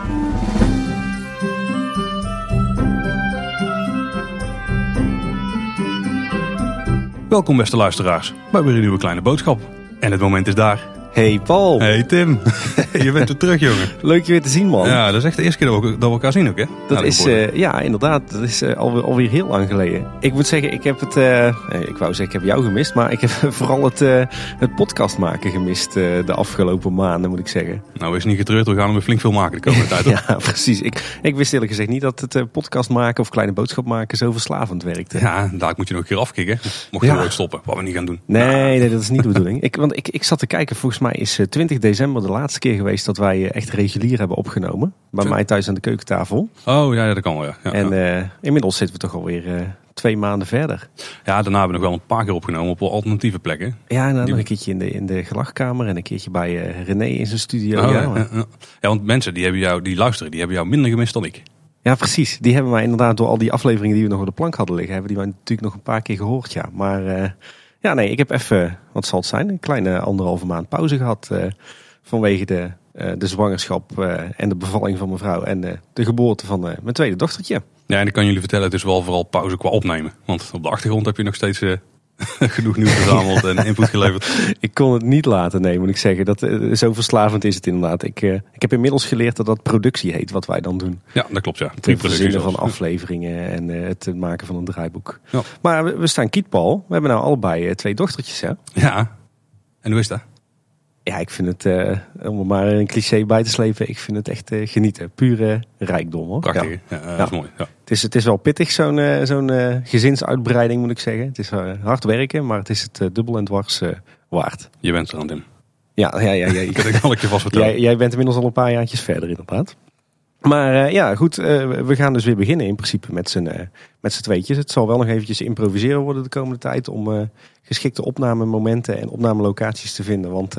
Welkom beste luisteraars bij weer een nieuwe kleine boodschap. En het moment is daar. Hey Paul. Hey Tim. Je bent weer terug, jongen. Leuk je weer te zien, man. Ja, dat is echt de eerste keer dat we elkaar zien ook, hè? Dat is, ja, inderdaad. Dat is alweer heel lang geleden. Ik moet zeggen, ik heb het... ik wou zeggen, ik heb jou gemist. Maar ik heb vooral het podcast maken gemist de afgelopen maanden, moet ik zeggen. Nou, is niet getreurd. We gaan hem weer flink veel maken de komende tijd. Ja, precies. Ik wist eerlijk gezegd niet dat het podcast maken of kleine boodschap maken zo verslavend werkte. Ja, daar moet je nog een keer afkicken. Mocht je nooit stoppen, wat we niet gaan doen. Nee, dat is niet de bedoeling. Want ik zat te kijken, volgens mij is 20 december de laatste keer geweest dat wij echt regulier hebben opgenomen. Bij mij thuis aan de keukentafel. Oh ja, dat kan wel, ja. En inmiddels zitten we toch alweer 2 maanden verder. Ja, daarna hebben we nog wel een paar keer opgenomen op wel alternatieve plekken. Ja, en dan nog een keertje in de gelachkamer en een keertje bij René in zijn studio. Oh, ja, want mensen die luisteren, die hebben jou minder gemist dan ik. Ja, precies. Die hebben wij inderdaad door al die afleveringen die we nog op de plank hadden liggen, hebben die wij natuurlijk nog een paar keer gehoord, ja. Maar ik heb even, wat zal het zijn, een kleine 1,5 maand pauze gehad vanwege de zwangerschap en de bevalling van mijn vrouw en de geboorte van mijn tweede dochtertje. Ja, en ik kan jullie vertellen, het is wel vooral pauze qua opnemen. Want op de achtergrond heb je nog steeds genoeg nieuws verzameld en input geleverd. Ik kon het niet laten, nee, moet ik zeggen. Zo verslavend is het inderdaad. Ik heb inmiddels geleerd dat productie heet, wat wij dan doen. Ja, dat klopt, ja. Het verzinnen van afleveringen en het maken van een draaiboek. Ja. Maar we staan kiet, Paul. We hebben nou allebei 2 dochtertjes, hè? Ja, en hoe is dat? Ja, ik vind het, om er maar een cliché bij te slepen, ik vind het echt genieten. Pure rijkdom, hoor. Prachtig, ja. Dat is mooi. Ja. Het is wel pittig, zo'n gezinsuitbreiding, moet ik zeggen. Het is hard werken, maar het is het dubbel en dwars waard. Je bent er aan, Tim. Ja. Ik kan het je vast vertellen. Jij bent inmiddels al een paar jaartjes verder, inderdaad. Maar goed, we gaan dus weer beginnen in principe met z'n tweetjes. Het zal wel nog eventjes improviseren worden de komende tijd om geschikte opnamemomenten en opnamelocaties te vinden. Want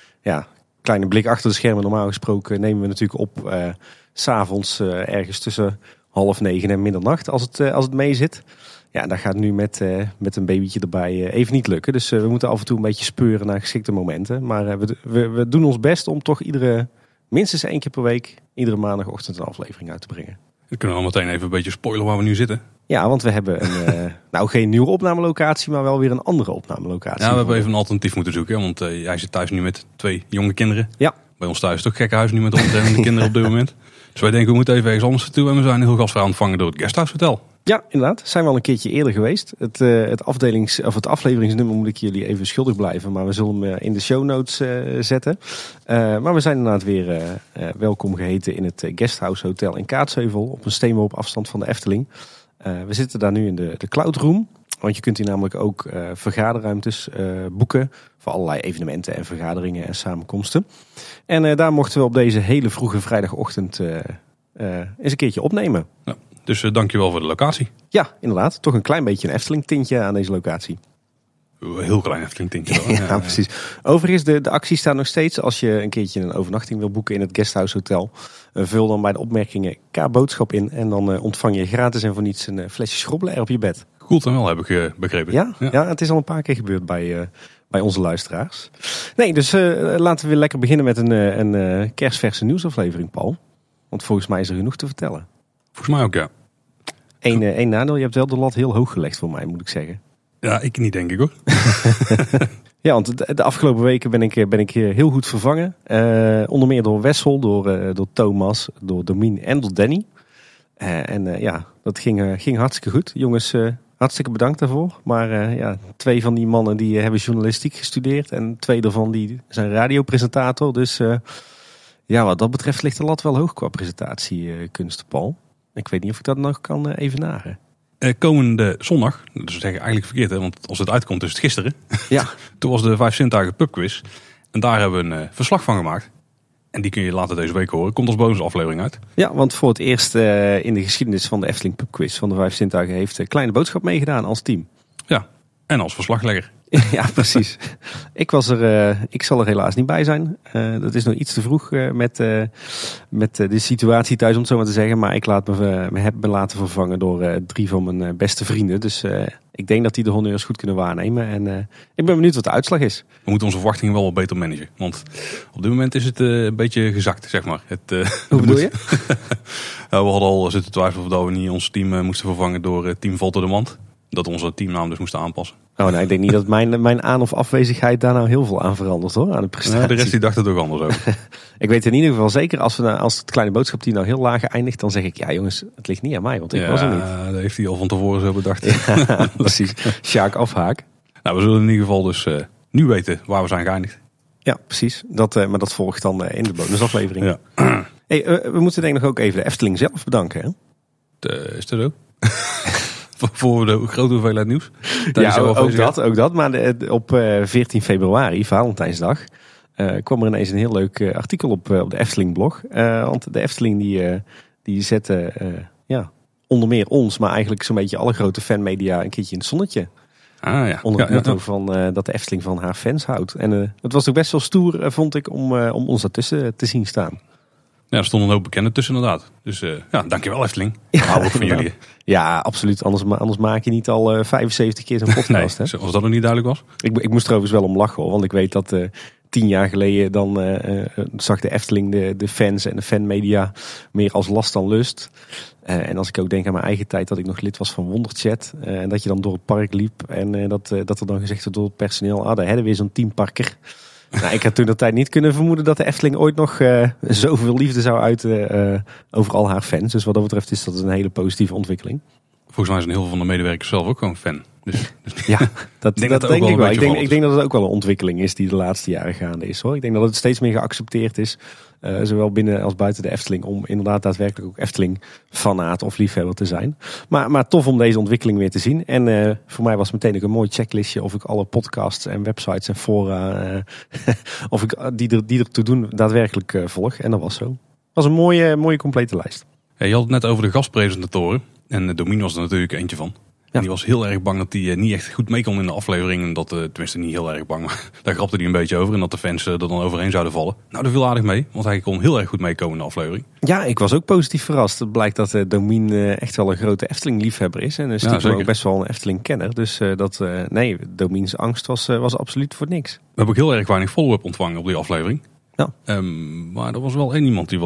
kleine blik achter de schermen, normaal gesproken nemen we natuurlijk op 's avonds ergens tussen 8:30 en middernacht als het mee zit. Ja, dat gaat nu met een babytje erbij even niet lukken. Dus we moeten af en toe een beetje speuren naar geschikte momenten. Maar we doen ons best om toch minstens 1 keer per week, iedere maandagochtend een aflevering uit te brengen. Dan kunnen we al meteen even een beetje spoilen waar we nu zitten. Ja, want we hebben geen nieuwe opnamelocatie, maar wel weer een andere opnamelocatie. Ja, we hebben even een alternatief moeten zoeken. Want jij zit thuis nu met 2 jonge kinderen. Ja. Bij ons thuis is het ook gekkenhuis nu met rondrennende kinderen op dit moment. Dus wij denken we moeten even ergens anders naartoe. En we zijn heel gastvrij ontvangen door het Guesthouse Hotel. Ja, inderdaad. Zijn we al een keertje eerder geweest. Het afleveringsnummer moet ik jullie even schuldig blijven. Maar we zullen hem in de show notes zetten. Maar we zijn inderdaad weer welkom geheten in het Guesthouse Hotel in Kaatsheuvel. Op een steenworp afstand van de Efteling. We zitten daar nu in de Cloud Room. Want je kunt hier namelijk ook vergaderruimtes boeken. Voor allerlei evenementen en vergaderingen en samenkomsten. En daar mochten we op deze hele vroege vrijdagochtend eens een keertje opnemen. Ja. Dus dankjewel voor de locatie. Ja, inderdaad. Toch een klein beetje een Efteling tintje aan deze locatie. Heel klein Efteling tintje. Ja, precies. Overigens, de actie staat nog steeds. Als je een keertje een overnachting wil boeken in het Guesthouse Hotel, vul dan bij de opmerkingen K-boodschap in. En dan ontvang je gratis en voor niets een flesje schrobbelen op je bed. Goed en wel, heb ik begrepen. Ja, het is al een paar keer gebeurd bij onze luisteraars. Nee, dus laten we weer lekker beginnen met een kerstverse nieuwsaflevering, Paul. Want volgens mij is er genoeg te vertellen. Volgens mij ook, ja. Eén nadeel, je hebt wel de lat heel hoog gelegd voor mij, moet ik zeggen. Ja, ik niet, denk ik, hoor. Ja, want de afgelopen weken ben ik heel goed vervangen. Onder meer door Wessel, door Thomas, door Domien en door Danny. Dat ging hartstikke goed. Jongens, hartstikke bedankt daarvoor. Maar 2 van die mannen die hebben journalistiek gestudeerd. En 2 daarvan die zijn radiopresentator. Dus wat dat betreft ligt de lat wel hoog qua presentatiekunsten, Paul. Ik weet niet of ik dat nog kan evenaren. Komende zondag, dus we zeggen eigenlijk verkeerd, hè, want als het uitkomt is het gisteren. Ja. Toen was de 5 zintuigen pubquiz. En daar hebben we een verslag van gemaakt. En die kun je later deze week horen. Komt als bonusaflevering uit. Ja, want voor het eerst in de geschiedenis van de Efteling pubquiz van de 5 zintuigen heeft Kleine Boodschap meegedaan als team. Ja, en als verslaglegger. Ja, precies. Ik zal er helaas niet bij zijn. Dat is nog iets te vroeg met de situatie thuis, om het zo maar te zeggen. Maar ik heb me laten vervangen door 3 van mijn beste vrienden. Dus ik denk dat die de honneurs goed kunnen waarnemen. En ik ben benieuwd wat de uitslag is. We moeten onze verwachtingen wel wat beter managen. Want op dit moment is het een beetje gezakt, zeg maar. Hoe bedoel je? We hadden al zitten twijfelen of dat we niet ons team moesten vervangen door Team Volter de Mand. Dat we onze teamnaam dus moesten aanpassen. Oh, nou, ik denk niet dat mijn aan- of afwezigheid daar nou heel veel aan verandert, hoor. Aan de prestatie. Ja, de rest die dacht het ook anders over. Ik weet in ieder geval zeker, als het kleine boodschapteam nou heel laag eindigt, dan zeg ik, ja jongens, het ligt niet aan mij, want ik was er niet. Ja, dat heeft hij al van tevoren zo bedacht. Ja, precies. Sjaak afhaak. Nou, we zullen in ieder geval dus nu weten waar we zijn geëindigd. Ja, precies. Maar dat volgt dan in de bonusaflevering. Ja. Hey, we moeten denk ik nog ook even de Efteling zelf bedanken. Hè? Is dat ook? Voor de grote hoeveelheid nieuws. Ja, ook dat. Maar op 14 februari, Valentijnsdag, kwam er ineens een heel leuk artikel op de Efteling blog. Want de Efteling die zette onder meer ons, maar eigenlijk zo'n beetje alle grote fanmedia een keertje in het zonnetje. Ah, ja. Onder het motto van dat de Efteling van haar fans houdt. En het was ook best wel stoer, vond ik, om ons daartussen te zien staan. Ja, er stonden een hoop bekenden tussen inderdaad. Dus dankjewel Efteling. Hou ook van jullie. Ja, absoluut. Anders maak je niet al 75 keer zo'n podcast. Nee, als dat nog niet duidelijk was. Ik moest er overigens wel om lachen, hoor, want ik weet dat 10 jaar geleden dan zag de Efteling de fans en de fanmedia meer als last dan lust. En als ik ook denk aan mijn eigen tijd dat ik nog lid was van Wonderchat. En dat je dan door het park liep en dat er dan gezegd werd door het personeel, daar hebben we weer zo'n teamparker. Nou, ik had toen de tijd niet kunnen vermoeden dat de Efteling ooit nog zoveel liefde zou uiten over al haar fans. Dus wat dat betreft is dat een hele positieve ontwikkeling. Volgens mij zijn heel veel van de medewerkers zelf ook gewoon fan. Dus ja, dat denk ik wel. Ik denk dat het ook wel een ontwikkeling is die de laatste jaren gaande is, hoor. Ik denk dat het steeds meer geaccepteerd is, zowel binnen als buiten de Efteling, om inderdaad daadwerkelijk ook Efteling-fanaat of liefhebber te zijn. Maar tof om deze ontwikkeling weer te zien. En voor mij was meteen ook een mooi checklistje of ik alle podcasts en websites en fora of ik die ertoe doen daadwerkelijk volg. En dat was zo. Het was een mooie complete lijst. Ja, je had het net over de gastpresentatoren. En Domien was er natuurlijk eentje van. En die was heel erg bang dat hij niet echt goed mee kon in de aflevering. En dat, tenminste niet heel erg bang, maar daar grapte hij een beetje over. En dat de fans er dan overheen zouden vallen. Nou, dat viel aardig mee, want hij kon heel erg goed meekomen in de aflevering. Ja, ik was ook positief verrast. Het blijkt dat Domien echt wel een grote Efteling-liefhebber is. En stiekem ook best wel een Efteling-kenner. Dus Domiens angst was absoluut voor niks. We hebben ook heel erg weinig follow-up ontvangen op die aflevering. Ja. Maar er was wel één iemand die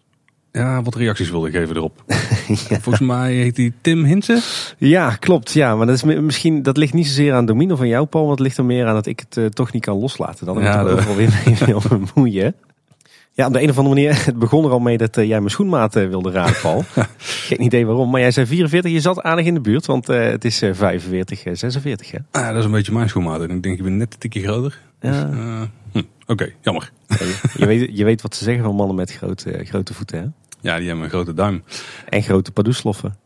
wat reacties wilde geven erop. Ja. Volgens mij heet hij Tim Hinsen. Ja, klopt. Ja, maar dat ligt niet zozeer aan Domien of aan jou, Paul. Want het ligt er meer aan dat ik het toch niet kan loslaten. Dan heb ik er overal weer mee op mijn moeie. Ja, op de een of andere manier. Het begon er al mee dat jij mijn schoenmaat wilde raden, Paul. Geen idee waarom. Maar jij zei 44. Je zat aardig in de buurt. Want het is 45, 46. Hè? Dat is een beetje mijn schoenmaat. En ik denk, je bent net een tikje groter. Ja. Dus, Oké, jammer. Je weet wat ze zeggen van mannen met grote voeten, hè? Ja, die hebben een grote duim. En grote pardoesloffen.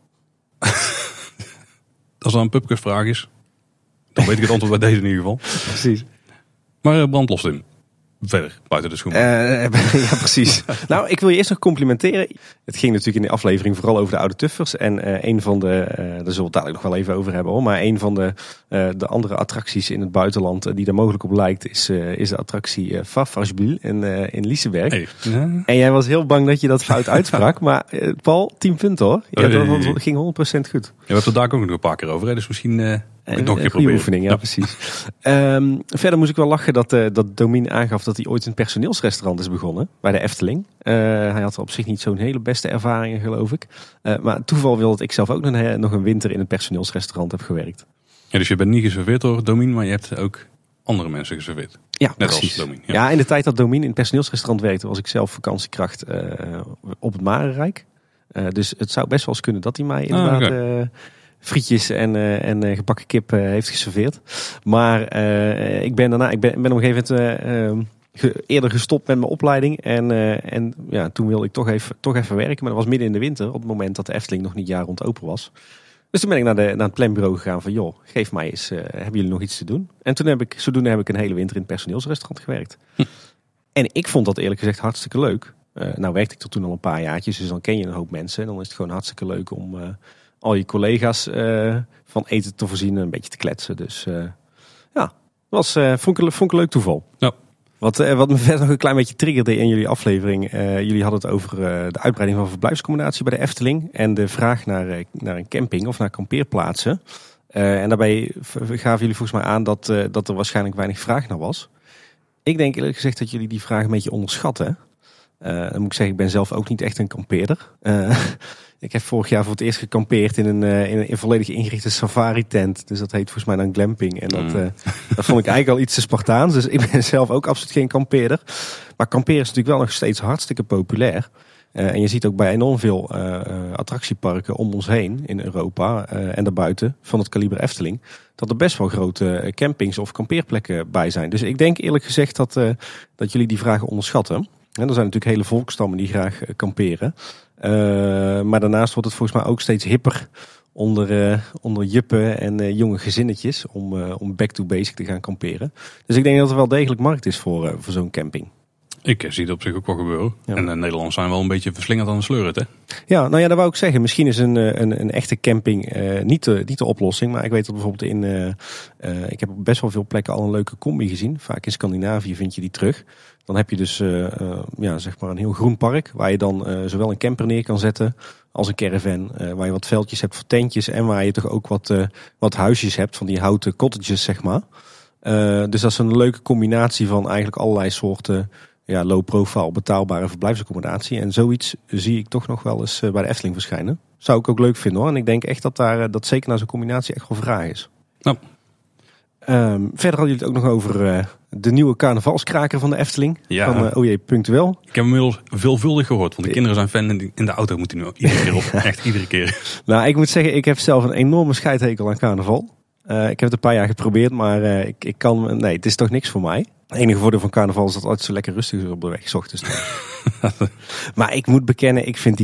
Als dat een pubquizvraag is, dan weet ik het antwoord bij deze in ieder geval. Precies. Maar brand los, Tim. Verder, buiten de schoen. Ja, precies. Nou, ik wil je eerst nog complimenteren. Het ging natuurlijk in de aflevering vooral over de oude tuffers. En een van daar zullen we het dadelijk nog wel even over hebben, hoor. Maar een van de andere attracties in het buitenland die daar mogelijk op lijkt, is de attractie Fafarsbul in Liseberg. Hey. Ja. En jij was heel bang dat je dat fout uitsprak. Maar Paul, 10 punten, hoor. Ja, dat ging 100% goed. Je hebt het daar ook nog een paar keer over, hè? Dus misschien nog een keer proberen. Oefening, ja, precies. Verder moest ik wel lachen dat Domien aangaf dat hij ooit een personeelsrestaurant is begonnen bij de Efteling. Hij had op zich niet zo'n hele beste ervaringen, geloof ik. Maar toeval wil dat ik zelf ook nog een winter in het personeelsrestaurant heb gewerkt. Ja, dus je bent niet geserveerd door Domien, maar je hebt ook andere mensen geserveerd. Ja, net precies. Als Domien. Ja, in de tijd dat Domien in het personeelsrestaurant werkte, was ik zelf vakantiekracht op het Marenrijk. Dus het zou best wel eens kunnen dat hij mij inderdaad frietjes en gebakken kip heeft geserveerd. Maar ik ben op een gegeven moment eerder gestopt met mijn opleiding. En toen wilde ik toch even werken. Maar dat was midden in de winter, op het moment dat de Efteling nog niet jaar rond open was. Dus toen ben ik naar het planbureau gegaan van, joh, geef mij eens, hebben jullie nog iets te doen? En zodoende heb ik een hele winter in het personeelsrestaurant gewerkt. En ik vond dat eerlijk gezegd hartstikke leuk. Nou werkte ik tot toen al een paar jaartjes, dus dan ken je een hoop mensen. En dan is het gewoon hartstikke leuk om al je collega's van eten te voorzien en een beetje te kletsen. Dus Vond ik een leuk toeval. Ja. Wat me verder nog een klein beetje triggerde in jullie aflevering. Jullie hadden het over de uitbreiding van verblijfsaccommodatie bij de Efteling. En de vraag naar een camping of naar kampeerplaatsen. En daarbij gaven jullie volgens mij aan dat er waarschijnlijk weinig vraag naar was. Ik denk eerlijk gezegd dat jullie die vraag een beetje onderschatten. Dan moet ik zeggen, ik ben zelf ook niet echt een kampeerder. Ik heb vorig jaar voor het eerst gekampeerd in een volledig ingerichte safari tent. Dus dat heet volgens mij dan glamping. En dat vond ik eigenlijk al iets te Spartaans. Dus ik ben zelf ook absoluut geen kampeerder. Maar kamperen is natuurlijk wel nog steeds hartstikke populair. En je ziet ook bij enorm veel attractieparken om ons heen in Europa en daarbuiten van het kaliber Efteling, dat er best wel grote campings of kampeerplekken bij zijn. Dus ik denk eerlijk gezegd dat jullie die vragen onderschatten. En er zijn natuurlijk hele volkstammen die graag kamperen. Maar daarnaast wordt het volgens mij ook steeds hipper onder juppen en jonge gezinnetjes om back to basic te gaan kamperen. Dus ik denk dat er wel degelijk markt is voor zo'n camping. Ik zie het op zich ook wel gebeuren. Ja. En de Nederlanders zijn wel een beetje verslingerd aan de sleuren, hè? Ja, nou ja, dat wou ik zeggen. Misschien is een echte camping niet de oplossing. Maar ik weet dat bijvoorbeeld ik heb op best wel veel plekken al een leuke combi gezien. Vaak in Scandinavië vind je die terug. Dan heb je dus zeg maar een heel groen park. Waar je dan zowel een camper neer kan zetten als een caravan. Waar je wat veldjes hebt voor tentjes. En waar je toch ook wat huisjes hebt van die houten cottages, zeg maar. Dus dat is een leuke combinatie van eigenlijk allerlei soorten low profile betaalbare verblijfsaccommodatie. En zoiets zie ik toch nog wel eens bij de Efteling verschijnen. Zou ik ook leuk vinden hoor. En ik denk echt dat zeker naar zo'n combinatie echt wel vraag is. Nou. Verder hadden jullie het ook nog over de nieuwe carnavalskraker van de Efteling. Ja. Van O.J. Punctueel. Ik heb hem inmiddels veelvuldig gehoord. Want de kinderen zijn fan in de auto moeten nu iedere keer op. Echt iedere keer. Nou, ik moet zeggen, ik heb zelf een enorme scheidhekel aan carnaval. Ik heb het een paar jaar geprobeerd, maar het is toch niks voor mij. Het enige voordeel van carnaval is dat het altijd zo lekker rustig is op de weg, 's ochtends. Maar ik moet bekennen,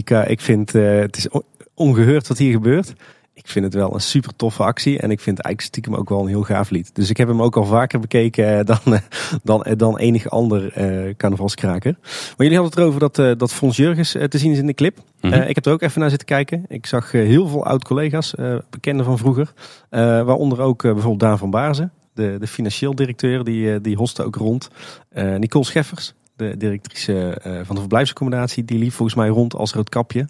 het is ongehoord wat hier gebeurt. Ik vind het wel een super toffe actie en ik vind eigenlijk stiekem ook wel een heel gaaf lied. Dus ik heb hem ook al vaker bekeken dan enig ander carnavalskraker. Maar jullie hadden het erover dat Fons Jurgens te zien is in de clip. Mm-hmm. Ik heb er ook even naar zitten kijken. Ik zag heel veel oud-collega's, bekenden van vroeger. Waaronder ook bijvoorbeeld Daan van Baarzen, de financieel directeur, die hostte ook rond. Nicole Scheffers, de directrice van de verblijfsaccommodatie, die liep volgens mij rond als roodkapje.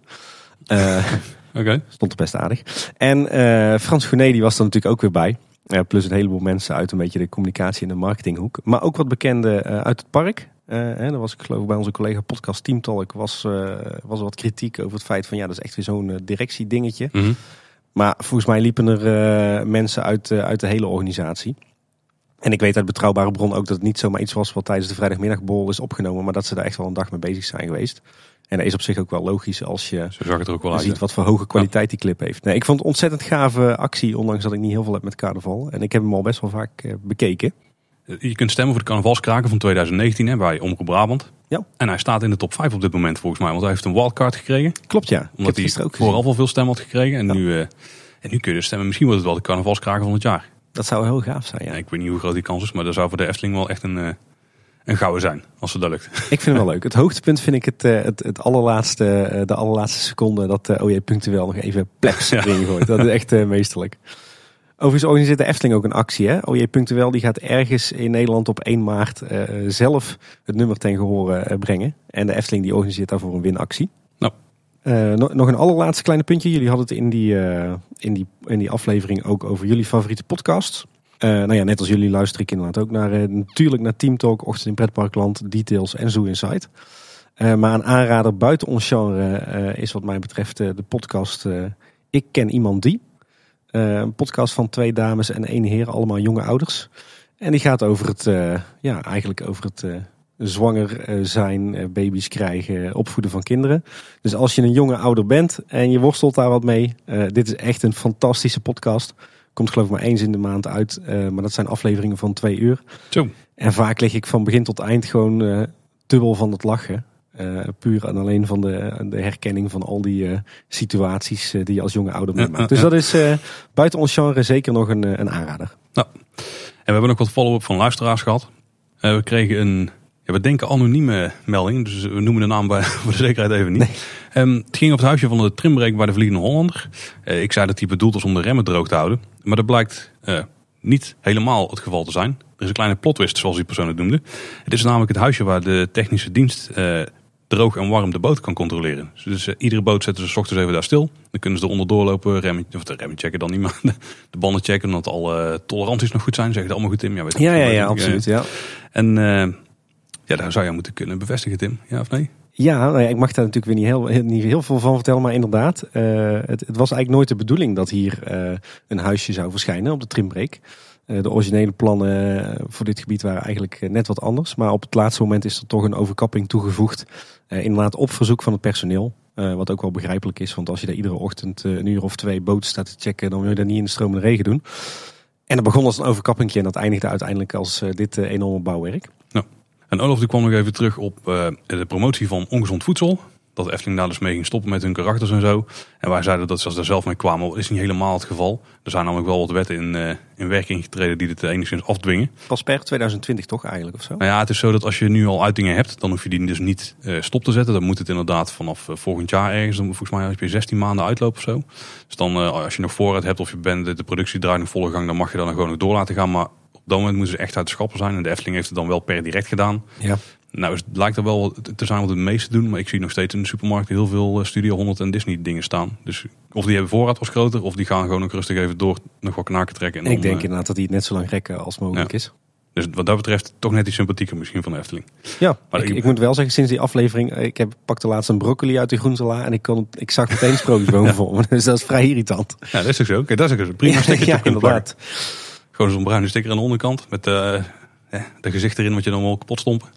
Okay. Stond er best aardig. En Frans Gournay die was er natuurlijk ook weer bij. Plus een heleboel mensen uit een beetje de communicatie en de marketinghoek. Maar ook wat bekenden uit het park. Er was, ik geloof bij onze collega podcast Teamtalk was wat kritiek over het feit van dat is echt weer zo'n directiedingetje. Mm-hmm. Maar volgens mij liepen er mensen uit de hele organisatie. En ik weet uit betrouwbare bron ook dat het niet zomaar iets was wat tijdens de vrijdagmiddagborrel is opgenomen. Maar dat ze daar echt wel een dag mee bezig zijn geweest. En dat is op zich ook wel logisch als je zo zag het er ook wel ziet wat voor hoge kwaliteit die clip heeft. Nee, ik vond het ontzettend gave actie, ondanks dat ik niet heel veel heb met carnaval. En ik heb hem al best wel vaak bekeken. Je kunt stemmen voor de carnavalskraker van 2019 bij Omroep Brabant. Ja. En hij staat in de top 5 op dit moment volgens mij. Want hij heeft een wildcard gekregen. Klopt, ja. Omdat hij vooral wel veel stemmen had gekregen. En, nu kun je dus stemmen. Misschien wordt het wel de carnavalskraker van het jaar. Dat zou heel gaaf zijn, ja. Ik weet niet hoe groot die kans is. Maar dat zou voor de Efteling wel echt een gouden zijn. Als het dat lukt. Ik vind het wel leuk. Het hoogtepunt vind ik de allerlaatste seconde dat O.J. Punctueel nog even plebs erin gooit. Dat is echt meesterlijk. Overigens organiseert de Efteling ook een actie. Hè? O.J. Punctueel die gaat ergens in Nederland op 1 maart zelf het nummer ten gehore brengen. En de Efteling die organiseert daarvoor een winactie. Nou. Nog een allerlaatste kleine puntje. Jullie hadden het in die aflevering ook over jullie favoriete podcasts. Net als jullie luister ik inderdaad ook natuurlijk naar Team Talk, Ochtend in Pretparkland, Details en Zoo Inside. Maar een aanrader buiten ons genre is wat mij betreft de podcast Ik Ken Iemand Die. Een podcast van 2 dames en 1 heer, allemaal jonge ouders. En die gaat over het zwanger zijn, baby's krijgen, opvoeden van kinderen. Dus als je een jonge ouder bent en je worstelt daar wat mee, dit is echt een fantastische podcast. Komt geloof ik maar eens in de maand uit. Maar dat zijn afleveringen van 2 uur. Zo. En vaak lig ik van begin tot eind gewoon dubbel van het lachen. Puur en alleen van de herkenning van al die situaties die je als jonge ouder meemaakt. Dus dat is buiten ons genre zeker nog een aanrader. Nou, en we hebben ook wat follow-up van luisteraars gehad. We kregen we denken anonieme melding. Dus we noemen de naam voor de zekerheid even niet. Nee. Het ging over het huisje van de trimbreak bij de Vliegende Hollander. Ik zei dat die bedoeld was om de remmen droog te houden. Maar dat blijkt niet helemaal het geval te zijn. Er is een kleine plot twist, zoals die persoon het noemde. Het is namelijk het huisje waar de technische dienst droog en warm de boot kan controleren. Dus iedere boot zetten ze 's ochtends even daar stil. Dan kunnen ze eronder doorlopen, de remmen checken dan niet, maar de banden checken. Omdat alle toleranties nog goed zijn. Zeg je het allemaal goed, Tim? Ja, absoluut. Ja. En daar zou je moeten kunnen bevestigen, Tim. Ja of nee? Ja, nou ja, ik mag daar natuurlijk weer niet heel veel van vertellen. Maar inderdaad, het was eigenlijk nooit de bedoeling dat hier een huisje zou verschijnen op de Trimbreak. De originele plannen voor dit gebied waren eigenlijk net wat anders. Maar op het laatste moment is er toch een overkapping toegevoegd. Inderdaad op verzoek van het personeel. Wat ook wel begrijpelijk is. Want als je daar iedere ochtend een uur of 2 boten staat te checken, dan wil je dat niet in de stromende regen doen. En dat begon als een overkappingje en dat eindigde uiteindelijk als dit enorme bouwwerk. Ja. En Olaf die kwam nog even terug op de promotie van ongezond voedsel. Dat de Efteling daar dus mee ging stoppen met hun karakters en zo. En wij zeiden dat ze als daar zelf mee kwamen, dat is niet helemaal het geval. Er zijn namelijk wel wat wetten in werking getreden die dit enigszins afdwingen. Pas per 2020 toch eigenlijk of zo? Nou ja, het is zo dat als je nu al uitingen hebt, dan hoef je die dus niet stop te zetten. Dan moet het inderdaad vanaf volgend jaar ergens. Dan volgens mij heb je 16 maanden uitloop of zo. Dus dan als je nog voorraad hebt of je bent de productie draait nog volle gang, dan mag je dan gewoon nog door laten gaan. Maar op dat moment moeten ze echt uit de schappen zijn. En de Efteling heeft het dan wel per direct gedaan. Ja. Nou, het lijkt er wel te zijn wat het meeste doen. Maar ik zie nog steeds in de supermarkt heel veel Studio 100 en Disney dingen staan. Dus of die hebben voorraad was groter, of die gaan gewoon ook rustig even door nog wat knaken trekken. En ik denk inderdaad dat die het net zo lang rekken als mogelijk is. Dus wat dat betreft toch net iets sympathieker misschien van de Efteling. Ja, maar ik moet wel zeggen, sinds die aflevering, ik pakte laatst een broccoli uit de groentela en ik zag meteen sprookjesbomen voor me. Dus dat is vrij irritant. Ja, dat is ook zo. Kijk, dat is ook een prima stickertje ja, kunnen plakken. Gewoon zo'n bruine sticker aan de onderkant met de gezicht erin wat je dan wel kapot stompen.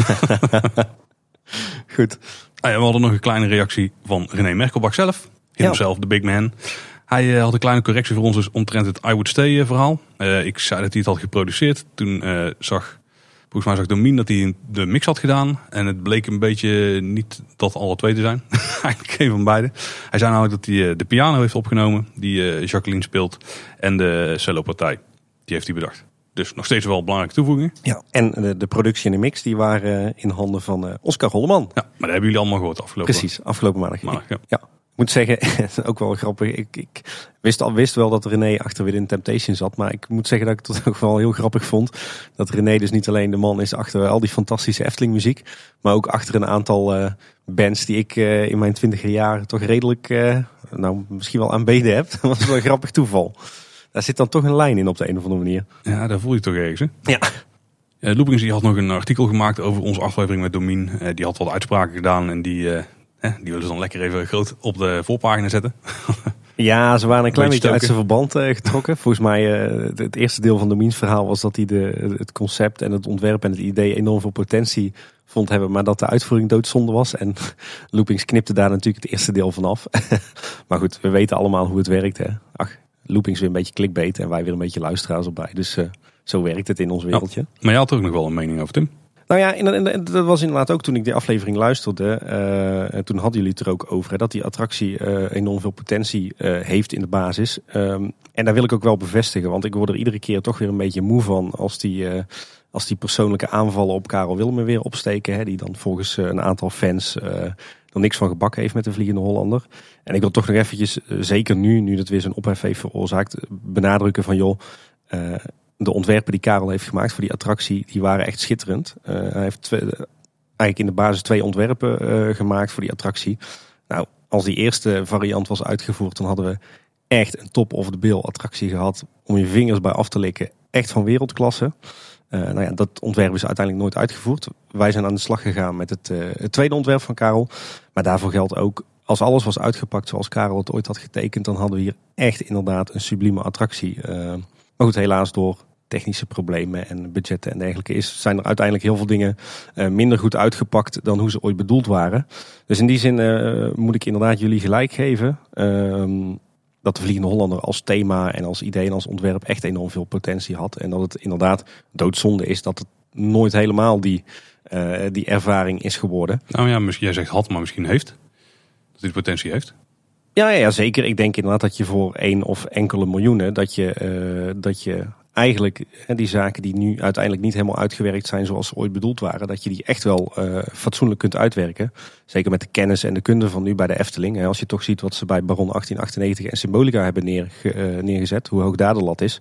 Goed. We hadden nog een kleine reactie van René Merkelbach zelf. Himself, de big man. Hij had een kleine correctie voor ons dus omtrent het I Would Stay verhaal. Ik zei dat hij het had geproduceerd. Toen zag Domien dat hij de mix had gedaan. En het bleek een beetje niet dat alle twee te zijn. Eigenlijk geen van beide. Hij zei namelijk dat hij de piano heeft opgenomen. Die Jacqueline speelt. En de cellopartij. Die heeft hij bedacht. Dus nog steeds wel belangrijke toevoegingen. Ja, en de productie en de mix die waren in handen van Oscar Holleman. Ja, maar dat hebben jullie allemaal gehoord afgelopen. Precies, afgelopen maandag. Ja. Ik moet zeggen, ook wel grappig. Ik wist wel dat René achter Within Temptation zat. Maar ik moet zeggen dat ik het ook wel heel grappig vond. Dat René dus niet alleen de man is achter al die fantastische Efteling muziek. Maar ook achter een aantal bands die ik in mijn 20e jaar toch redelijk, misschien wel aanbeden heb. Dat was wel een grappig toeval. Daar zit dan toch een lijn in op de een of andere manier. Ja, daar voel je toch ergens, hè? Ja. Loopings die had nog een artikel gemaakt over onze aflevering met Domien. Die had wat uitspraken gedaan en die willen ze dan lekker even groot op de voorpagina zetten. Ja, ze waren een klein beetje uit zijn verband getrokken. Volgens mij het eerste deel van Domiens verhaal was dat hij het concept en het ontwerp en het idee enorm veel potentie vond hebben, maar dat de uitvoering doodzonde was. En Loopings knipte daar natuurlijk het eerste deel van af. Maar goed, we weten allemaal hoe het werkt, hè. Loopings weer een beetje clickbait en wij weer een beetje luisteraars erbij. Dus zo werkt het in ons wereldje. Ja, maar je had er ook nog wel een mening over, Tim. Nou ja, dat was inderdaad ook toen ik die aflevering luisterde. Toen hadden jullie het er ook over. Hè, dat die attractie enorm veel potentie heeft in de basis. En daar wil ik ook wel bevestigen. Want ik word er iedere keer toch weer een beetje moe van. Als die persoonlijke aanvallen op Karel Wilmen weer opsteken. Hè, die dan volgens een aantal fans er niks van gebakken heeft met de Vliegende Hollander. En ik wil toch nog eventjes, zeker nu dat weer zo'n ophef heeft veroorzaakt, benadrukken van joh, de ontwerpen die Karel heeft gemaakt voor die attractie, die waren echt schitterend. Hij heeft eigenlijk in de basis 2 ontwerpen gemaakt voor die attractie. Nou, als die eerste variant was uitgevoerd, dan hadden we echt een top of the bill attractie gehad om je vingers bij af te likken. Echt van wereldklasse. Dat ontwerp is uiteindelijk nooit uitgevoerd. Wij zijn aan de slag gegaan met het tweede ontwerp van Karel. Maar daarvoor geldt ook, als alles was uitgepakt zoals Karel het ooit had getekend, dan hadden we hier echt inderdaad een sublieme attractie. Maar goed, helaas door technische problemen en budgetten en dergelijke zijn er uiteindelijk heel veel dingen minder goed uitgepakt dan hoe ze ooit bedoeld waren. Dus in die zin moet ik inderdaad jullie gelijk geven. Dat de Vliegende Hollander als thema en als idee en als ontwerp echt enorm veel potentie had. En dat het inderdaad doodzonde is dat het nooit helemaal die ervaring is geworden. Nou ja, jij zegt had, maar misschien heeft. Dat hij de potentie heeft. Ja, zeker. Ik denk inderdaad dat je voor 1 of enkele miljoenen, dat je eigenlijk die zaken die nu uiteindelijk niet helemaal uitgewerkt zijn zoals ze ooit bedoeld waren, dat je die echt wel fatsoenlijk kunt uitwerken. Zeker met de kennis en de kunde van nu bij de Efteling. Als je toch ziet wat ze bij Baron 1898 en Symbolica hebben neergezet, hoe hoog daar de lat is,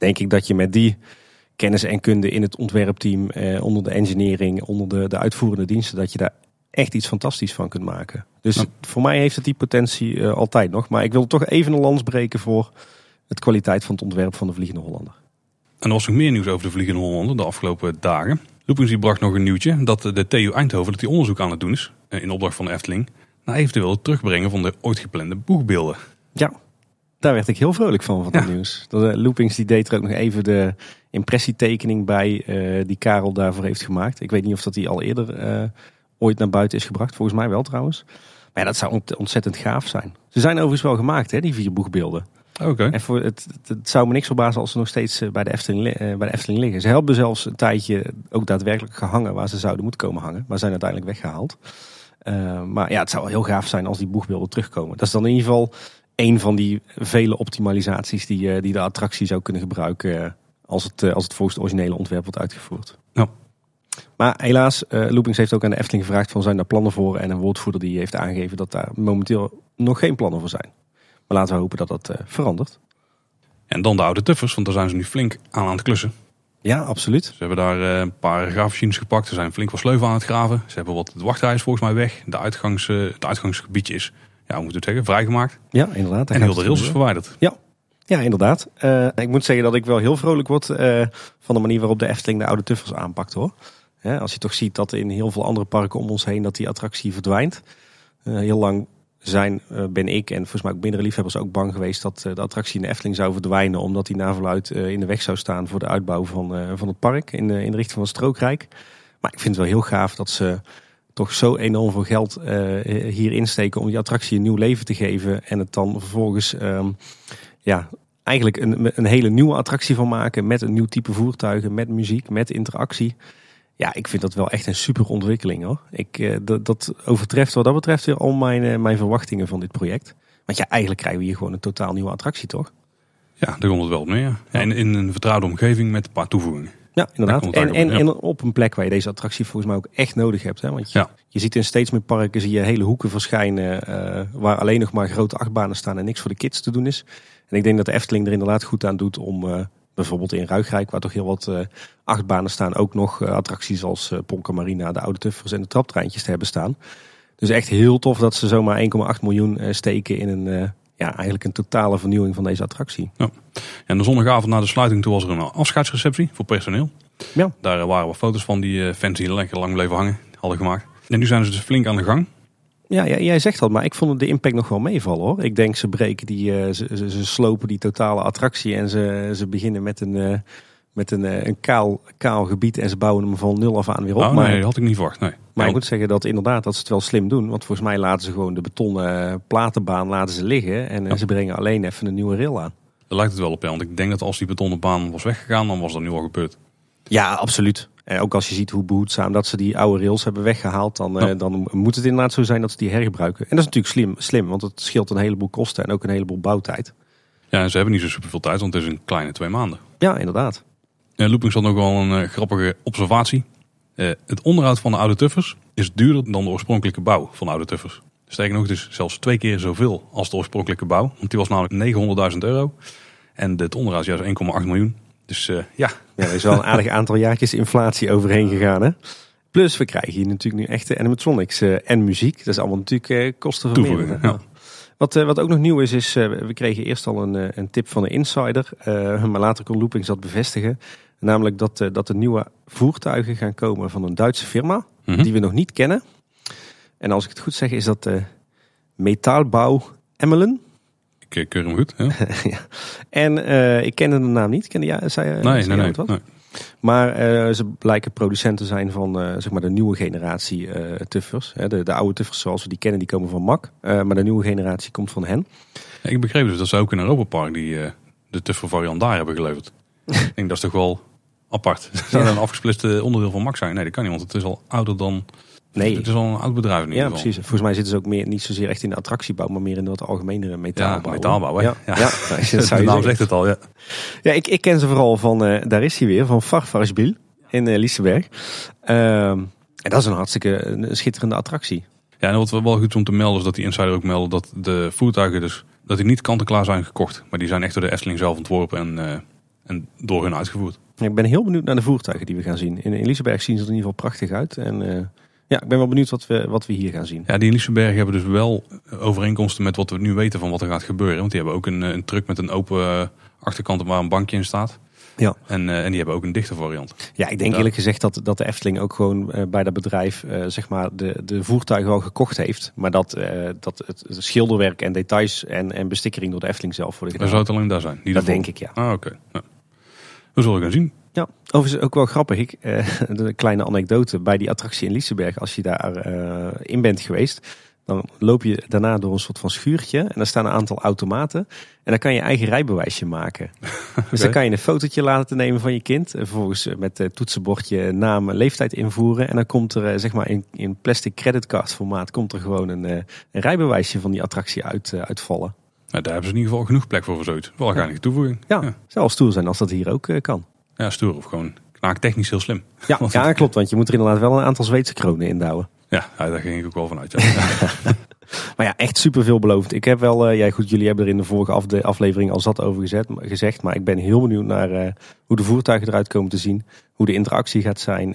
denk ik dat je met die kennis en kunde in het ontwerpteam, onder de engineering, onder de uitvoerende diensten, dat je daar echt iets fantastisch van kunt maken. Dus voor mij heeft het die potentie altijd nog. Maar ik wil toch even een lans breken voor de kwaliteit van het ontwerp van de Vliegende Hollander. En er was nog meer nieuws over de Vliegende Hollander de afgelopen dagen. Loopings die bracht nog een nieuwtje dat de TU Eindhoven dat die onderzoek aan het doen is, in opdracht van de Efteling, naar eventueel het terugbrengen van de ooit geplande boegbeelden. Ja, daar werd ik heel vrolijk van dat nieuws. Loopings die deed er ook nog even de impressietekening bij die Karel daarvoor heeft gemaakt. Ik weet niet of dat die al eerder ooit naar buiten is gebracht. Volgens mij wel trouwens. Maar ja, dat zou ontzettend gaaf zijn. Ze zijn overigens wel gemaakt, hè, die 4 boegbeelden. Oké. En het zou me niks verbazen als ze nog steeds bij de Efteling liggen. Ze hebben zelfs een tijdje ook daadwerkelijk gehangen waar ze zouden moeten komen hangen. Maar zijn uiteindelijk weggehaald. Maar ja, het zou wel heel gaaf zijn als die boegbeelden terugkomen. Dat is dan in ieder geval een van die vele optimalisaties die de attractie zou kunnen gebruiken als het volgens het originele ontwerp wordt uitgevoerd. Ja. Maar helaas, Loopings heeft ook aan de Efteling gevraagd van zijn daar plannen voor. En een woordvoerder die heeft aangegeven dat daar momenteel nog geen plannen voor zijn. Maar laten we hopen dat dat verandert. En dan de oude tuffers, want daar zijn ze nu flink aan het klussen. Ja, absoluut. Ze hebben daar een paar graafmachines gepakt. Ze zijn flink wat sleuven aan het graven. Ze hebben wat wachtrij is volgens mij weg. Het uitgangsgebiedje is, ja, hoe moet ik het zeggen, vrijgemaakt. Ja, inderdaad. En heel de rails is verwijderd. Ja, inderdaad. Ik moet zeggen dat ik wel heel vrolijk word van de manier waarop de Efteling de oude tuffers aanpakt, hoor. Ja, als je toch ziet dat in heel veel andere parken om ons heen dat die attractie verdwijnt. Heel lang ben ik en volgens mij ook mindere liefhebbers ook bang geweest dat de attractie in de Efteling zou verdwijnen. Omdat die na verluidt in de weg zou staan voor de uitbouw van het park in de richting van het Strookrijk. Maar ik vind het wel heel gaaf dat ze toch zo enorm veel geld hier insteken om die attractie een nieuw leven te geven. En het dan vervolgens eigenlijk een hele nieuwe attractie van maken. Met een nieuw type voertuigen, met muziek, met interactie. Ja, ik vind dat wel echt een super ontwikkeling, hoor. Dat overtreft wat dat betreft weer al mijn verwachtingen van dit project. Want ja, eigenlijk krijgen we hier gewoon een totaal nieuwe attractie, toch? Ja, daar komt het wel op neer. Ja, in een vertrouwde omgeving met een paar toevoegingen. Ja, inderdaad. En op een plek waar je deze attractie volgens mij ook echt nodig hebt. Hè? Want je ziet in steeds meer parken zie je hele hoeken verschijnen waar alleen nog maar grote achtbanen staan en niks voor de kids te doen is. En ik denk dat de Efteling er inderdaad goed aan doet om bijvoorbeeld in Ruigrijk, waar toch heel wat achtbanen staan, ook nog attracties als Polka Marina, de oude tuffers en de traptreintjes te hebben staan. Dus echt heel tof dat ze zomaar 1,8 miljoen steken in eigenlijk een totale vernieuwing van deze attractie. Ja. En de zondagavond na de sluiting toe was er een afscheidsreceptie voor personeel. Ja. Daar waren wat foto's van die fans die lekker lang bleven hangen hadden gemaakt. En nu zijn ze dus flink aan de gang. Ja, jij zegt dat, maar ik vond de impact nog wel meevallen, hoor. Ik denk ze breken ze slopen die totale attractie en ze beginnen met een kaal gebied en ze bouwen hem van nul af aan weer op. Oh, nee, dat had ik niet verwacht. Nee. Maar ik moet zeggen dat inderdaad dat ze het wel slim doen. Want volgens mij laten ze gewoon de betonnen platenbaan liggen en ze brengen alleen even een nieuwe rail aan. Daar lijkt het wel op, ja. Want ik denk dat als die betonnen baan was weggegaan, dan was dat nu al gebeurd. Ja, absoluut. En ook als je ziet hoe behoedzaam dat ze die oude rails hebben weggehaald, dan moet het inderdaad zo zijn dat ze die hergebruiken. En dat is natuurlijk slim, want het scheelt een heleboel kosten en ook een heleboel bouwtijd. Ja, en ze hebben niet zo superveel tijd, want het is een kleine 2 maanden. Ja, inderdaad. Loopings had nog wel een grappige observatie. Het onderhoud van de oude tuffers is duurder dan de oorspronkelijke bouw van de oude tuffers. Sterker nog, het is zelfs 2 keer zoveel als de oorspronkelijke bouw. Want die was namelijk €900.000. En het onderhoud is juist 1,8 miljoen. Dus ja, er is wel een aardig aantal jaartjes inflatie overheen gegaan, hè? Plus, we krijgen hier natuurlijk nu echte animatronics en muziek. Dat is allemaal natuurlijk kostenvermindering. Ja. Wat ook nog nieuw is we kregen eerst al een tip van een insider. Maar later kon Loopings dat bevestigen. Namelijk dat er nieuwe voertuigen gaan komen van een Duitse firma. Mm-hmm. Die we nog niet kennen. En als ik het goed zeg is dat Metaalbau Emmelen. Ik keur hem goed. Ja. Ja. En ik kende de naam niet. Nee. Nee. Maar ze blijken producenten zijn van zeg maar de nieuwe generatie tuffers. De oude tuffers zoals we die kennen, die komen van MAC. Maar de nieuwe generatie komt van hen. Ja, ik begreep dus dat ze ook in Europa Park de tuffer variant daar hebben geleverd. Ik denk dat is toch wel apart. Zou dat een afgesplitste onderdeel van MAC zijn? Nee, dat kan niet, want het is al ouder dan... Nee. Het is al een oud bedrijf in ieder geval. Precies. Volgens mij zitten ze ook meer, niet zozeer echt in de attractiebouw, maar meer in de wat algemenere metaalbouw. Ja, metaalbouw, hè? Ja. De naam zegt het al, ja. Ja, ik ken ze vooral van, daar is hij weer, van Farfarsbiel in Liseberg. En dat is een hartstikke schitterende attractie. Ja, en wat wel goed is om te melden is dat die insider ook melden dat de voertuigen dus, dat die niet kant-en-klaar zijn gekocht. Maar die zijn echt door de Efteling zelf ontworpen en en door hun uitgevoerd. Ik ben heel benieuwd naar de voertuigen die we gaan zien. In Liseberg zien ze er in ieder geval prachtig uit. En ik ben wel benieuwd wat we hier gaan zien. Ja, die in Liseberg hebben dus wel overeenkomsten met wat we nu weten van wat er gaat gebeuren. Want die hebben ook een truck met een open achterkant waar een bankje in staat. Ja. En die hebben ook een dichte variant. Ja, ik denk eerlijk gezegd dat de Efteling ook gewoon bij dat bedrijf zeg maar de voertuigen wel gekocht heeft. Maar dat het schilderwerk en details en bestikkering door de Efteling zelf worden gedaan. Zou het alleen daar zijn? Dat denk ik, ja. Ah, oké. Ja. We zullen gaan zien. Ja, overigens ook wel grappig. De kleine anekdote bij die attractie in Liseberg. Als je daar in bent geweest, dan loop je daarna door een soort van schuurtje. En daar staan een aantal automaten. En dan kan je eigen rijbewijsje maken. Okay. Dus dan kan je een fotootje laten nemen van je kind. En vervolgens met het toetsenbordje naam en leeftijd invoeren. En dan komt er zeg maar in plastic creditcard formaat komt er gewoon een rijbewijsje van die attractie uitvallen. Nou, daar hebben ze in ieder geval genoeg plek voor zoiets. Wel een toevoeging. Ja, zou stoer zijn als dat hier ook kan. Ja, stoer of gewoon knaaktechnisch heel slim. Ja, klopt. Want je moet er inderdaad wel een aantal Zweedse kronen in douwen. Ja, daar ging ik ook wel vanuit. Ja. Maar ja, echt super veelbelovend. Ik heb wel, jullie hebben er in de vorige aflevering al zat over gezegd. Maar ik ben heel benieuwd naar hoe de voertuigen eruit komen te zien. Hoe de interactie gaat zijn.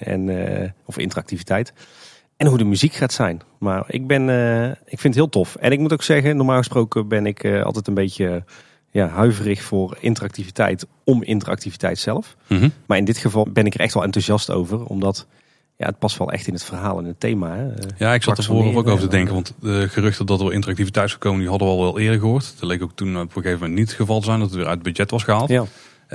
Of interactiviteit. En hoe de muziek gaat zijn. Maar ik vind het heel tof. En ik moet ook zeggen, normaal gesproken ben ik altijd een beetje huiverig voor interactiviteit om interactiviteit zelf. Mm-hmm. Maar in dit geval ben ik er echt wel enthousiast over. Omdat het past wel echt in het verhaal en het thema. Hè. Ja, ik zat er vorige ook over te denken. Want de geruchten dat er interactiviteit zou komen, die hadden we al wel eerder gehoord. Dat leek ook toen op een gegeven moment niet het geval te zijn. Dat het weer uit het budget was gehaald. Ja.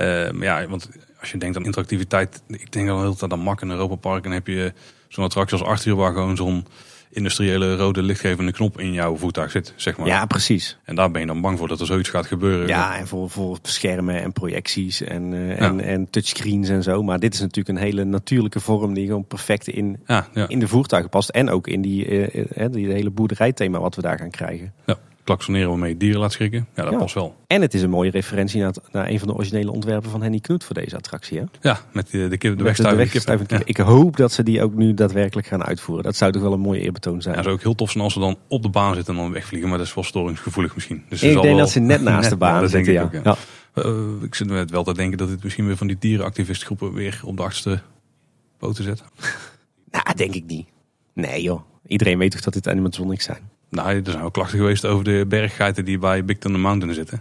Want als je denkt aan interactiviteit. Ik denk dan de hele tijd aan Mak en Europa Park. En dan heb je zo'n attractie als Arthur waar gewoon zo'n industriële rode lichtgevende knop in jouw voertuig zit, zeg maar. Ja, precies. En daar ben je dan bang voor dat er zoiets gaat gebeuren. Ja, en voor schermen en projecties en touchscreens en zo. Maar dit is natuurlijk een hele natuurlijke vorm die gewoon perfect in de voertuigen past. En ook in die hele boerderijthema wat we daar gaan krijgen. Ja. Klaksoneren waarmee je dieren laat schrikken. Ja, dat past wel. En het is een mooie referentie naar een van de originele ontwerpen van Henny Knoet voor deze attractie. Hè? Ja, met de wegstuivende kip. Ik hoop dat ze die ook nu daadwerkelijk gaan uitvoeren. Dat zou toch wel een mooie eerbetoon zijn. Ja, dat zou ook heel tof zijn als ze dan op de baan zitten en dan wegvliegen. Maar dat is wel storingsgevoelig misschien. Dus ik denk dat ze net naast de baan zitten. Denk ik ook, ja. Ik zit net wel te denken dat dit misschien weer van die dierenactivistgroepen weer op de achterste poten zetten. Nou, denk ik niet. Nee joh. Iedereen weet toch dat dit animatronics zijn. Nou, er zijn ook klachten geweest over de berggeiten die bij Big Thunder Mountain zitten.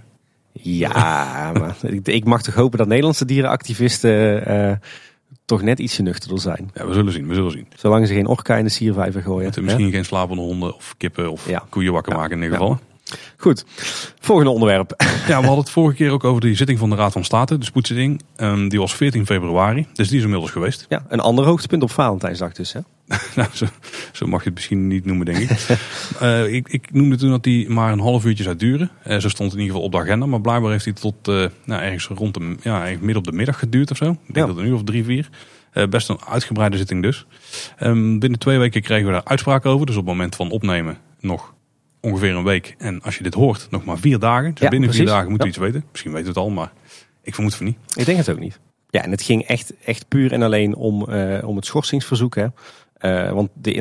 Ja, maar ik mag toch hopen dat Nederlandse dierenactivisten toch net ietsje nuchterder zijn. Ja, we zullen zien. Zolang ze geen orka in de siervijver gooien. Dat er misschien geen slapende honden of kippen of koeien wakker maken in ieder geval. Goed, volgende onderwerp. Ja, we hadden het vorige keer ook over die zitting van de Raad van State, de spoedzitting. Die was 14 februari, dus die is inmiddels geweest. Ja, een ander hoogtepunt op Valentijnsdag dus, hè? Nou, zo mag je het misschien niet noemen, denk ik. Ik noemde toen dat die maar een half uurtje zou duren. Zo stond in ieder geval op de agenda. Maar blijkbaar heeft hij tot ergens rond midden op de middag geduurd of zo. Ik denk dat een uur of 3-4. Best een uitgebreide zitting dus. Binnen 2 weken kregen we daar uitspraak over. Dus op het moment van opnemen nog ongeveer een week. En als je dit hoort, nog maar 4 dagen. Dus binnen 4 dagen moeten we iets weten. Misschien weten we het al, maar ik vermoed van niet. Ik denk het ook niet. Ja, en het ging echt puur en alleen om het schorsingsverzoek, hè. Want de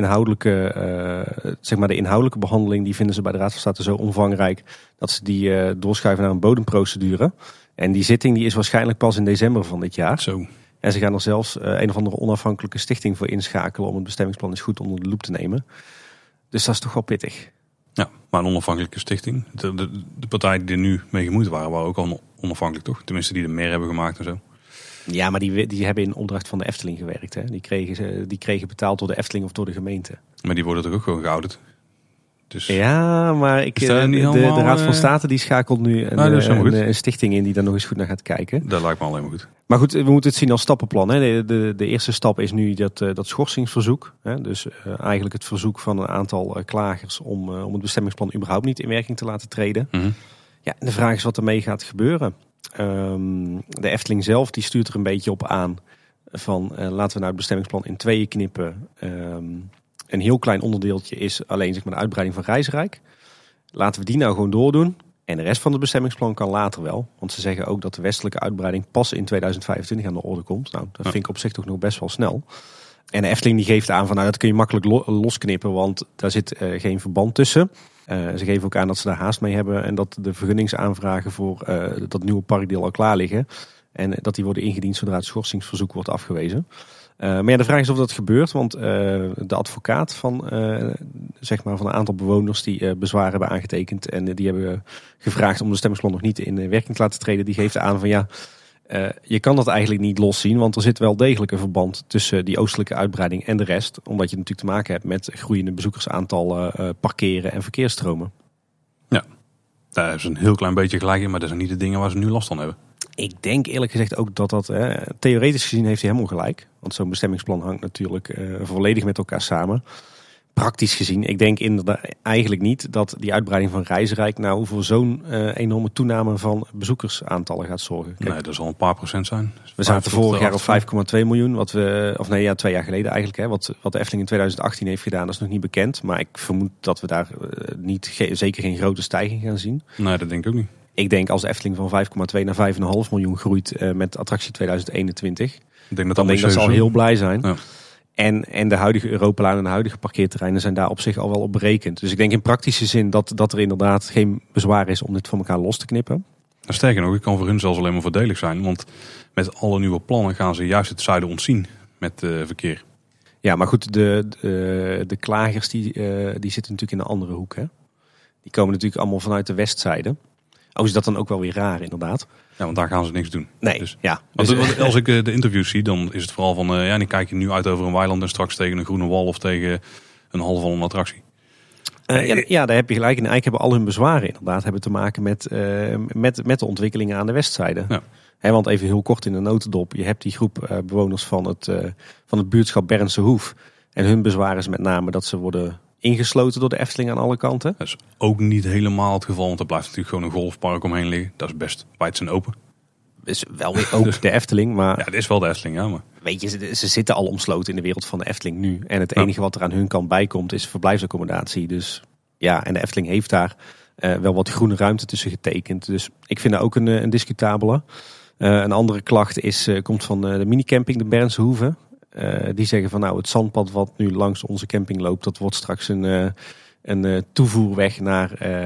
inhoudelijke behandeling die vinden ze bij de Raad van State zo omvangrijk dat ze die doorschuiven naar een bodemprocedure. En die zitting die is waarschijnlijk pas in december van dit jaar. Zo. En ze gaan er zelfs een of andere onafhankelijke stichting voor inschakelen om het bestemmingsplan eens goed onder de loep te nemen. Dus dat is toch wel pittig. Ja, maar een onafhankelijke stichting. De partijen die er nu mee gemoeid waren ook al onafhankelijk, toch? Tenminste die er meer hebben gemaakt en zo. Ja, maar die hebben in opdracht van de Efteling gewerkt. Hè? Die kregen betaald door de Efteling of door de gemeente. Maar die worden toch ook gewoon gehouden? Dus ja, maar de Raad van State die schakelt nu een stichting in die daar nog eens goed naar gaat kijken. Dat lijkt me alleen maar goed. Maar goed, we moeten het zien als stappenplan. Hè? De eerste stap is nu dat schorsingsverzoek. Hè? Dus eigenlijk het verzoek van een aantal klagers om het bestemmingsplan überhaupt niet in werking te laten treden. Mm-hmm. Ja, en de vraag is wat ermee gaat gebeuren. De Efteling zelf die stuurt er een beetje op aan van laten we nou het bestemmingsplan in 2 knippen. Een heel klein onderdeeltje is alleen zeg maar de uitbreiding van Reisrijk. Laten we die nou gewoon doordoen. En de rest van het bestemmingsplan kan later wel. Want ze zeggen ook dat de westelijke uitbreiding pas in 2025 aan de orde komt. Nou, dat vind ik op zich toch nog best wel snel. En de Efteling die geeft aan van dat kun je makkelijk losknippen. Want daar zit geen verband tussen. Ze geven ook aan dat ze daar haast mee hebben. En dat de vergunningsaanvragen voor dat nieuwe parkdeel al klaar liggen. En dat die worden ingediend zodra het schorsingsverzoek wordt afgewezen. Maar ja, de vraag is of dat gebeurt. Want de advocaat van een aantal bewoners die bezwaar hebben aangetekend. En die hebben gevraagd om de stemmingsplan nog niet in werking te laten treden. Die geeft aan van je kan dat eigenlijk niet loszien. Want er zit wel degelijk een verband tussen die oostelijke uitbreiding en de rest. Omdat je natuurlijk te maken hebt met groeiende bezoekersaantallen, parkeren en verkeersstromen. Ja, daar is een heel klein beetje gelijk in. Maar dat zijn niet de dingen waar ze nu last van hebben. Ik denk eerlijk gezegd ook dat theoretisch gezien heeft hij helemaal gelijk. Want zo'n bestemmingsplan hangt natuurlijk volledig met elkaar samen. Praktisch gezien, ik denk inderdaad eigenlijk niet dat die uitbreiding van Reizenrijk nou voor zo'n enorme toename van bezoekersaantallen gaat zorgen. Kijk, nee, dat zal een paar procent zijn. We zaten vorig jaar op 5,2 miljoen. 2 jaar geleden eigenlijk. Hè, wat de Efteling in 2018 heeft gedaan, dat is nog niet bekend. Maar ik vermoed dat we daar zeker geen grote stijging gaan zien. Nee, dat denk ik ook niet. Ik denk als de Efteling van 5,2 naar 5,5 miljoen groeit met attractie 2021. Ik denk dat ze al heel blij zijn. Ja. En de huidige Europalaan en de huidige parkeerterreinen zijn daar op zich al wel op berekend. Dus ik denk in praktische zin dat er inderdaad geen bezwaar is om dit van elkaar los te knippen. Sterker nog, het kan voor hun zelfs alleen maar voordelig zijn. Want met alle nieuwe plannen gaan ze juist het zuiden ontzien met verkeer. Ja, maar goed, de klagers die zitten natuurlijk in een andere hoek. Hè? Die komen natuurlijk allemaal vanuit de westzijde. Oh, is dat dan ook wel weer raar inderdaad? Ja, want daar gaan ze niks doen. Nee, dus, ja. Als ik de interviews zie, dan is het vooral van... dan kijk je nu uit over een weiland en straks tegen een groene wal of tegen een halfvolle attractie. Ja, daar heb je gelijk in. Eigenlijk hebben al hun bezwaren inderdaad hebben te maken met de ontwikkelingen aan de westzijde. Ja. Want even heel kort in de notendop. Je hebt die groep bewoners van het buurtschap Bernse Hoef. En hun bezwaar is met name dat ze worden ingesloten door de Efteling aan alle kanten. Dat is ook niet helemaal het geval, want er blijft natuurlijk gewoon een golfpark omheen liggen. Dat is best wijd en open. Is wel weer ook de Efteling, maar... Ja, het is wel de Efteling, ja. Maar... Weet je, ze zitten al omsloten in de wereld van de Efteling nu. En het enige wat er aan hun kant bij komt is verblijfsaccommodatie. Dus ja, en de Efteling heeft daar wel wat groene ruimte tussen getekend. Dus ik vind dat ook een discutabele. Een andere klacht komt van de minicamping, de Bernse Hoeve. Die zeggen van het zandpad wat nu langs onze camping loopt, dat wordt straks een toevoerweg naar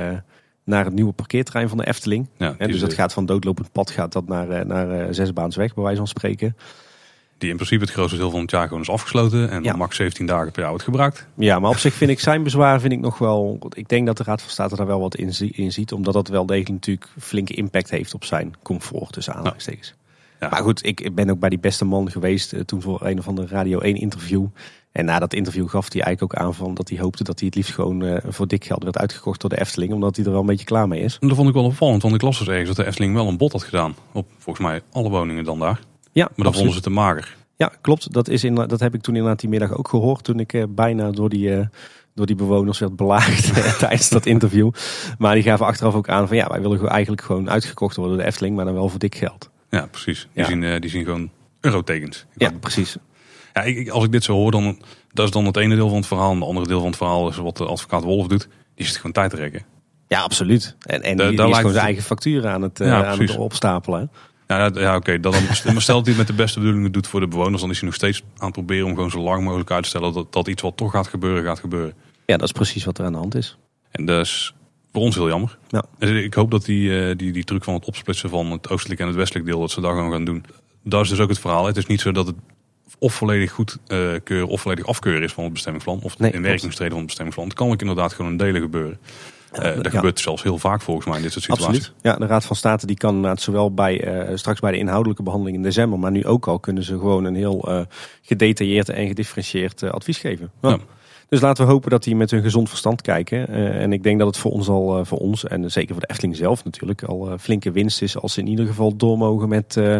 het nieuwe parkeerterrein van de Efteling. Ja, dus dat gaat van doodlopend pad gaat dat naar zesbaansweg, bij wijze van spreken. Die in principe het grootste deel van het jaar gewoon is afgesloten en max 17 dagen per jaar wordt gebruikt. Ja, maar op zich vind ik zijn bezwaar nog wel... Ik denk dat de Raad van State daar wel wat in ziet, omdat dat wel degelijk natuurlijk flinke impact heeft op zijn comfort tussen aanhalingstekens. Ja. Maar goed, ik ben ook bij die beste man geweest toen voor een of ander Radio 1 interview. En na dat interview gaf hij eigenlijk ook aan van dat hij hoopte dat hij het liefst gewoon voor dik geld werd uitgekocht door de Efteling. Omdat hij er wel een beetje klaar mee is. En dat vond ik wel opvallend, want ik las dus ergens dat de Efteling wel een bod had gedaan. Op volgens mij alle woningen dan daar. Ja, maar dat vonden ze te mager. Ja, klopt. Dat heb ik toen inderdaad die middag ook gehoord. Toen ik bijna door die bewoners werd belaagd tijdens dat interview. Maar die gaven achteraf ook aan van wij willen eigenlijk gewoon uitgekocht worden door de Efteling. Maar dan wel voor dik geld. Ja, precies. Die zien gewoon eurotekens. Ja, precies. Ja, als ik dit zo hoor, dan dat is dan het ene deel van het verhaal. En het andere deel van het verhaal is wat de advocaat Wolf doet. Die zit gewoon tijd te rekken. Ja, absoluut. En die is gewoon zijn eigen facturen aan het opstapelen. Ja, oké. Maar stel dat hij het met de beste bedoelingen doet voor de bewoners, dan is hij nog steeds aan het proberen om gewoon zo lang mogelijk uit te stellen dat iets wat toch gaat gebeuren. Ja, dat is precies wat er aan de hand is. En dat is voor ons heel jammer. Ja. Ik hoop dat die truc van het opsplitsen van het oostelijk en het westelijk deel, dat ze dat gewoon gaan doen. Dat is dus ook het verhaal. Het is niet zo dat het of volledig goedkeuren of volledig afkeuren is van het bestemmingsplan. Of in werking treden van het bestemmingsplan. Het kan ook inderdaad gewoon in delen gebeuren. Dat gebeurt zelfs heel vaak volgens mij in dit soort situaties. Absoluut. Ja, de Raad van State die kan inderdaad zowel straks bij de inhoudelijke behandeling in december, maar nu ook al kunnen ze gewoon een heel gedetailleerd en gedifferentieerd advies geven. Ja. Dus laten we hopen dat die met hun gezond verstand kijken. En ik denk dat het voor ons en zeker voor de Efteling zelf natuurlijk al flinke winst is als ze in ieder geval door mogen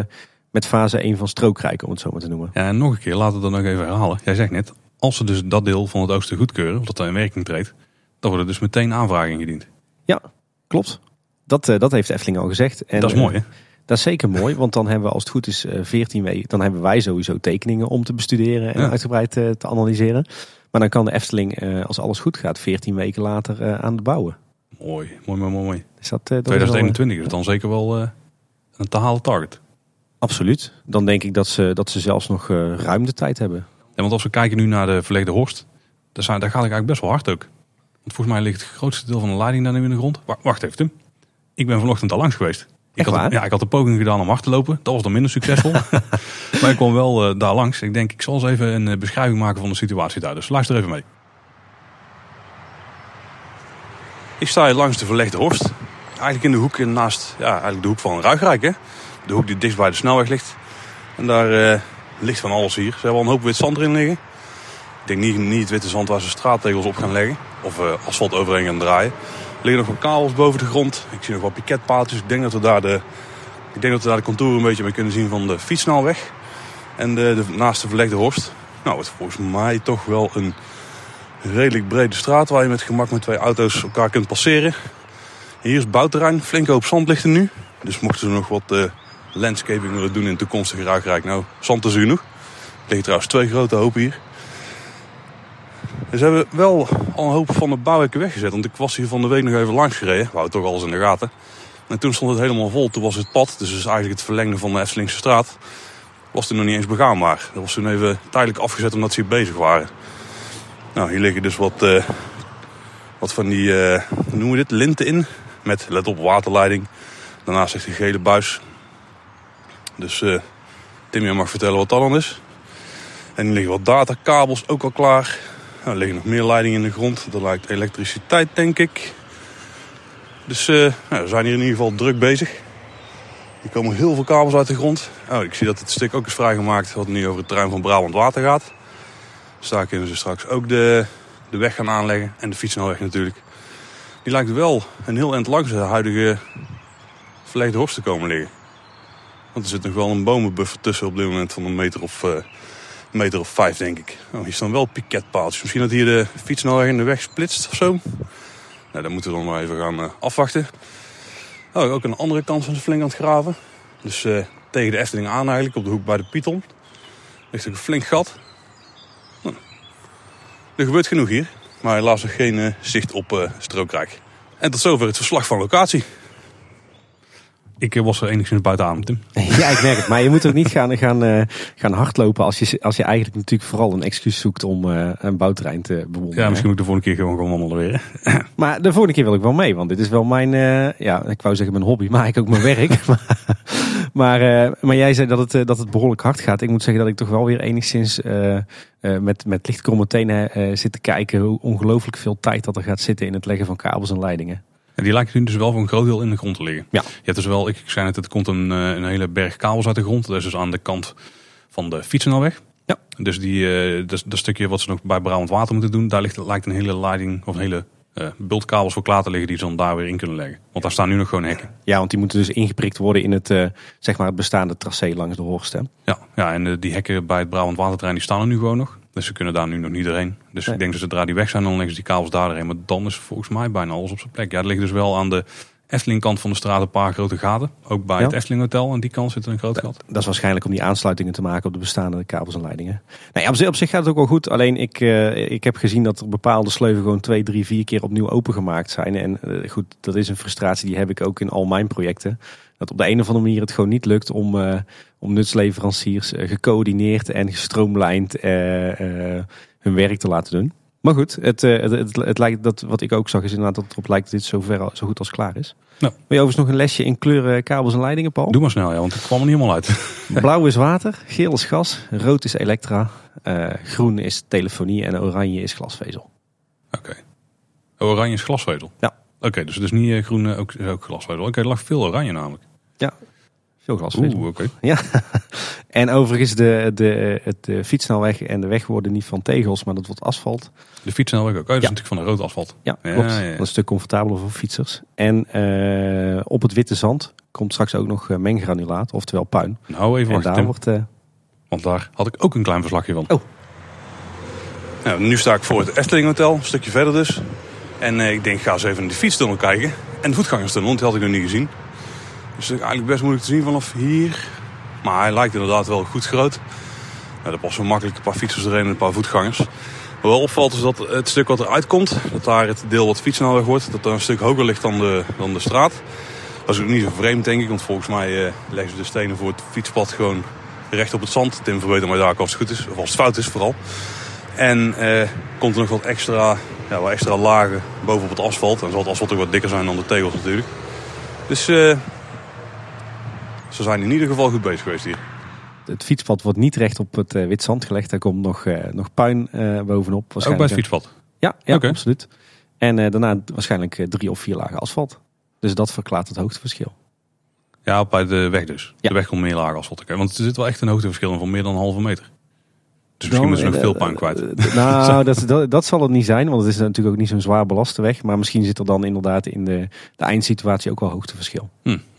met fase 1 van Strookrijk, om het zo maar te noemen. Ja, en nog een keer, laten we dat nog even herhalen. Jij zegt net, als ze dus dat deel van het oosten goedkeuren, of dat in werking treedt, dan worden dus meteen aanvragen ingediend. Ja, klopt. Dat heeft de Efteling al gezegd. En, dat is mooi, hè? Dat is zeker mooi, want dan hebben we als het goed is 14 weken. Dan hebben wij sowieso tekeningen om te bestuderen en uitgebreid te analyseren. Maar dan kan de Efteling, als alles goed gaat, 14 weken later aan het bouwen. Mooi. Dus dat 2021 is dan zeker wel een te halen target. Absoluut. Dan denk ik dat ze zelfs nog ruim de tijd hebben. Ja, want als we kijken nu naar de verlegde Horst, daar gaat ik eigenlijk best wel hard ook. Want volgens mij ligt het grootste deel van de leiding daar nu in de grond. Wacht even, Tim. Ik ben vanochtend al langs geweest. Ik had de poging gedaan om hard te lopen. Dat was dan minder succesvol. Maar ik kwam wel daar langs. Ik denk, ik zal eens even een beschrijving maken van de situatie daar. Dus luister even mee. Ik sta hier langs de Verlegde Horst. Eigenlijk in de hoek naast eigenlijk de hoek van Ruigrijk. Hè? De hoek die dichtst bij de snelweg ligt. En daar ligt van alles hier. Ze hebben al een hoop wit zand erin liggen. Ik denk niet het witte zand waar ze straattegels op gaan leggen. Of asfalt overheen gaan draaien. Er liggen nog wat kabels boven de grond. Ik zie nog wat piketpaaltjes. Ik denk dat we daar de contouren een beetje mee kunnen zien van de fietssnelweg. En naast de Verlegde Horst. Nou, het volgens mij toch wel een redelijk brede straat waar je met gemak met 2 auto's elkaar kunt passeren. Hier is bouwterrein. Flinke hoop zand ligt er nu. Dus mochten ze nog wat landscaping willen doen in het toekomstige Ruigrijk. Nou, zand is er genoeg. Er liggen trouwens 2 grote hopen hier. Dus we hebben wel al een hoop van de bouwhekken weggezet. Want ik was hier van de week nog even langs gereden. We houden toch alles in de gaten. En toen stond het helemaal vol. Toen was het pad, dus eigenlijk het verlengde van de Eftelingse straat, was toen nog niet eens begaanbaar. Dat was toen even tijdelijk afgezet omdat ze hier bezig waren. Nou, hier liggen dus wat van die, hoe noemen we dit, linten in. Met, let op, waterleiding. Daarnaast ligt een gele buis. Dus Tim, jij mag vertellen wat dat dan is. En hier liggen wat datakabels ook al klaar. Nou, er liggen nog meer leidingen in de grond. Dat lijkt elektriciteit, denk ik. Dus we zijn hier in ieder geval druk bezig. Hier komen heel veel kabels uit de grond. Oh, ik zie dat het stuk ook is vrijgemaakt wat nu over het terrein van Brabant Water gaat. Dus daar kunnen ze straks ook de weg gaan aanleggen. En de fietssnelweg natuurlijk. Die lijkt wel een heel eind langs de huidige Verlegde Horst te komen liggen. Want er zit nog wel een bomenbuffer tussen op dit moment van een meter of 5, denk ik. Oh, hier staan wel piketpaaltjes. Misschien dat hier de fietssnelweg in de weg splitst of zo. Nou, dat moeten we dan maar even gaan afwachten. Oh, ook aan de andere kant van de flink aan het graven. Dus tegen de Efteling aan eigenlijk, op de hoek bij de Python. Ligt ook een flink gat. Nou, er gebeurt genoeg hier. Maar helaas nog geen zicht op Strookrijk. En tot zover het verslag van locatie. Ik was er enigszins buiten adem, Tim. Ja, ik merk het. Maar je moet ook niet gaan hardlopen als je eigenlijk natuurlijk vooral een excuus zoekt om een bouwterrein te bewonderen. Ja, misschien moet ik de volgende keer gewoon wandelen weer. Maar de volgende keer wil ik wel mee, want dit is wel mijn, ik wou zeggen mijn hobby, maar eigenlijk ook mijn werk. maar jij zei dat het behoorlijk hard gaat. Ik moet zeggen dat ik toch wel weer enigszins met lichtkromme tenen zit te kijken hoe ongelooflijk veel tijd dat er gaat zitten in het leggen van kabels en leidingen. En die lijken nu dus wel voor een groot deel in de grond te liggen. Ja. Je hebt dus wel, ik zei net, het komt een hele berg kabels uit de grond. Dat is dus aan de kant van de fietssnelweg. Ja. Dus dat stukje wat ze nog bij Brabant Water moeten doen, daar lijkt een hele leiding of een hele bultkabels voor klaar te liggen die ze dan daar weer in kunnen leggen. Want daar staan nu nog gewoon hekken. Ja, want die moeten dus ingeprikt worden in het, het bestaande tracé langs de Horst. Hè? Ja, en die hekken bij het Brabant Waterterrein die staan er nu gewoon nog. Dus ze kunnen daar nu nog niet doorheen. Dus nee. Ik denk dat zodra die weg zijn, dan leggen ze die kabels daar doorheen. Maar dan is volgens mij bijna alles op zijn plek. Ja, er liggen dus wel aan de Efteling kant van de straat een paar grote gaten. Ook bij het Efteling Hotel. Aan die kant zit een groot gat. Dat is waarschijnlijk om die aansluitingen te maken op de bestaande kabels en leidingen. Nee, op zich gaat het ook wel goed. Alleen ik heb gezien dat er bepaalde sleuven gewoon 2, 3, 4 keer opnieuw opengemaakt zijn. En goed, dat is een frustratie die heb ik ook in al mijn projecten. Dat op de een of andere manier het gewoon niet lukt om nutsleveranciers gecoördineerd en gestroomlijnd hun werk te laten doen. Maar goed, het lijkt dat wat ik ook zag is inderdaad dat het erop lijkt dat dit zo goed als klaar is. Ja. Wil je overigens nog een lesje in kleuren, kabels en leidingen, Paul? Doe maar snel, want het kwam er niet helemaal uit. Blauw is water, geel is gas, rood is elektra, groen is telefonie en oranje is glasvezel. Oké. Oranje is glasvezel? Ja. Oké, dus het is niet groen, ook glasvezel. Oké, er lag veel oranje namelijk. Ja, veel glasvezel. Oké. Ja. En overigens de fietssnelweg en de weg worden niet van tegels, maar dat wordt asfalt. De fietssnelweg ook? Dat is natuurlijk van een rood asfalt. Ja, klopt. Ja. Dat is een stuk comfortabeler voor fietsers. En op het witte zand komt straks ook nog menggranulaat, oftewel puin. Nou, even wachten, Tim. Want daar had ik ook een klein verslagje van. Oh. Nou, nu sta ik voor het Efteling Hotel, een stukje verder dus. En ik denk, ga eens even naar de fietstunnel kijken. En de voetgangerstunnel, want die had ik nog niet gezien. Dus het is eigenlijk best moeilijk te zien vanaf hier. Maar hij lijkt inderdaad wel goed groot. Nou, er passen makkelijk een paar fietsers erin en een paar voetgangers. Wat wel opvalt is dat het stuk wat eruit komt, dat daar het deel wat fietssnelweg wordt, dat daar een stuk hoger ligt dan de straat. Dat is ook niet zo vreemd, denk ik, want volgens mij leggen ze de stenen voor het fietspad gewoon recht op het zand. Tim verbeter mij daar als het goed is, of als het fout is vooral. En komt er nog wat extra lagen bovenop het asfalt. Dan zal het asfalt ook wat dikker zijn dan de tegels natuurlijk. Dus ze zijn in ieder geval goed bezig geweest hier. Het fietspad wordt niet recht op het wit zand gelegd. Daar komt nog puin bovenop. Ook bij het fietspad? Ja, okay. Absoluut. En daarna waarschijnlijk 3 of 4 lagen asfalt. Dus dat verklaart het hoogteverschil. Ja, bij de weg dus. Ja. De weg komt meer lagen asfalt. Okay. Want er zit wel echt een hoogteverschil van meer dan een halve meter. Dus misschien moeten ze nog veel puin kwijt. Nou, dat zal het niet zijn. Want het is natuurlijk ook niet zo'n zwaar belaste weg. Maar misschien zit er dan inderdaad in de eindsituatie ook wel hoogteverschil.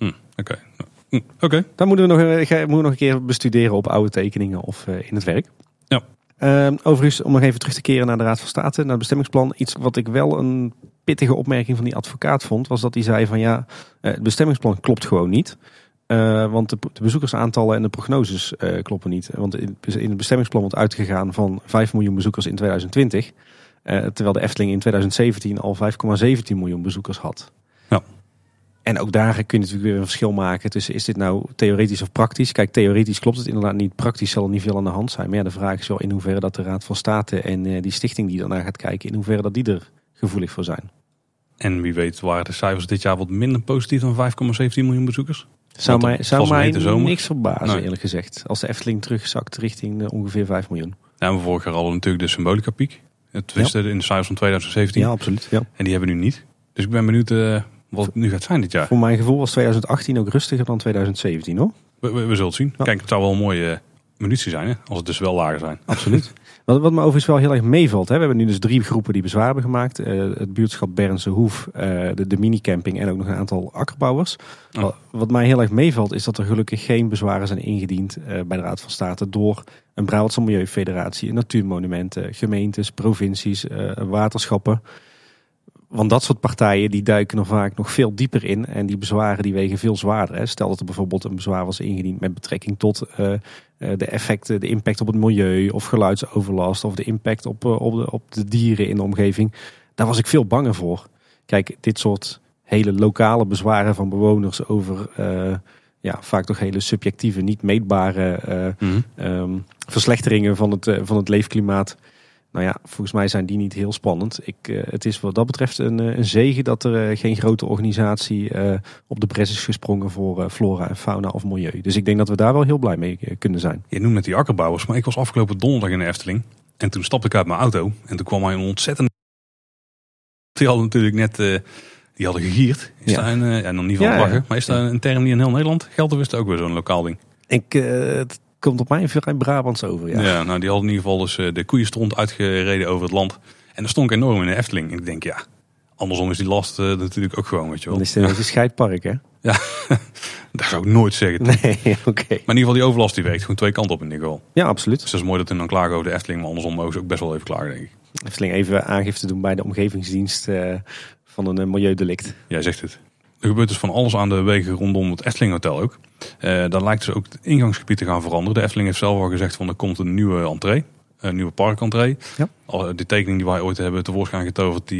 Oké. Dan moeten we nog een keer bestuderen op oude tekeningen of in het werk. Ja. Overigens, om nog even terug te keren naar de Raad van State, naar het bestemmingsplan. Iets wat ik wel een pittige opmerking van die advocaat vond, was dat hij zei van het bestemmingsplan klopt gewoon niet. Want de bezoekersaantallen en de prognoses kloppen niet. Want in het bestemmingsplan wordt uitgegaan van 5 miljoen bezoekers in 2020. Terwijl de Efteling in 2017 al 5,17 miljoen bezoekers had. Ja. En ook daar kun je natuurlijk weer een verschil maken tussen is dit nou theoretisch of praktisch. Kijk, theoretisch klopt het inderdaad niet. Praktisch zal er niet veel aan de hand zijn. Maar ja, de vraag is wel in hoeverre dat de Raad van State en die stichting die daarna gaat kijken, in hoeverre dat die er gevoelig voor zijn. En wie weet waren de cijfers dit jaar wat minder positief dan 5,17 miljoen bezoekers? Zou mij niks verbazen, eerlijk gezegd. Als de Efteling terugzakt richting ongeveer 5 miljoen. Ja, we vorig jaar hadden natuurlijk de symbolica piek. Het wisten in de cijfers van 2017. Ja, absoluut. Ja. En die hebben we nu niet. Dus ik ben benieuwd wat het nu gaat zijn dit jaar. Voor mijn gevoel was 2018 ook rustiger dan 2017, hoor. We zullen het zien. Ja. Kijk, het zou wel een mooie munitie zijn, hè? Als het dus wel lager zijn. Absoluut. Wat me overigens wel heel erg meevalt. Hè? We hebben nu dus 3 groepen die bezwaar hebben gemaakt. Het buurtschap Bernse Hoef, de minicamping en ook nog een aantal akkerbouwers. Oh. Wat mij heel erg meevalt is dat er gelukkig geen bezwaren zijn ingediend bij de Raad van State door een Brabantse Milieufederatie, natuurmonumenten, gemeentes, provincies, waterschappen. Want dat soort partijen die duiken er vaak nog veel dieper in. En die bezwaren die wegen veel zwaarder. Hè. Stel dat er bijvoorbeeld een bezwaar was ingediend met betrekking tot de effecten, de impact op het milieu of geluidsoverlast of de impact op de dieren in de omgeving. Daar was ik veel banger voor. Kijk, dit soort hele lokale bezwaren van bewoners over vaak toch hele subjectieve, niet meetbare verslechteringen van het leefklimaat. Nou ja, volgens mij zijn die niet heel spannend. Het is wat dat betreft een zegen dat er geen grote organisatie op de bres is gesprongen voor flora en fauna of milieu. Dus ik denk dat we daar wel heel blij mee kunnen zijn. Je noemt net die akkerbouwers, maar ik was afgelopen donderdag in de Efteling. En toen stapte ik uit mijn auto en toen kwam hij een ontzettend... Die hadden natuurlijk net die hadden gegierd. Is daar en dan niet van het lachen. Maar is daar een term die in heel Nederland geldt of is het ook weer zo'n lokaal ding? Het komt op mij vrij Brabants over. Ja, nou die hadden in ieder geval dus de koeienstront uitgereden over het land. En dat stonk enorm in de Efteling. En ik denk andersom is die last natuurlijk ook gewoon, weet je wel. Dan is het een scheidpark, hè? Ja, dat zou ik nooit zeggen. Nee, oké. Maar in ieder geval die overlast die werkt gewoon 2 kanten op in ieder geval. Ja, absoluut. Dus dat is mooi dat hun dan klagen over de Efteling. Maar andersom mogen ze ook best wel even klagen, denk ik. Efteling even aangifte doen bij de omgevingsdienst van een milieudelict. Jij zegt het. Er gebeurt dus van alles aan de wegen rondom het Efteling Hotel ook. Dan lijkt dus ook het ingangsgebied te gaan veranderen. De Efteling heeft zelf al gezegd van er komt een nieuwe entree. Een nieuwe parkentree. Ja. Die tekening die wij ooit hebben tevoorschijn getoverd,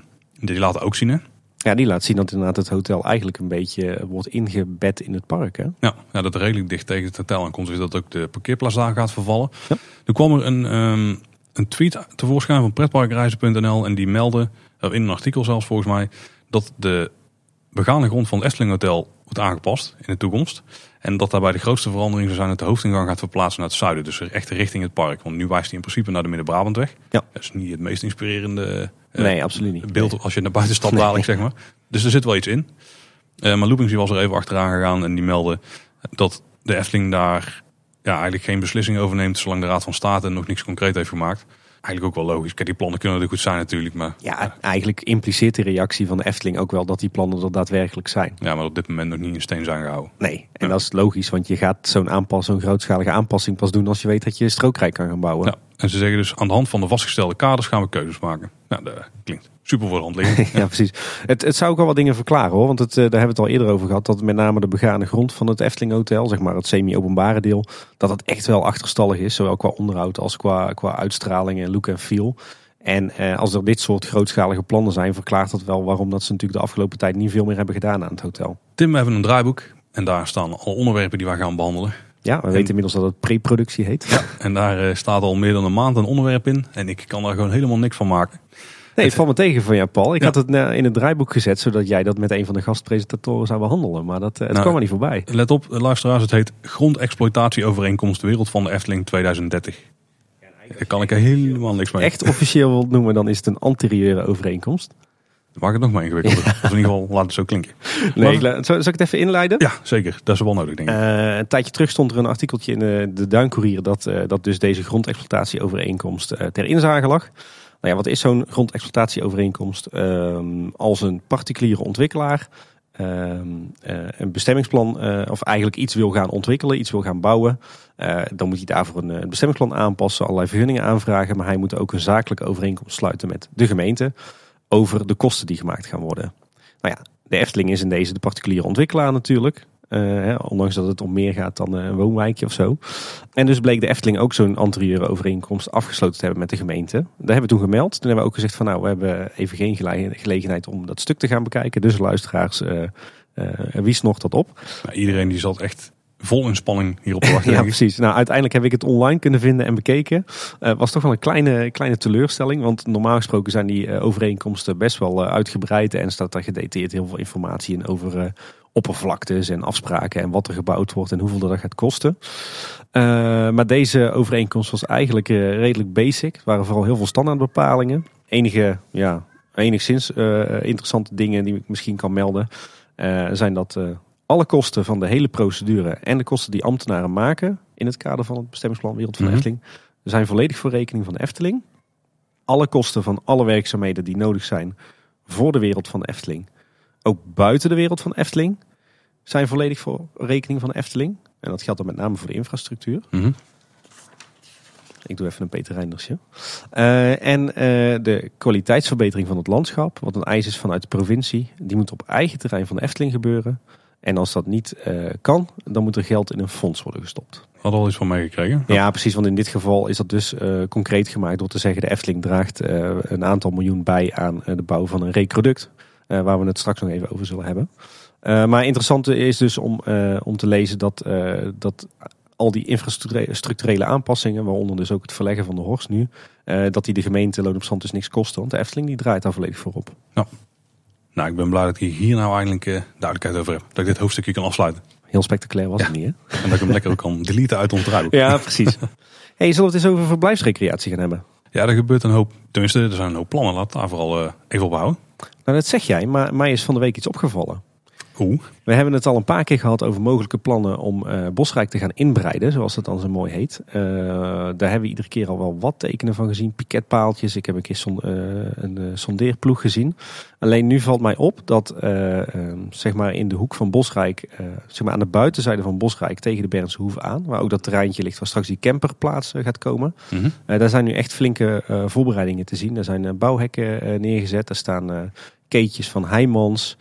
die laten ook zien, hè? Ja, die laat zien dat inderdaad het hotel eigenlijk een beetje wordt ingebed in het park, hè? Ja, dat er redelijk dicht tegen het hotel aan komt. Dus dat ook de parkeerplaats daar gaat vervallen. Ja. Er kwam er een tweet tevoorschijn van pretparkreizen.nl en die meldde, in een artikel zelfs volgens mij, dat de begane grond van het Efteling Hotel wordt aangepast in de toekomst. En dat daarbij de grootste verandering zou zijn dat de hoofdingang gaat verplaatsen naar het zuiden. Dus echt richting het park. Want nu wijst hij in principe naar de Midden-Brabantweg. Ja. Dat is niet het meest inspirerende nee, absoluut niet. Beeld als je naar buiten stapt dadelijk, zeg maar. Dus er zit wel iets in. Maar Loopings was er even achteraan gegaan en die meldde dat de Efteling daar eigenlijk geen beslissing over neemt zolang de Raad van State nog niks concreet heeft gemaakt. Eigenlijk ook wel logisch. Kijk, die plannen kunnen er goed zijn natuurlijk. Maar, eigenlijk impliceert de reactie van de Efteling ook wel dat die plannen er daadwerkelijk zijn. Ja, maar op dit moment nog niet in steen zijn gehouden. Nee, en dat is logisch, want je gaat zo'n grootschalige aanpassing pas doen als je weet dat je strookraak kan gaan bouwen. Ja, en ze zeggen dus aan de hand van de vastgestelde kaders gaan we keuzes maken. Nou, dat klinkt super voor de hand liggend. Ja, precies. Het zou ook wel wat dingen verklaren, hoor. Want daar hebben we het al eerder over gehad. Dat met name de begane grond van het Efteling Hotel, zeg maar het semi-openbare deel, dat het echt wel achterstallig is. Zowel qua onderhoud als qua uitstraling en look en feel. En als er dit soort grootschalige plannen zijn, verklaart dat wel waarom dat ze natuurlijk de afgelopen tijd niet veel meer hebben gedaan aan het hotel. Tim, we hebben een draaiboek. En daar staan alle onderwerpen die wij gaan behandelen. Ja, we weten inmiddels dat het pre-productie heet. Ja, en daar staat al meer dan een maand een onderwerp in. En ik kan daar gewoon helemaal niks van maken. Nee, het valt me tegen van jou, Paul. Ik had het in het draaiboek gezet, zodat jij dat met een van de gastpresentatoren zou behandelen. Maar het kwam er niet voorbij. Let op, luisteraars, het heet Grondexploitatieovereenkomst Wereld van de Efteling 2030. Daar kan ik er helemaal niks mee. Echt officieel wilt noemen, dan is het een anterieure overeenkomst. Maak het nog maar ingewikkelder. Of in ieder geval, laat het zo klinken. Nee, zal ik het even inleiden? Ja, zeker. Dat is wel nodig, denk ik. Een tijdje terug stond er een artikeltje in de Duinkoerier dat dus deze grondexploitatieovereenkomst ter inzage lag. Nou ja, wat is zo'n grondexploitatieovereenkomst? Als een particuliere ontwikkelaar een bestemmingsplan of eigenlijk iets wil gaan ontwikkelen, iets wil gaan bouwen, dan moet hij daarvoor een bestemmingsplan aanpassen, allerlei vergunningen aanvragen, maar hij moet ook een zakelijke overeenkomst sluiten met de gemeente over de kosten die gemaakt gaan worden. Nou ja, de Efteling is in deze de particuliere ontwikkelaar natuurlijk. Ondanks dat het om meer gaat dan een woonwijkje of zo. En dus bleek de Efteling ook zo'n anterieure overeenkomst afgesloten te hebben met de gemeente. Dat hebben we toen gemeld. Toen hebben we ook gezegd van nou, we hebben even geen gelegenheid om dat stuk te gaan bekijken. Dus luisteraars, wie snocht dat op? Nou, iedereen die zat echt vol in spanning hierop te wachten. Ja, precies. Nou, uiteindelijk heb ik het online kunnen vinden en bekeken. Was toch wel een kleine teleurstelling. Want normaal gesproken zijn die overeenkomsten best wel uitgebreid. En staat daar gedetailleerd heel veel informatie in over oppervlaktes en afspraken. En wat er gebouwd wordt en hoeveel dat gaat kosten. Maar deze overeenkomst was eigenlijk redelijk basic. Er waren vooral heel veel standaardbepalingen. Enigszins interessante dingen die ik misschien kan melden. Zijn dat alle kosten van de hele procedure en de kosten die ambtenaren maken in het kader van het bestemmingsplan Wereld van de Efteling zijn volledig voor rekening van de Efteling. Alle kosten van alle werkzaamheden die nodig zijn voor de Wereld van de Efteling, ook buiten de Wereld van de Efteling, zijn volledig voor rekening van de Efteling. En dat geldt dan met name voor de infrastructuur. Mm-hmm. Ik doe even een Peter Reindersje. En de kwaliteitsverbetering van het landschap, wat een eis is vanuit de provincie, die moet op eigen terrein van de Efteling gebeuren. En als dat niet kan, dan moet er geld in een fonds worden gestopt. Had al iets van meegekregen? Ja, precies. Want in dit geval is dat dus concreet gemaakt door te zeggen, de Efteling draagt een aantal miljoen bij aan de bouw van een recroduct. Waar we het straks nog even over zullen hebben. Maar interessant is dus om te lezen dat al die infrastructurele aanpassingen, waaronder dus ook het verleggen van de Horst nu, dat die de gemeente Loon op Zand dus niks kosten. Want de Efteling die draait daar volledig voor op. Ja. Nou, ik ben blij dat ik hier nou eindelijk duidelijkheid over heb. Dat ik dit hoofdstukje kan afsluiten. Heel spectaculair was het niet, hè? En dat ik hem lekker ook kan deleten uit ons draaiboek. Ja, precies. Hey, zullen we het eens over verblijfsrecreatie gaan hebben? Ja, er gebeurt een hoop. Tenminste, er zijn een hoop plannen. Laat daar vooral even op houden. Nou, dat zeg jij, maar mij is van de week iets opgevallen. Oeh. We hebben het al een paar keer gehad over mogelijke plannen om Bosrijk te gaan inbreiden, zoals dat dan zo mooi heet. Daar hebben we iedere keer al wel wat tekenen van gezien. Piketpaaltjes, ik heb een keer een sondeerploeg gezien. Alleen nu valt mij op dat zeg maar in de hoek van Bosrijk, zeg maar aan de buitenzijde van Bosrijk tegen de Bernse Hoeve aan, waar ook dat terreintje ligt waar straks die camperplaats gaat komen. Mm-hmm. Daar zijn nu echt flinke voorbereidingen te zien. Er zijn bouwhekken neergezet, er staan keetjes van Heijmans.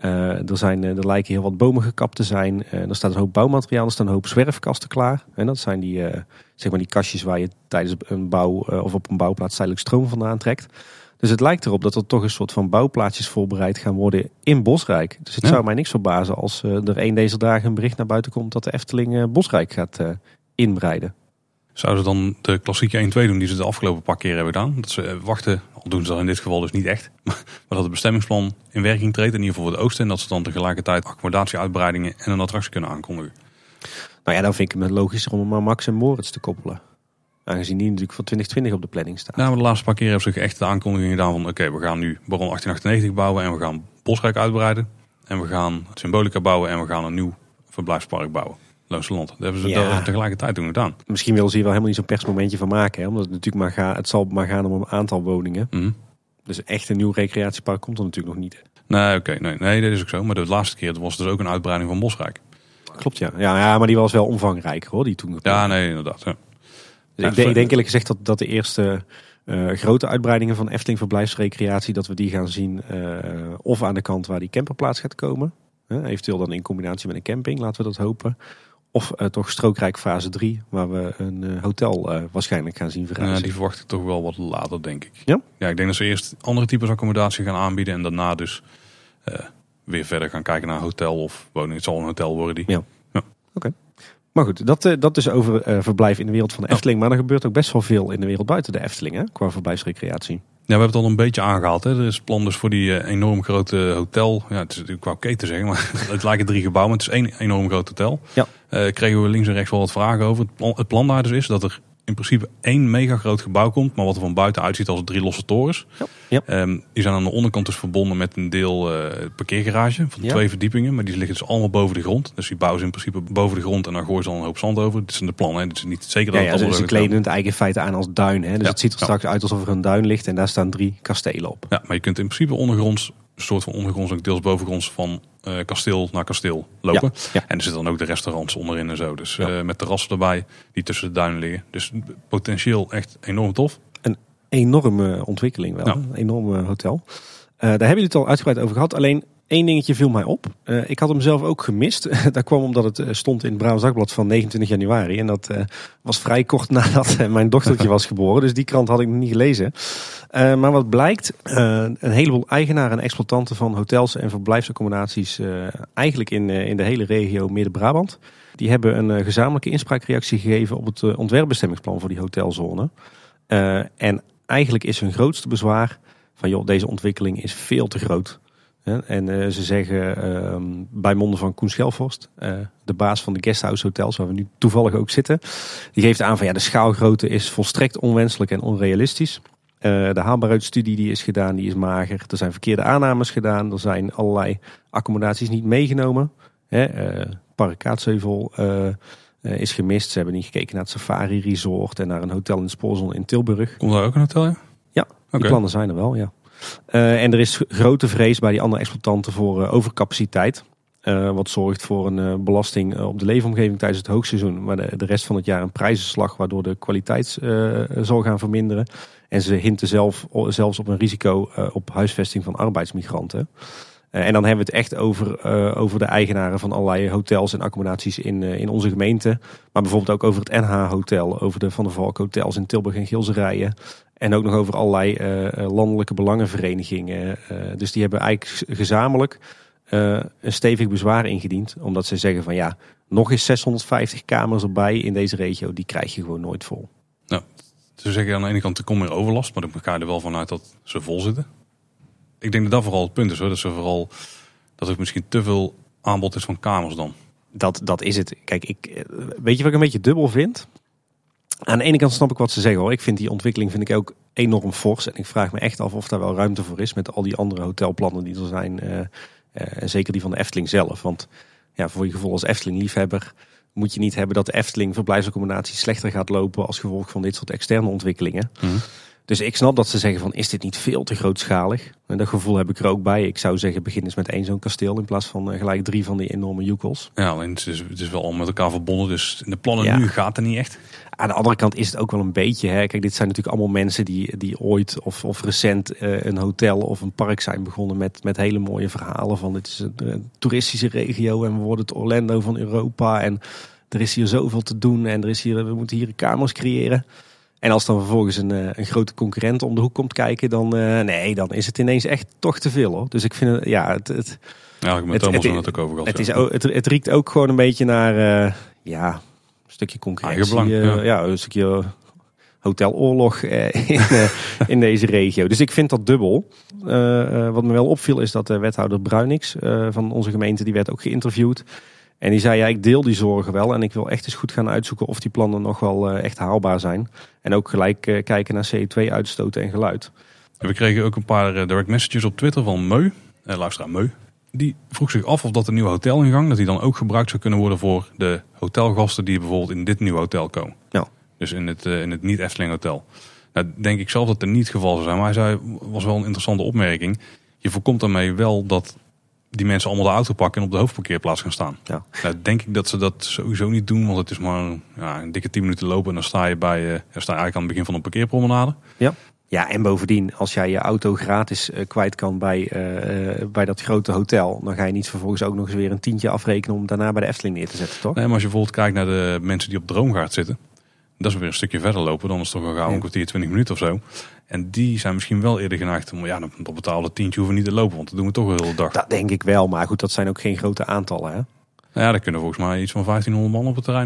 Er lijken heel wat bomen gekapt te zijn. Er staat een hoop bouwmateriaal, er staan een hoop zwerfkasten klaar. En dat zijn die kastjes waar je tijdens een bouw of op een bouwplaats tijdelijk stroom vandaan trekt. Dus het lijkt erop dat er toch een soort van bouwplaatsjes voorbereid gaan worden in Bosrijk. Dus het zou mij niks verbazen als er een deze dagen een bericht naar buiten komt dat de Efteling Bosrijk gaat inbreiden. Zouden ze dan de klassieke 1-2 doen die ze de afgelopen paar keer hebben gedaan? Dat ze wachten, al doen ze dat in dit geval dus niet echt. Maar dat het bestemmingsplan in werking treedt, in ieder geval voor het oosten. En dat ze dan tegelijkertijd accommodatie-uitbreidingen en een attractie kunnen aankondigen. Nou ja, dan vind ik het logischer om maar Max en Moritz te koppelen. Aangezien die natuurlijk voor 2020 op de planning staan. Nou, maar de laatste paar keer hebben ze echt de aankondiging gedaan van oké, we gaan nu Baron 1898 bouwen en we gaan Bosrijk uitbreiden. En we gaan Symbolica bouwen en we gaan een nieuw verblijfspark bouwen. Loonse Land. Dat hebben ze tegelijkertijd toen gedaan. Misschien willen ze hier wel helemaal niet zo'n persmomentje van maken. Hè? Omdat het natuurlijk het zal maar gaan om een aantal woningen. Mm-hmm. Dus echt een nieuw recreatiepark komt er natuurlijk nog niet. Nee, oké. Nee, dat is ook zo. Maar de laatste keer was dus ook een uitbreiding van Bosrijk. Klopt, ja. Ja, maar die was wel omvangrijker hoor. Die toen ja, nee, inderdaad. Ja. Dus ik denk eerlijk gezegd dat de eerste grote uitbreidingen van Efteling verblijfsrecreatie, dat we die gaan zien of aan de kant waar die camperplaats gaat komen. Eventueel dan in combinatie met een camping, laten we dat hopen. Of toch Strookrijk fase 3, waar we een hotel waarschijnlijk gaan zien verrijzen. Die verwacht ik toch wel wat later, denk ik. Ja? Ja, ik denk dat ze eerst andere types accommodatie gaan aanbieden. En daarna dus weer verder gaan kijken naar hotel of woning. Het zal een hotel worden die. Ja. Oké. Maar goed, dat is over verblijf in de wereld van de Efteling. Maar er gebeurt ook best wel veel in de wereld buiten de Efteling, hè, qua verblijfsrecreatie. Ja, we hebben het al een beetje aangehaald. Hè. Er is plan dus voor die enorm grote hotel. Ja, het is natuurlijk wel keten zeggen, maar het lijken 3 gebouwen. Maar het is 1 enorm groot hotel. Ja. Kregen we links en rechts wel wat vragen over. Het plan daar dus is dat er in principe 1 mega groot gebouw komt. Maar wat er van buiten uitziet als 3 losse torens. Ja. Die zijn aan de onderkant dus verbonden met een deel parkeergarage van 2 verdiepingen. Maar die liggen dus allemaal boven de grond. Dus die bouwen ze in principe boven de grond en dan gooien ze dan een hoop zand over. Dit zijn de plannen. Hè. Dit is niet zeker dat het allemaal ze kleden het eigenlijk in feite aan als duin. Hè? Dus het ziet er straks uit alsof er een duin ligt en daar staan 3 kastelen op. Ja, maar je kunt in principe ondergronds, een soort van ondergronds, ook deels bovengronds van kasteel naar kasteel lopen. Ja. En er zitten dan ook de restaurants onderin en zo. Dus met terrassen erbij die tussen de duinen liggen. Dus potentieel echt enorm tof. Een enorme ontwikkeling wel. Een enorme hotel. Daar hebben jullie het al uitgebreid over gehad. Alleen 1 dingetje viel mij op. Ik had hem zelf ook gemist. Dat kwam omdat het stond in het Brabants Dagblad van 29 januari. En dat was vrij kort nadat mijn dochtertje was geboren. Dus die krant had ik nog niet gelezen. Maar wat blijkt, een heleboel eigenaren en exploitanten van hotels en verblijfsaccommodaties, eigenlijk in de hele regio Midden-Brabant, die hebben een gezamenlijke inspraakreactie gegeven op het ontwerpbestemmingsplan voor die hotelzone. En eigenlijk is hun grootste bezwaar van joh, deze ontwikkeling is veel te groot. En ze zeggen bij monden van Koen Schelvorst, de baas van de Guesthouse Hotels, waar we nu toevallig ook zitten, die geeft aan van ja, de schaalgrootte is volstrekt onwenselijk en onrealistisch. De haalbaarheidsstudie die is gedaan, die is mager. Er zijn verkeerde aannames gedaan. Er zijn allerlei accommodaties niet meegenomen. Park Kaatsheuvel is gemist. Ze hebben niet gekeken naar het Safari Resort en naar een hotel in de Spoorzone in Tilburg. Komt daar ook een hotel in? Ja, die plannen zijn er wel, ja. En er is grote vrees bij die andere exploitanten voor overcapaciteit. Wat zorgt voor een belasting op de leefomgeving tijdens het hoogseizoen. Maar de rest van het jaar een prijzenslag waardoor de kwaliteit zal gaan verminderen. En ze hinten zelfs op een risico op huisvesting van arbeidsmigranten. En dan hebben we het echt over de eigenaren van allerlei hotels en accommodaties in onze gemeente. Maar bijvoorbeeld ook over het NH Hotel, over de Van der Valk Hotels in Tilburg en Gilserijen. En ook nog over allerlei landelijke belangenverenigingen. Dus die hebben eigenlijk gezamenlijk een stevig bezwaar ingediend. Omdat ze zeggen van ja, nog eens 650 kamers erbij in deze regio, die krijg je gewoon nooit vol. Nou, ze zeggen aan de ene kant er komt meer overlast, maar dan ga je er wel vanuit dat ze vol zitten. Ik denk dat dat vooral het punt is, hoor. Dat er misschien te veel aanbod is van kamers dan. Dat is het. Kijk, weet je wat ik een beetje dubbel vind? Aan de ene kant snap ik wat ze zeggen, hoor. Ik vind die ontwikkeling ook enorm fors. En ik vraag me echt af of daar wel ruimte voor is met al die andere hotelplannen die er zijn. En zeker die van de Efteling zelf. Want ja, voor je gevoel als Efteling-liefhebber moet je niet hebben dat de Efteling verblijfsaccommodatie slechter gaat lopen als gevolg van dit soort externe ontwikkelingen. Mm-hmm. Dus ik snap dat ze zeggen van, is dit niet veel te grootschalig? En dat gevoel heb ik er ook bij. Ik zou zeggen, begin eens met 1 zo'n kasteel in plaats van gelijk 3 van die enorme joekels. Ja, alleen het is wel al met elkaar verbonden, dus in de plannen nu gaat het niet echt. Aan de andere kant is het ook wel een beetje, hè. Kijk, dit zijn natuurlijk allemaal mensen die ooit of recent een hotel of een park zijn begonnen met hele mooie verhalen van dit is een toeristische regio en we worden het Orlando van Europa en er is hier zoveel te doen en we moeten hier kamers creëren. En als dan vervolgens een grote concurrent om de hoek komt kijken, dan is het ineens echt toch te veel, hoor. Dus ik vind het, ja, ik met Thomas het ook over gehad. Het riekt ook gewoon een beetje naar, een stukje concurrentie. Een stukje hoteloorlog in deze regio. Dus ik vind dat dubbel. Wat me wel opviel is dat de wethouder Bruinix van onze gemeente, die werd ook geïnterviewd. En die zei, ja, ik deel die zorgen wel. En ik wil echt eens goed gaan uitzoeken of die plannen nog wel echt haalbaar zijn. En ook gelijk kijken naar CO2-uitstoten en geluid. We kregen ook een paar direct messages op Twitter van Meu, luisteraar Meu. Die vroeg zich af of dat een nieuw hotelingang, dat die dan ook gebruikt zou kunnen worden voor de hotelgasten die bijvoorbeeld in dit nieuwe hotel komen. Ja. Dus in het niet-Efteling hotel. Nou, denk ik zelf dat het niet het geval zou zijn. Maar hij zei, was wel een interessante opmerking. Je voorkomt daarmee wel dat die mensen allemaal de auto pakken en op de hoofdparkeerplaats gaan staan. Ja. Nou, denk ik dat ze dat sowieso niet doen, want het is maar een dikke 10 minuten lopen en dan sta je eigenlijk aan het begin van een parkeerpromenade. Ja. Ja, en bovendien, als jij je auto gratis kwijt kan bij dat grote hotel, dan ga je niet vervolgens ook nog eens weer een tientje afrekenen om daarna bij de Efteling neer te zetten, toch? Nee, maar als je bijvoorbeeld kijkt naar de mensen die op Droomgaard zitten, dat is weer een stukje verder lopen, dan is het toch wel gauw een kwartier, 20 minuten of zo. En die zijn misschien wel eerder geneigd om, dan betalen tientje hoeven we niet te lopen, want dat doen we toch wel de hele dag. Dat denk ik wel, maar goed, dat zijn ook geen grote aantallen, hè? Nou ja, daar kunnen volgens mij iets van 1500 man op het terrein of zo.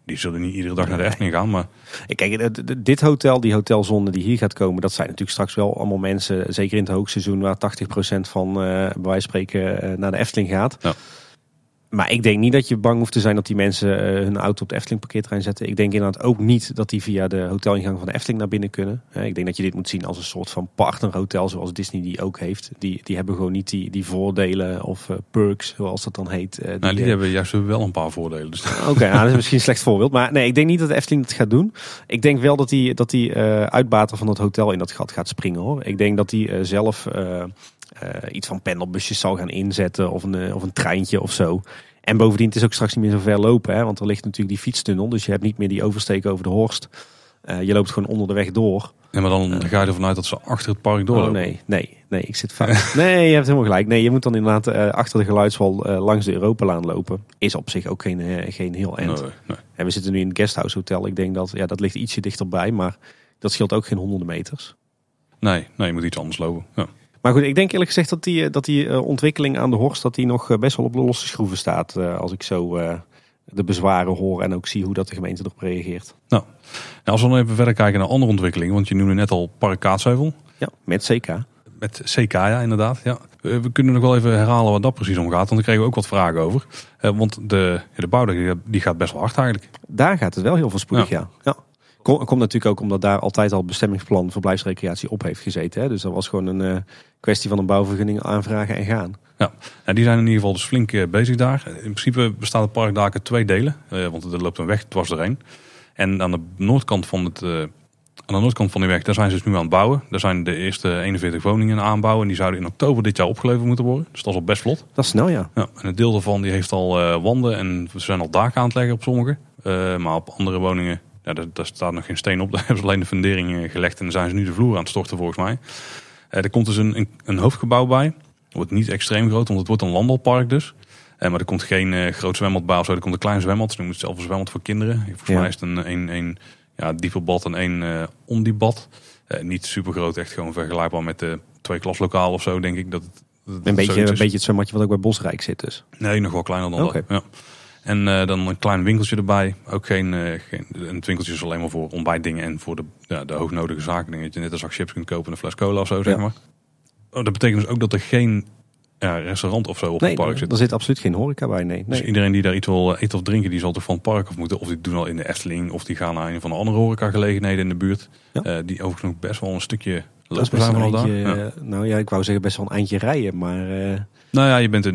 Die zullen niet iedere dag naar de Efteling gaan. Maar... Kijk, dit hotel, die hotelzone die hier gaat komen, dat zijn natuurlijk straks wel allemaal mensen, zeker in het hoogseizoen, waar 80% van bij wijze van spreken naar de Efteling gaat. Ja. Maar ik denk niet dat je bang hoeft te zijn dat die mensen hun auto op de Efteling parkeerterrein zetten. Ik denk inderdaad ook niet dat die via de hotelingang van de Efteling naar binnen kunnen. Ik denk dat je dit moet zien als een soort van partnerhotel zoals Disney die ook heeft. Die hebben gewoon niet die voordelen of perks, zoals dat dan heet. Die hebben juist wel een paar voordelen. Dus. Oké, dat is misschien een slecht voorbeeld. Maar nee, ik denk niet dat de Efteling het gaat doen. Ik denk wel dat die uitbater van dat hotel in dat gat gaat springen, hoor. Ik denk dat die zelf... iets van pendelbusjes zal gaan inzetten of een treintje of zo. En bovendien, het is ook straks niet meer zo ver lopen. Hè, want er ligt natuurlijk die fietstunnel. Dus je hebt niet meer die oversteek over de Horst. Je loopt gewoon onder de weg door. Ja, maar dan ga je ervan uit dat ze achter het park doorlopen. Oh nee, ik zit fout. Nee, je hebt helemaal gelijk. Nee, je moet dan inderdaad achter de geluidswal langs de Europalaan lopen. Is op zich ook geen heel eind. Nee. En we zitten nu in het Guesthouse Hotel. Ik denk dat ligt ietsje dichterbij. Maar dat scheelt ook geen honderden meters. Nee, je moet iets anders lopen. Ja. Maar goed, ik denk eerlijk gezegd dat die ontwikkeling aan de Horst dat die nog best wel op de losse schroeven staat. Als ik zo de bezwaren hoor en ook zie hoe dat de gemeente erop reageert. Nou, als we dan even verder kijken naar andere ontwikkelingen. Want je noemde net al Park Kaatsheuvel. Ja, met CK. Met CK, ja, inderdaad. Ja. We kunnen nog wel even herhalen wat dat precies omgaat. Want daar kregen we ook wat vragen over. Want de bouwdag die gaat best wel hard eigenlijk. Daar gaat het wel heel veel spoedig, ja. Komt natuurlijk ook omdat daar altijd al het bestemmingsplan verblijfsrecreatie op heeft gezeten. Hè? Dus dat was gewoon een kwestie van een bouwvergunning aanvragen en gaan. Ja, en die zijn in ieder geval dus flink bezig daar. In principe bestaat het park daar uit 2 delen. Want er loopt een weg dwars doorheen. En aan de noordkant van die weg, daar zijn ze dus nu aan het bouwen. Daar zijn de eerste 41 woningen aan aanbouwen. En die zouden in oktober dit jaar opgeleverd moeten worden. Dus dat is al best vlot. Dat is snel, ja. En een deel daarvan die heeft al wanden. En ze zijn al daken aan het leggen op sommige. Maar op andere woningen... Ja, daar staat nog geen steen op. Daar hebben ze alleen de fundering gelegd. En dan zijn ze nu de vloer aan het storten volgens mij. Er komt dus een hoofdgebouw bij. Het wordt niet extreem groot, want het wordt een landbouwpark dus. Maar er komt geen groot zwembad bij of zo. Er komt een klein zwembad. Ze noemen het zelf een zwembad voor kinderen. Volgens mij is het een diepe bad en een ondiep bad. Niet super groot, echt gewoon vergelijkbaar met de 2 klaslokalen of zo, denk ik. Dat een beetje het zwembadje wat ook bij Bosrijk zit dus. Nee, nog wel kleiner dan dat. Ja. En dan een klein winkeltje erbij. Ook het winkeltje is alleen maar voor ontbijtdingen en voor de hoognodige zaken. Dat je net een zak chips kunt kopen en een fles cola of zo, zeg maar. Dat betekent dus ook dat er geen restaurant of zo op het park zit. Er zit absoluut geen horeca bij, nee. Dus iedereen die daar iets wil eten of drinken, die zal toch van het park af moeten. Of die doen al in de Efteling, of die gaan naar een van de andere horeca gelegenheden in de buurt. Ja. Die overigens nog best wel een stukje lopen zijn van al daar. Nou ja, ik wou zeggen best wel een eindje rijden, maar... Nou ja, je bent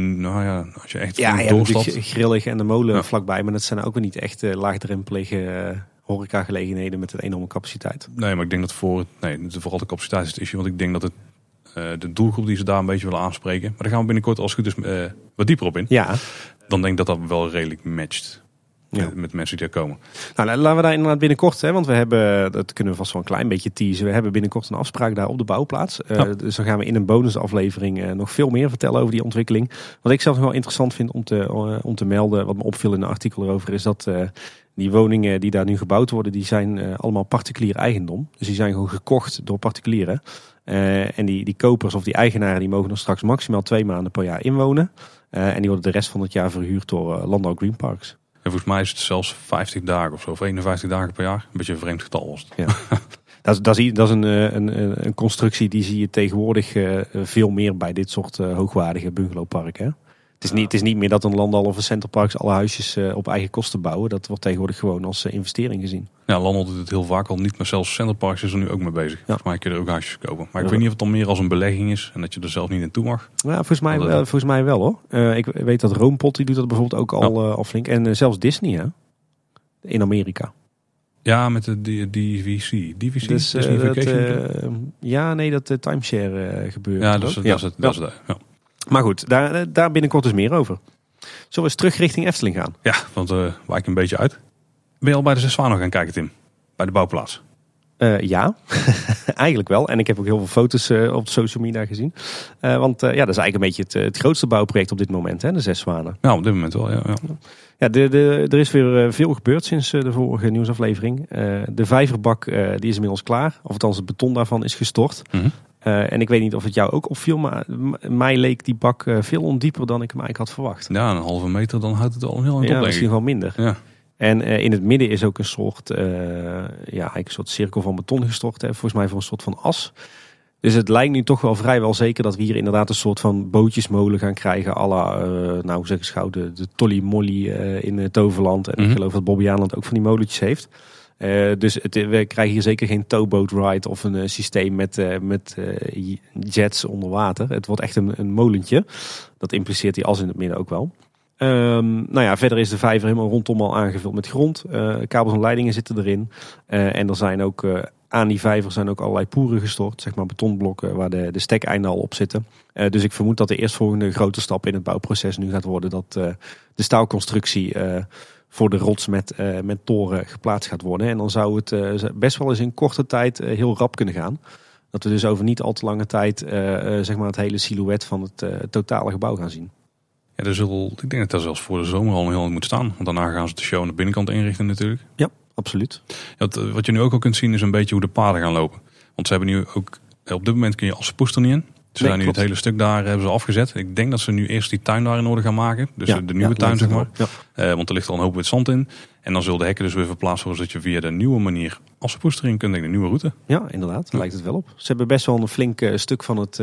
als je echt doorstapt. Grillig en de molen vlakbij, maar dat zijn ook weer niet echt laagdrempelige horecagelegenheden met een enorme capaciteit. Nee, maar ik denk dat vooral de capaciteit is het issue, want ik denk dat de doelgroep die ze daar een beetje willen aanspreken, maar daar gaan we binnenkort als het goed is wat dieper op in. Ja. Dan denk ik dat wel redelijk matcht. Met mensen die er komen. Nou, laten we daar inderdaad binnenkort, want we hebben, dat kunnen we vast wel een klein beetje teasen. We hebben binnenkort een afspraak daar op de bouwplaats. Dus dan gaan we in een bonusaflevering nog veel meer vertellen over die ontwikkeling. Wat ik zelf nog wel interessant vind om te melden, wat me opviel in een artikel erover, is dat die woningen die daar nu gebouwd worden, die zijn allemaal particulier eigendom. Dus die zijn gewoon gekocht door particulieren. En die kopers of die eigenaren die mogen er straks maximaal 2 maanden per jaar inwonen. En die worden de rest van het jaar verhuurd door Landau Green Parks. En volgens mij is het zelfs 50 dagen of zo, of 51 dagen per jaar. Een beetje een vreemd getal was het. Ja. Dat is een constructie die zie je tegenwoordig veel meer bij dit soort hoogwaardige bungalowparken. Het is niet meer dat een Landal of een Centerparks alle huisjes op eigen kosten bouwen. Dat wordt tegenwoordig gewoon als investering gezien. Ja, Landal doet het heel vaak al niet, maar zelfs Centerparks is er nu ook mee bezig. Ja. Volgens mij kun je er ook huisjes kopen. Maar ik weet niet of het dan meer als een belegging is en dat je er zelf niet in toe mag. Ja, volgens mij wel hoor. Ik weet dat Roompot die doet dat bijvoorbeeld ook al flink. En zelfs Disney hè? In Amerika. Ja, met de DVC. DVC? Dus, Disney Vacation? dat timeshare gebeurt. Ja, dat is het. Ja. Maar goed, daar binnenkort dus meer over. Zullen we eens terug richting Efteling gaan? Ja, want wijk een beetje uit. Ben je al bij de 6 Zwanen gaan kijken, Tim? Bij de bouwplaats? Ja, eigenlijk wel. En ik heb ook heel veel foto's op de social media gezien. Want dat is eigenlijk een beetje het grootste bouwproject op dit moment, hè, de 6 Zwanen. Ja, op dit moment wel, ja. Ja, er is weer veel gebeurd sinds de vorige nieuwsaflevering. De vijverbak die is inmiddels klaar. Of althans, het beton daarvan is gestort. Mm-hmm. En ik weet niet of het jou ook opviel, maar mij leek die bak veel ondieper dan ik hem eigenlijk had verwacht. Ja, een halve meter, dan houdt het al een heel eind op. Ja, misschien wel minder. Ja. En in het midden is ook een soort, eigenlijk een soort cirkel van beton gestort. Hè, volgens mij voor een soort van as. Dus het lijkt nu toch wel vrijwel zeker dat we hier inderdaad een soort van bootjesmolen gaan krijgen. À la, hoe zeg ik het gauw, de Tolly Molly in Toverland. En ik geloof dat Bobby Aland ook van die molentjes heeft. Dus we krijgen hier zeker geen towboat ride of een systeem met jets onder water. Het wordt echt een molentje. Dat impliceert die as in het midden ook wel. Verder is de vijver helemaal rondom al aangevuld met grond. Kabels en leidingen zitten erin. En er zijn ook aan die vijver zijn ook allerlei poeren gestort. Zeg maar betonblokken waar de stekeinden al op zitten. Dus ik vermoed dat de eerstvolgende grote stap in het bouwproces nu gaat worden. Dat de staalconstructie voor de rots met toren geplaatst gaat worden. En dan zou het best wel eens in korte tijd heel rap kunnen gaan. Dat we dus over niet al te lange tijd het hele silhouet van het totale gebouw gaan zien. Ja, ik denk dat dat zelfs voor de zomer al heel moet staan. Want daarna gaan ze de show aan de binnenkant inrichten natuurlijk. Ja, absoluut. Wat je nu ook al kunt zien is een beetje hoe de paden gaan lopen. Want ze hebben nu ook, op dit moment kun je Assepoester er niet in. Ze zijn nu het hele stuk daar hebben ze afgezet. Ik denk dat ze nu eerst die tuin daar in orde gaan maken. Dus de nieuwe tuin zeg maar. Ja. Want er ligt al een hoop wit zand in. En dan zullen de hekken dus weer verplaatst worden zodat je via de nieuwe manier Assepoester in kunt. De nieuwe route. Ja, inderdaad. Daar lijkt het wel op. Ze hebben best wel een flink stuk van het,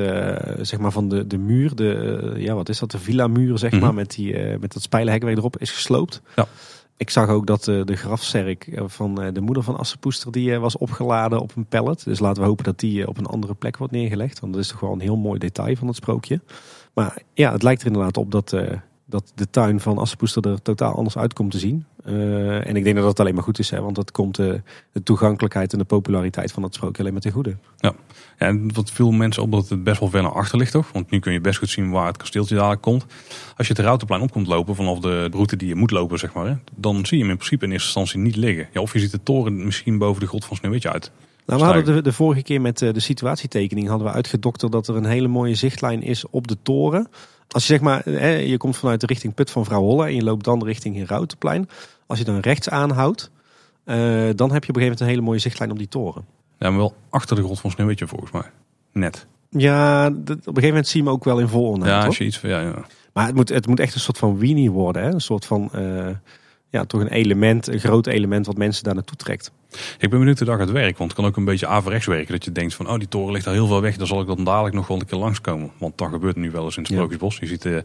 van de muur. Wat is dat? De villa muur zeg maar. Met dat spijlenhek weer erop is gesloopt. Ja. Ik zag ook dat de grafzerk van de moeder van Assepoester die was opgeladen op een pallet. Dus laten we hopen dat die op een andere plek wordt neergelegd. Want dat is toch wel een heel mooi detail van het sprookje. Maar ja, het lijkt er inderdaad op dat de tuin van Assepoester er totaal anders uit komt te zien. En ik denk dat dat alleen maar goed is. Hè, want dat komt de toegankelijkheid en de populariteit van het sprookje alleen maar ten goede. Ja, en wat veel mensen op dat het best wel ver naar achter ligt toch? Want nu kun je best goed zien waar het kasteeltje dadelijk komt. Als je het Routenplein op komt lopen vanaf de route die je moet lopen zeg maar. Hè, dan zie je hem in principe in eerste instantie niet liggen. Ja, of je ziet de toren misschien boven de grot van Sneeuwwitje uit. Nou, we hadden de vorige keer met de situatietekening hadden we uitgedokterd dat er een hele mooie zichtlijn is op de toren. Als je zeg maar, je komt vanuit de richting Put van Vrouw Holle en je loopt dan richting het Routenplein. Als je dan rechts aanhoudt, dan heb je op een gegeven moment een hele mooie zichtlijn op die toren. Ja, maar wel achter de grot van Sneeuwwitje volgens mij. Net. Ja, op een gegeven moment zie je hem ook wel in vol ornaat. Ja, als je iets van, ja. Maar het moet echt een soort van weenie worden. Hè? Een soort van, toch een groot element wat mensen daar naartoe trekt. Ik ben benieuwd hoe dat gaat werken, want het kan ook een beetje averechts werken. Dat je denkt van, die toren ligt daar heel veel weg, dan zal ik dan dadelijk nog wel een keer langskomen. Want dat gebeurt nu wel eens in het Sprookjesbos. Je ziet de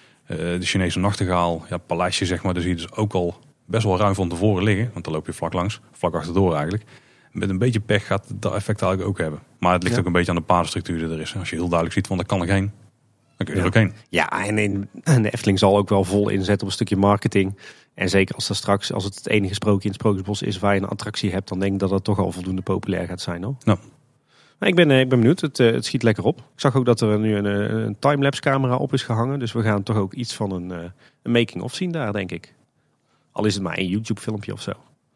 Chinese nachtegaal, paleisje zeg maar, daar zie je dus ook al best wel ruim van tevoren liggen. Want dan loop je vlak langs, vlak achterdoor eigenlijk. Met een beetje pech gaat dat effect eigenlijk ook hebben. Maar het ligt ook een beetje aan de padenstructuur die er is. Als je heel duidelijk ziet, want daar kan er geen. Dan kun je er ook heen. Ja, en de Efteling zal ook wel vol inzetten op een stukje marketing. En zeker als het enige sprookje in het Sprookjesbos is waar je een attractie hebt, dan denk ik dat het toch al voldoende populair gaat zijn. Hoor. Ja. Maar ik ben benieuwd. Het schiet lekker op. Ik zag ook dat er nu een timelapse camera op is gehangen. Dus we gaan toch ook iets van een making-of zien daar, denk ik. Al is het maar een YouTube filmpje of zo.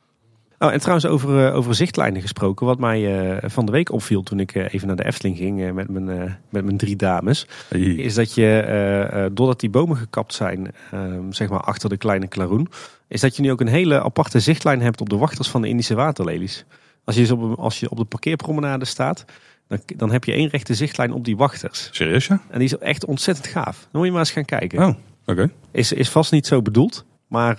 Oh, en trouwens over zichtlijnen gesproken. Wat mij van de week opviel toen ik even naar de Efteling ging met mijn 3 dames. Hey. Is dat je, doordat die bomen gekapt zijn, zeg maar achter de kleine klaroen. Is dat je nu ook een hele aparte zichtlijn hebt op de wachters van de Indische waterlelies. Als je op de parkeerpromenade staat, dan heb je 1 rechte zichtlijn op die wachters. Serieus ja? En die is echt ontzettend gaaf. Dan moet je maar eens gaan kijken. Oh, oké. Is vast niet zo bedoeld, maar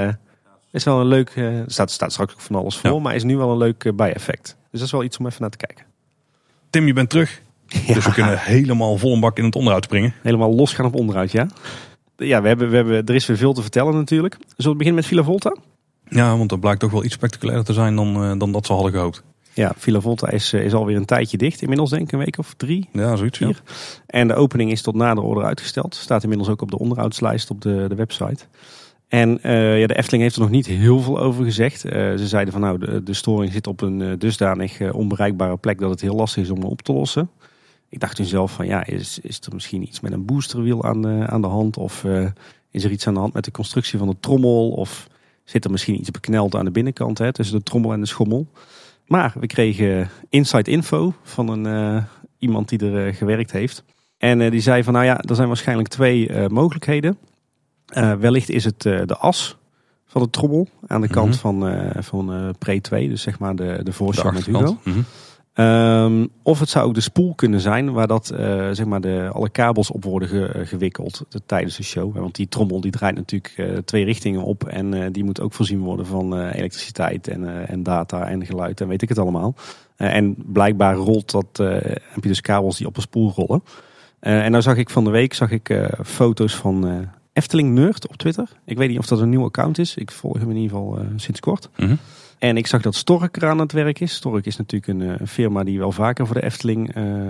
is wel een leuk. Er staat straks ook van alles voor, maar is nu wel een leuk bijeffect. Dus dat is wel iets om even naar te kijken. Tim, je bent terug. Ja. Dus we kunnen helemaal vol een bak in het onderhoud springen. Helemaal los gaan op onderhoud, ja. Ja, er is weer veel te vertellen natuurlijk. Zullen we beginnen met Villa Volta? Ja, want dat blijkt toch wel iets spectaculairder te zijn dan dat ze hadden gehoopt. Ja, Villa Volta is alweer een tijdje dicht. Inmiddels denk ik een week of 3. Ja, zoiets. 4. Ja. En de opening is tot nader order uitgesteld. Staat inmiddels ook op de onderhoudslijst op de website. En de Efteling heeft er nog niet heel veel over gezegd. Ze zeiden van de storing zit op een dusdanig onbereikbare plek dat het heel lastig is om op te lossen. Ik dacht toen zelf van is er misschien iets met een boosterwiel aan de hand? Of is er iets aan de hand met de constructie van de trommel? Of zit er misschien iets bekneld aan de binnenkant tussen de trommel en de schommel? Maar we kregen inside info van iemand die er gewerkt heeft. En die zei van er zijn waarschijnlijk 2 mogelijkheden. Wellicht is het de as van de trommel aan de kant van Pre 2. Dus zeg maar de voorshow met Hugo. Of het zou ook de spoel kunnen zijn waar dat, zeg maar alle kabels op worden gewikkeld tijdens de show. Want die trommel die draait natuurlijk 2 richtingen op en die moet ook voorzien worden van elektriciteit en data en geluid en weet ik het allemaal. En blijkbaar rolt dat, heb je dus kabels die op een spoel rollen. En nou zag ik van de week foto's van Efteling Nerd op Twitter. Ik weet niet of dat een nieuw account is. Ik volg hem in ieder geval sinds kort. Mm-hmm. En ik zag dat Stork eraan het werk is. Stork is natuurlijk een firma die wel vaker voor de Efteling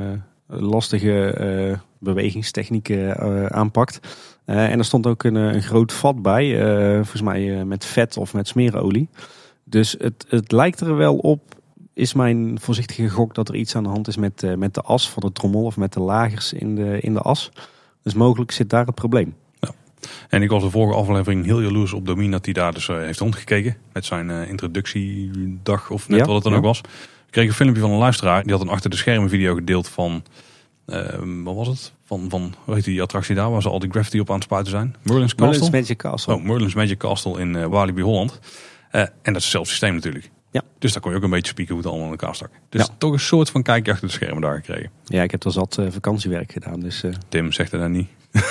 lastige bewegingstechnieken aanpakt. En er stond ook een groot vat bij. Volgens mij met vet of met smeerolie. Dus het lijkt er wel op, is mijn voorzichtige gok, dat er iets aan de hand is met de as van de trommel of met de lagers in de as. Dus mogelijk zit daar het probleem. En ik was de vorige aflevering heel jaloers op Domien dat hij daar dus heeft rondgekeken. Met zijn introductiedag of net wat het dan ook was. Ik kreeg een filmpje van een luisteraar. Die had een achter de schermen video gedeeld van, wat was het? Van hoe heet die attractie daar waar ze al die graffiti op aan het spuiten zijn? Merlin's Castle? Merlin's Magic Castle. Oh, Merlin's Magic Castle in Walibi Holland. En dat is hetzelfde systeem natuurlijk. Ja. Dus daar kon je ook een beetje spieken hoe het allemaal in elkaar stak. Dus toch een soort van kijkje achter de schermen daar gekregen. Ja, ik heb al zat vakantiewerk gedaan. Dus, Tim zegt er dan niet.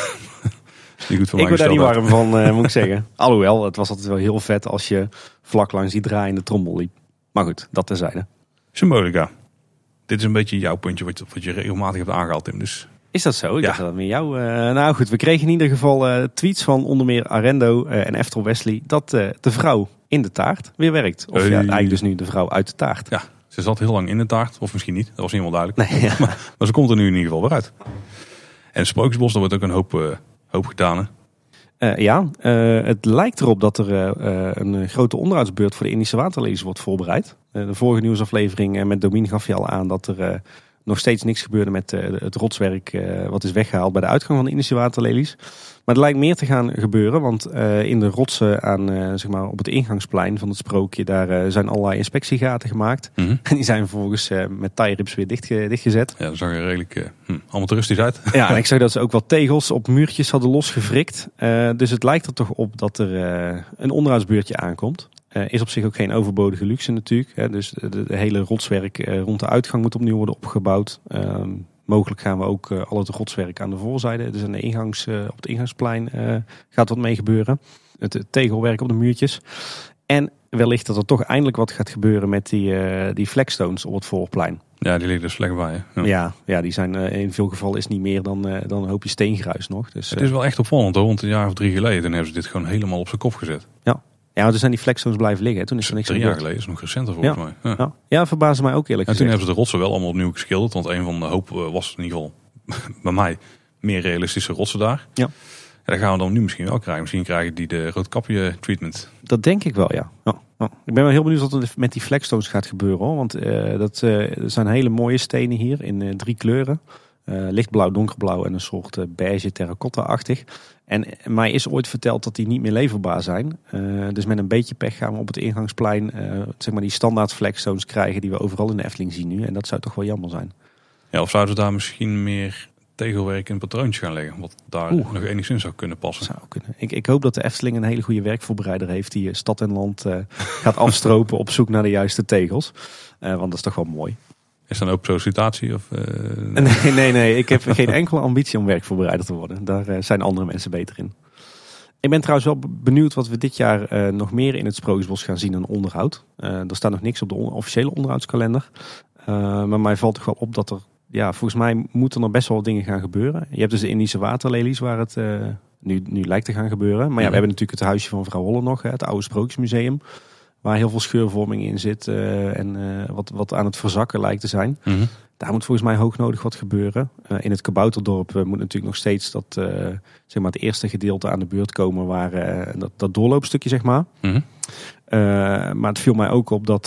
Ik word daar niet warm van, moet ik zeggen. Alhoewel, het was altijd wel heel vet als je vlak langs die draaiende trommel liep. Maar goed, dat terzijde. Symbolica. Dit is een beetje jouw puntje wat je regelmatig hebt aangehaald, Tim. Dus... Is dat zo? Ik dacht dat met jou... nou goed, we kregen in ieder geval tweets van onder meer Arendo en Eftel Wesley dat de vrouw in de taart weer werkt. Of eigenlijk dus nu de vrouw uit de taart. Ja, ze zat heel lang in de taart. Of misschien niet. Dat was niet helemaal duidelijk. Nee, ja. maar ze komt er nu in ieder geval weer uit. En Sprookjesbos, daar wordt ook een hoop gedaan, hè? Het lijkt erop dat er een grote onderhoudsbeurt voor de Indische waterlelies wordt voorbereid. De vorige nieuwsaflevering met Domien gaf je al aan dat er nog steeds niks gebeurde met het rotswerk wat is weggehaald bij de uitgang van de Indische waterlelies. Maar er lijkt meer te gaan gebeuren, want in de rotsen zeg maar op het ingangsplein van het sprookje, daar zijn allerlei inspectiegaten gemaakt. Mm-hmm. En die zijn vervolgens met tie-rips weer dichtgezet. Ja, dat zag er redelijk allemaal toeristisch uit. Ja, en ik zag dat ze ook wat tegels op muurtjes hadden losgefrikt. Dus het lijkt er toch op dat er een onderhoudsbeurtje aankomt. Is op zich ook geen overbodige luxe natuurlijk. Hè. Dus de hele rotswerk rond de uitgang moet opnieuw worden opgebouwd. Mogelijk gaan we ook al het rotswerk aan de voorzijde. Dus aan de op het ingangsplein gaat wat mee gebeuren. Het tegelwerk op de muurtjes. En wellicht dat er toch eindelijk wat gaat gebeuren met die flagstones op het voorplein. Ja, die liggen er slecht bij. Hè? Ja, die zijn in veel gevallen is niet meer dan een hoopje steengruis nog. Dus, het is wel echt opvallend hoor. Want een jaar of 3 geleden hebben ze dit gewoon helemaal op zijn kop gezet. Ja, want er zijn die flagstones blijven liggen. Toen is er niks 3 jaar geleden, is nog recenter volgens mij. Ja, verbaasde mij ook eerlijk gezegd. Toen hebben ze de rotsen wel allemaal opnieuw geschilderd. Want een van de hoop was in ieder geval bij mij meer realistische rotsen daar. Ja. En dat gaan we dan nu misschien wel krijgen. Misschien krijgen die de roodkapje treatment. Dat denk ik wel, ja. Ik ben wel heel benieuwd wat er met die flagstones gaat gebeuren. Hoor. Want dat zijn hele mooie stenen hier in 3 kleuren. Lichtblauw, donkerblauw en een soort beige terracotta-achtig. En mij is ooit verteld dat die niet meer leverbaar zijn. Dus met een beetje pech gaan we op het ingangsplein zeg maar die standaard flagstones krijgen die we overal in de Efteling zien nu. En dat zou toch wel jammer zijn. Ja, of zouden ze daar misschien meer tegelwerk in patroontjes gaan leggen? Wat daar nog enigszins zou kunnen passen. Zou kunnen. Ik hoop dat de Efteling een hele goede werkvoorbereider heeft die stad en land gaat afstropen op zoek naar de juiste tegels. Want dat is toch wel mooi. Is dan ook sollicitatie? Of, Nee. Ik heb geen enkele ambitie om werkvoorbereider te worden. Daar zijn andere mensen beter in. Ik ben trouwens wel benieuwd wat we dit jaar nog meer in het Sprookjesbos gaan zien aan onderhoud. Er staat nog niks op de officiële onderhoudskalender. Maar mij valt toch wel op dat er... Ja, volgens mij moeten er best wel dingen gaan gebeuren. Je hebt dus de Indische waterlelies waar het nu lijkt te gaan gebeuren. Maar ja, we hebben natuurlijk het huisje van Vrouw Holle nog. Het oude Sprookjesmuseum. Waar heel veel scheurvorming in zit en wat aan het verzakken lijkt te zijn. Mm-hmm. Daar moet volgens mij hoognodig wat gebeuren. In het Kabouterdorp moet natuurlijk nog steeds zeg maar het eerste gedeelte aan de beurt komen. Waar dat doorloopstukje, zeg maar. Mm-hmm. Maar het viel mij ook op dat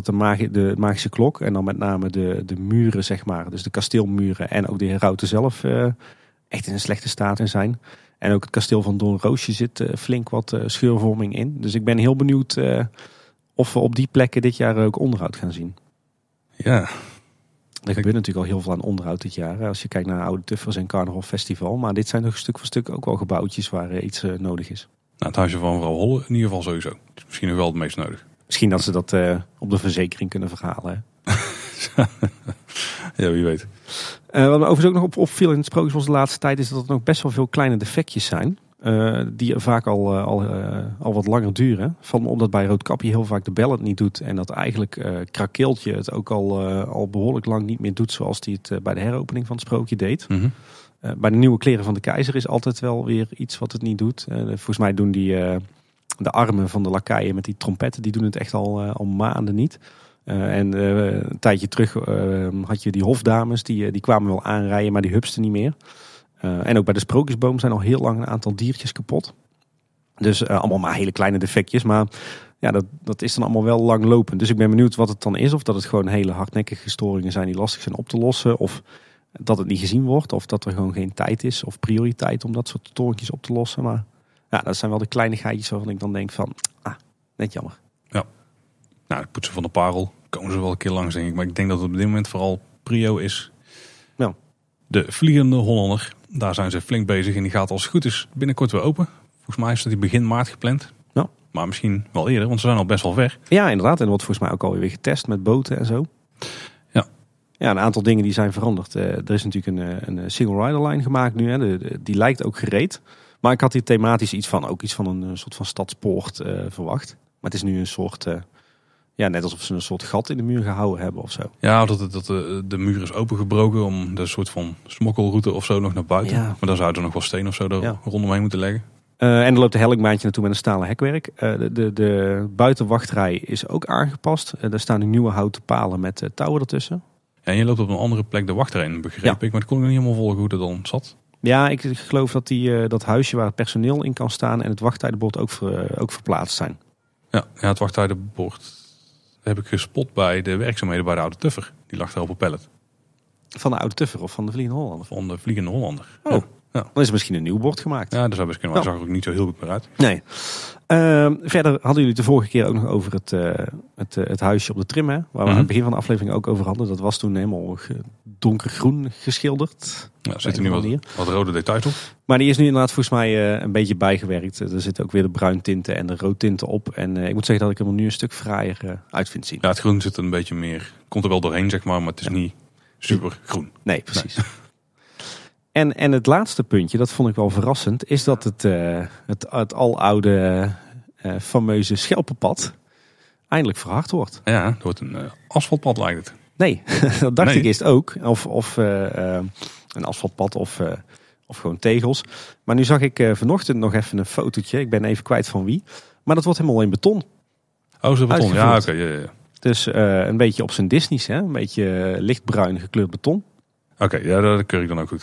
de magische klok en dan met name de muren, zeg maar. Dus de kasteelmuren en ook de herauten zelf echt in een slechte staat in zijn. En ook het kasteel van Doornroosje zit flink wat scheurvorming in. Dus ik ben heel benieuwd of we op die plekken dit jaar ook onderhoud gaan zien. Ja. Er gebeurt natuurlijk al heel veel aan onderhoud dit jaar. Als je kijkt naar Oude Tuffers en Carnaval Festival. Maar dit zijn nog stuk voor stuk ook wel gebouwtjes waar iets nodig is. Nou, het huisje van Vrouw Holle in ieder geval sowieso. Het is misschien nog wel het meest nodig. Misschien dat ze dat op de verzekering kunnen verhalen. Hè? Ja, wie weet. Wat me overigens ook nog opviel in het Sprookjesbos de laatste tijd is dat er nog best wel veel kleine defectjes zijn. Die vaak al wat langer duren. Valt me op dat bij Roodkapje heel vaak de bel het niet doet. En dat eigenlijk Krakeeltje het ook al behoorlijk lang niet meer doet zoals hij het bij de heropening van het sprookje deed. Mm-hmm. Bij de nieuwe kleren van de keizer is altijd wel weer iets wat het niet doet. Volgens mij doen de armen van de lakeien met die trompetten, die doen het echt al maanden niet. Een tijdje terug had je die hofdames, die kwamen wel aanrijden, maar die hupsten niet meer. En ook bij de Sprookjesboom zijn al heel lang een aantal diertjes kapot. Dus allemaal maar hele kleine defectjes. Maar ja, dat is dan allemaal wel langlopend. Dus ik ben benieuwd wat het dan is. Of dat het gewoon hele hardnekkige storingen zijn die lastig zijn op te lossen. Of dat het niet gezien wordt. Of dat er gewoon geen tijd is of prioriteit om dat soort torentjes op te lossen. Maar ja, dat zijn wel de kleinigheidjes waarvan ik dan denk van, net jammer. Ja, nou, de poetsen van de parel komen ze wel een keer langs, denk ik. Maar ik denk dat het op dit moment vooral prio is. Ja. De Vliegende Hollander, daar zijn ze flink bezig. En die gaat als het goed is binnenkort weer open. Volgens mij is dat die begin maart gepland. Ja. Maar misschien wel eerder, want ze zijn al best wel ver. Ja, inderdaad. En dat wordt volgens mij ook alweer getest met boten en zo. Ja, een aantal dingen die zijn veranderd. Er is natuurlijk een single rider line gemaakt nu. Hè. Die lijkt ook gereed. Maar ik had hier thematisch iets van een soort van stadspoort verwacht. Maar het is nu een soort, net alsof ze een soort gat in de muur gehouden hebben of zo. Ja, dat de muur is opengebroken om de soort van smokkelroute of zo nog naar buiten. Ja. Maar dan zouden er nog wel steen of zo rondomheen moeten leggen. En er loopt de hellinkbaantje naartoe met een stalen hekwerk. De buitenwachtrij is ook aangepast. Er staan nu nieuwe houten palen met touwen ertussen. Ja, en je loopt op een andere plek de wachtrij in, begreep ik. Maar ik kon nog niet helemaal volgen hoe dat dan zat. Ja, ik geloof dat dat huisje waar het personeel in kan staan en het wachttijdenbord ook verplaatst zijn. Ja, het wachttijdenbord heb ik gespot bij de werkzaamheden bij de Oude Tuffer. Die lag daar op een pallet. Van de Oude Tuffer of van de Vliegende Hollander? Van de Vliegende Hollander. Oh, ja. Dan is er misschien een nieuw bord gemaakt. Ja, dat zou best kunnen, maar zag er ook niet zo heel goed meer uit. Nee. Verder hadden jullie het de vorige keer ook nog over het huisje op de trim, hè? Waar we aan het begin van de aflevering ook over hadden. Dat was toen helemaal donkergroen geschilderd. Ja, er zitten nu wat rode details op. Maar die is nu inderdaad volgens mij een beetje bijgewerkt. Er zitten ook weer de bruintinten en de roodtinten op. En ik moet zeggen dat ik hem er nu een stuk fraaier uit vind zien. Ja, het groen zit er een beetje meer, komt er wel doorheen zeg maar het is niet super groen. Nee, precies. Nee. En het laatste puntje, dat vond ik wel verrassend, is dat het aloude fameuze Schelpenpad eindelijk verhard wordt. Ja, het wordt een asfaltpad lijkt het. Nee, dat dacht ik eerst ook. Of een asfaltpad of gewoon tegels. Maar nu zag ik vanochtend nog even een fotootje. Ik ben even kwijt van wie. Maar dat wordt helemaal in beton. Oh, zo beton. Ja, oké. Ja. Dus een beetje op zijn Disney's, hè? Een beetje lichtbruin gekleurd beton. Oké, ja, dat keur ik dan ook goed.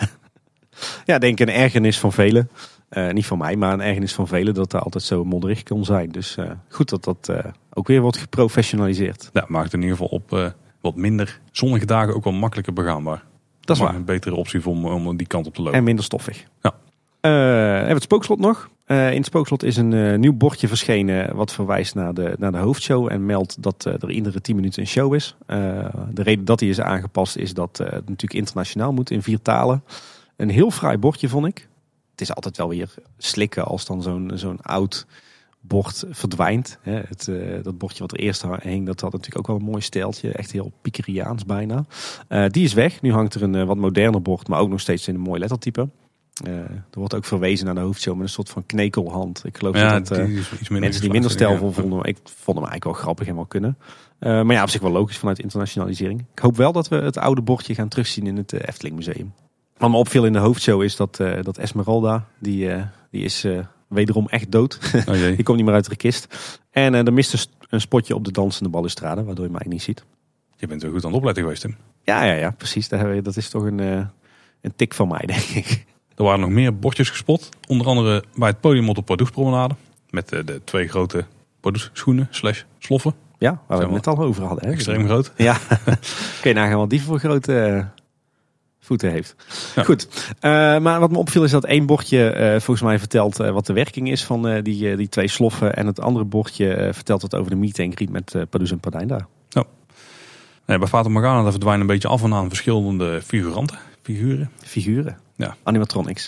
Ja, denk een ergernis van velen. Niet van mij, maar een ergernis van velen dat het altijd zo modderig kon zijn. Dus goed dat dat ook weer wordt geprofessionaliseerd. Ja, maakt in ieder geval op wat minder zonnige dagen ook wel makkelijker begaanbaar. Dat is waar. Een betere optie om die kant op te lopen. En minder stoffig. Ja. Hebben we het Spookslot nog. In het Spookslot is een nieuw bordje verschenen wat verwijst naar de hoofdshow en meldt dat er iedere 10 minuten een show is. De reden dat hij is aangepast is dat het natuurlijk internationaal moet in 4 talen. Een heel fraai bordje vond ik. Het is altijd wel weer slikken als dan zo'n oud bord verdwijnt. Dat bordje wat er eerst hing, dat had natuurlijk ook wel een mooi stijltje. Echt heel Pikeriaans bijna. Die is weg. Nu hangt er een wat moderner bord, maar ook nog steeds in een mooi lettertype. Er wordt ook verwezen naar de hoofdshow met een soort van knekelhand. Ik geloof dat mensen die minder stijlvol vonden. Ik vond hem eigenlijk wel grappig en wel kunnen. Maar ja, op zich wel logisch vanuit internationalisering. Ik hoop wel dat we het oude bordje gaan terugzien in het Efteling Museum. Wat me opviel in de hoofdshow is dat Esmeralda, die is wederom echt dood. Oh die komt niet meer uit de kist. En er mist een spotje op de dansende balustrade, waardoor je mij niet ziet. Je bent wel goed aan het opletten geweest, Tim. Ja, precies. Dat is toch een tik van mij, denk ik. Er waren nog meer bordjes gespot. Onder andere bij het podium op de Pardoespromenade. Met de 2 grote Pardoes-schoenen / sloffen. Ja, waar we het net al over hadden. Hè? Extreem groot. Ja, kun je nagaan wat die voor grote voeten heeft. Ja. Goed, maar wat me opviel is dat 1 bordje volgens mij vertelt wat de werking is van die 2 sloffen. En het andere bordje vertelt wat over de meet and greet met Pardoes en Pardijn daar. Ja. Nee, bij Fata Morgana verdwijnen een beetje af en aan verschillende figuren. Figuren? Ja. Animatronics.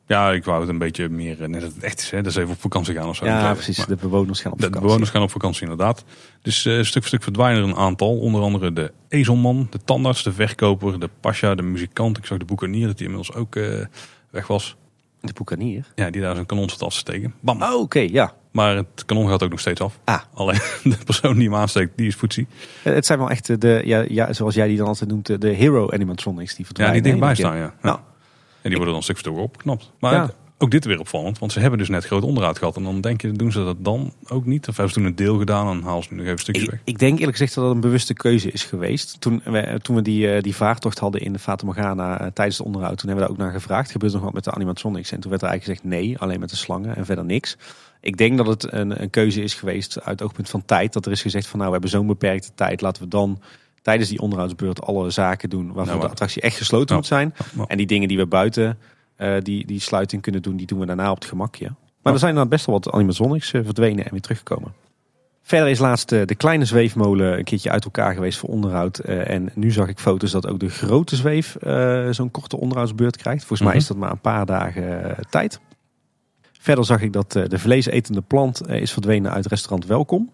Ja, ik wou het een beetje meer net dat het echt is. Hè? Dat is even op vakantie gaan of zo. Ja, precies. Maar de bewoners gaan op vakantie. De bewoners gaan op vakantie, inderdaad. Dus stuk voor stuk verdwijnen er een aantal. Onder andere de ezelman, de tandarts, de verkoper, de pasja, de muzikant. Ik zag de boekanier dat die inmiddels ook weg was. De boekanier? Ja, die daar zo'n kanon zat af te steken. Bam! Oh, oké, ja. Maar het kanon gaat ook nog steeds af. Ah. Alleen de persoon die hem aansteekt, die is foetsie. Het zijn wel echt zoals jij die dan altijd noemt, de hero animatronics die verdwijnen. Ja, die dichtbij staan, ja. Nou. En die worden dan stuk voor stuk opgeknapt. Maar ook dit weer opvallend, want ze hebben dus net groot onderhoud gehad. En dan denk je, doen ze dat dan ook niet? Of hebben ze toen een deel gedaan en halen ze nu nog even stukjes weg? Ik denk eerlijk gezegd dat dat een bewuste keuze is geweest. Toen we die vaartocht hadden in de Fata Morgana tijdens het onderhoud, toen hebben we daar ook naar gevraagd. Gebeurt er nog wat met de animatronics? En toen werd er eigenlijk gezegd nee, alleen met de slangen en verder niks. Ik denk dat het een keuze is geweest uit het oogpunt van tijd. Dat er is gezegd van we hebben zo'n beperkte tijd. Laten we dan tijdens die onderhoudsbeurt alle zaken doen waarvoor de attractie echt gesloten moet zijn. En die dingen die we buiten die sluiting kunnen doen, die doen we daarna op het gemakje. Maar er zijn dan best wel wat animatronics verdwenen en weer teruggekomen. Verder is laatst de kleine zweefmolen een keertje uit elkaar geweest voor onderhoud. En nu zag ik foto's dat ook de grote zweef zo'n korte onderhoudsbeurt krijgt. Volgens mij is dat maar een paar dagen tijd. Verder zag ik dat de vleesetende plant is verdwenen uit restaurant Welkom.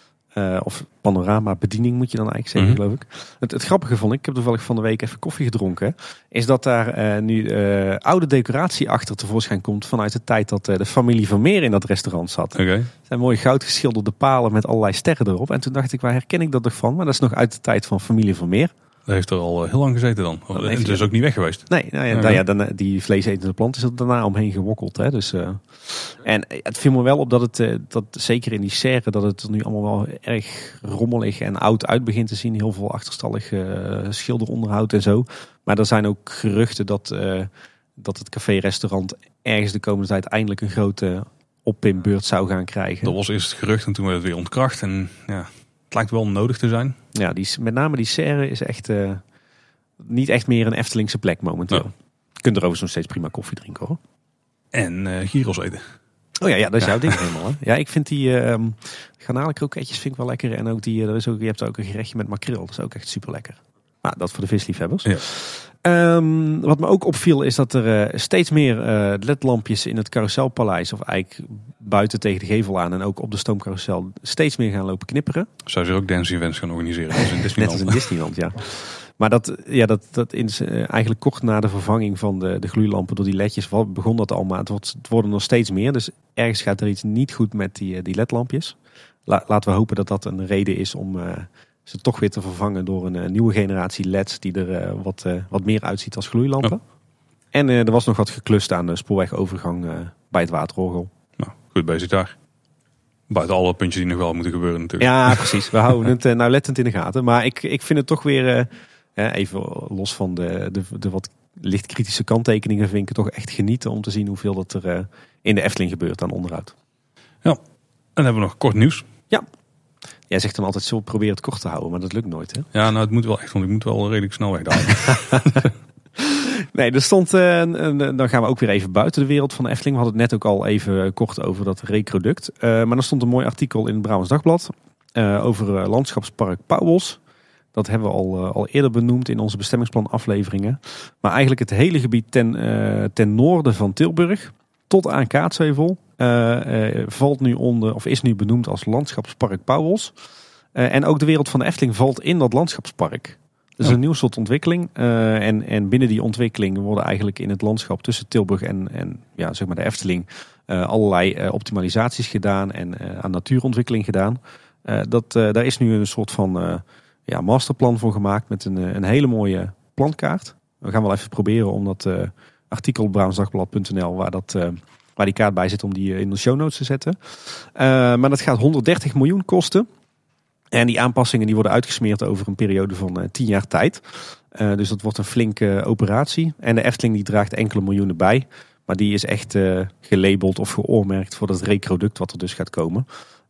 Of panorama bediening moet je dan eigenlijk zeggen, geloof ik. Het grappige vond ik heb toevallig van de week even koffie gedronken, is dat daar nu oude decoratie achter tevoorschijn komt vanuit de tijd dat de familie Vermeer in dat restaurant zat. Okay. Het zijn mooie goud geschilderde palen met allerlei sterren erop. En toen dacht ik, waar herken ik dat toch van? Maar dat is nog uit de tijd van familie Vermeer. Dat heeft er al heel lang gezeten dan. En het is ook niet weg geweest. Nee, die vleesetende plant is er daarna omheen gewokkeld. Hè? Dus, en het viel me wel op dat zeker in die serre, dat het er nu allemaal wel erg rommelig en oud uit begint te zien. Heel veel achterstallig schilderonderhoud en zo. Maar er zijn ook geruchten dat het café-restaurant ergens de komende tijd eindelijk een grote oppimbeurt zou gaan krijgen. Dat was eerst het gerucht en toen werd het weer ontkracht. En ja, het lijkt wel nodig te zijn. Ja, met name die serre is echt niet echt meer een Eftelingse plek momenteel. Ja. Je kunt er overigens nog steeds prima koffie drinken hoor. En gyros eten. Oh ja, dat is jouw ding helemaal. Hè? Ja, ik vind die garnalenkroketjes vind ik wel lekker. En ook je hebt ook een gerechtje met makreel. Dat is ook echt super lekker. Nou, dat voor de visliefhebbers. Ja. Wat me ook opviel is dat er steeds meer ledlampjes in het carouselpaleis, of eigenlijk buiten tegen de gevel aan en ook op de stoomcarousel, steeds meer gaan lopen knipperen. Zou ze ook dance events gaan organiseren? Als in Disneyland. Net als in Disneyland, ja. Maar dat is eigenlijk kort na de vervanging van de gloeilampen door die ledjes begon dat al. Maar het worden nog steeds meer. Dus ergens gaat er iets niet goed met die ledlampjes. Laten we hopen dat dat een reden is om ze toch weer te vervangen door een nieuwe generatie LED's die er wat meer uitziet als gloeilampen. Oh. En er was nog wat geklust aan de spoorwegovergang bij het waterorgel. Nou, goed bezig daar. Buiten alle puntjes die nog wel moeten gebeuren natuurlijk. Ja, precies. We houden het nauwlettend in de gaten. Maar ik vind het toch weer, even los van de wat licht kritische kanttekeningen, vind ik het toch echt genieten om te zien hoeveel dat er in de Efteling gebeurt aan onderhoud. Ja, en dan hebben we nog kort nieuws. Ja. Jij zegt dan altijd zo, probeer het kort te houden, maar dat lukt nooit, hè? Ja, nou het moet wel echt, want ik moet wel redelijk snel wegdalen. Nee, er stond, dan gaan we ook weer even buiten de wereld van de Efteling. We hadden het net ook al even kort over dat recroduct. Maar er stond een mooi artikel in het Brabants Dagblad over landschapspark Pauwels. Dat hebben we al eerder benoemd in onze bestemmingsplan afleveringen. Maar eigenlijk het hele gebied ten noorden van Tilburg tot aan Kaatsheuvel valt nu onder, of is nu benoemd als landschapspark Pauwels. En ook de wereld van de Efteling valt in dat landschapspark. Dat is een nieuw soort ontwikkeling. En binnen die ontwikkeling worden eigenlijk in het landschap tussen Tilburg en zeg maar de Efteling allerlei optimalisaties gedaan en aan natuurontwikkeling gedaan. Daar is nu een soort van masterplan voor gemaakt met een hele mooie plantkaart. We gaan wel even proberen om dat artikel op brabantsdagblad.nl waar die kaart bij zit om die in de show notes te zetten. Maar dat gaat 130 miljoen kosten. En die aanpassingen die worden uitgesmeerd over een periode van 10 jaar tijd. Dus dat wordt een flinke operatie. En de Efteling die draagt enkele miljoenen bij. Maar die is echt gelabeld of geoormerkt voor dat recroduct wat er dus gaat komen.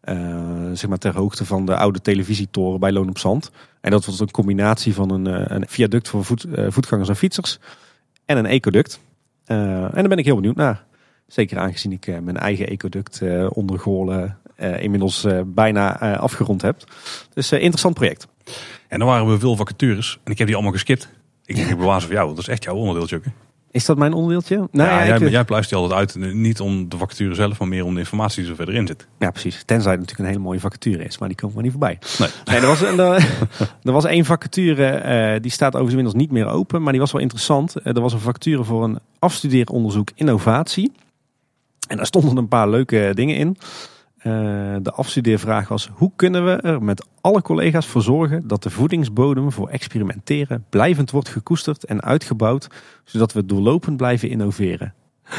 Zeg maar ter hoogte van de oude televisietoren bij Loon op Zand. En dat wordt een combinatie van een viaduct voor voetgangers en fietsers. En een ecoduct. En daar ben ik heel benieuwd naar. Zeker aangezien ik mijn eigen ecoduct onder Goorlen inmiddels bijna afgerond heb. Dus interessant project. En dan waren we veel vacatures. En ik heb die allemaal geskipt. Ik denk, ik bewaar ze voor jou. Dat is echt jouw onderdeeltje ook. Is dat mijn onderdeeltje? Jij pluist die altijd uit. Niet om de vacature zelf, maar meer om de informatie die er verder in zit. Ja, precies. Tenzij het natuurlijk een hele mooie vacature is. Maar die komt maar niet voorbij. Nee. Er was één vacature. Die staat overigens inmiddels niet meer open. Maar die was wel interessant. Er was een vacature voor een afstudeeronderzoek innovatie. En daar stonden een paar leuke dingen in. De afstudeervraag was: hoe kunnen we er met alle collega's voor zorgen dat de voedingsbodem voor experimenteren blijvend wordt gekoesterd en uitgebouwd, zodat we doorlopend blijven innoveren?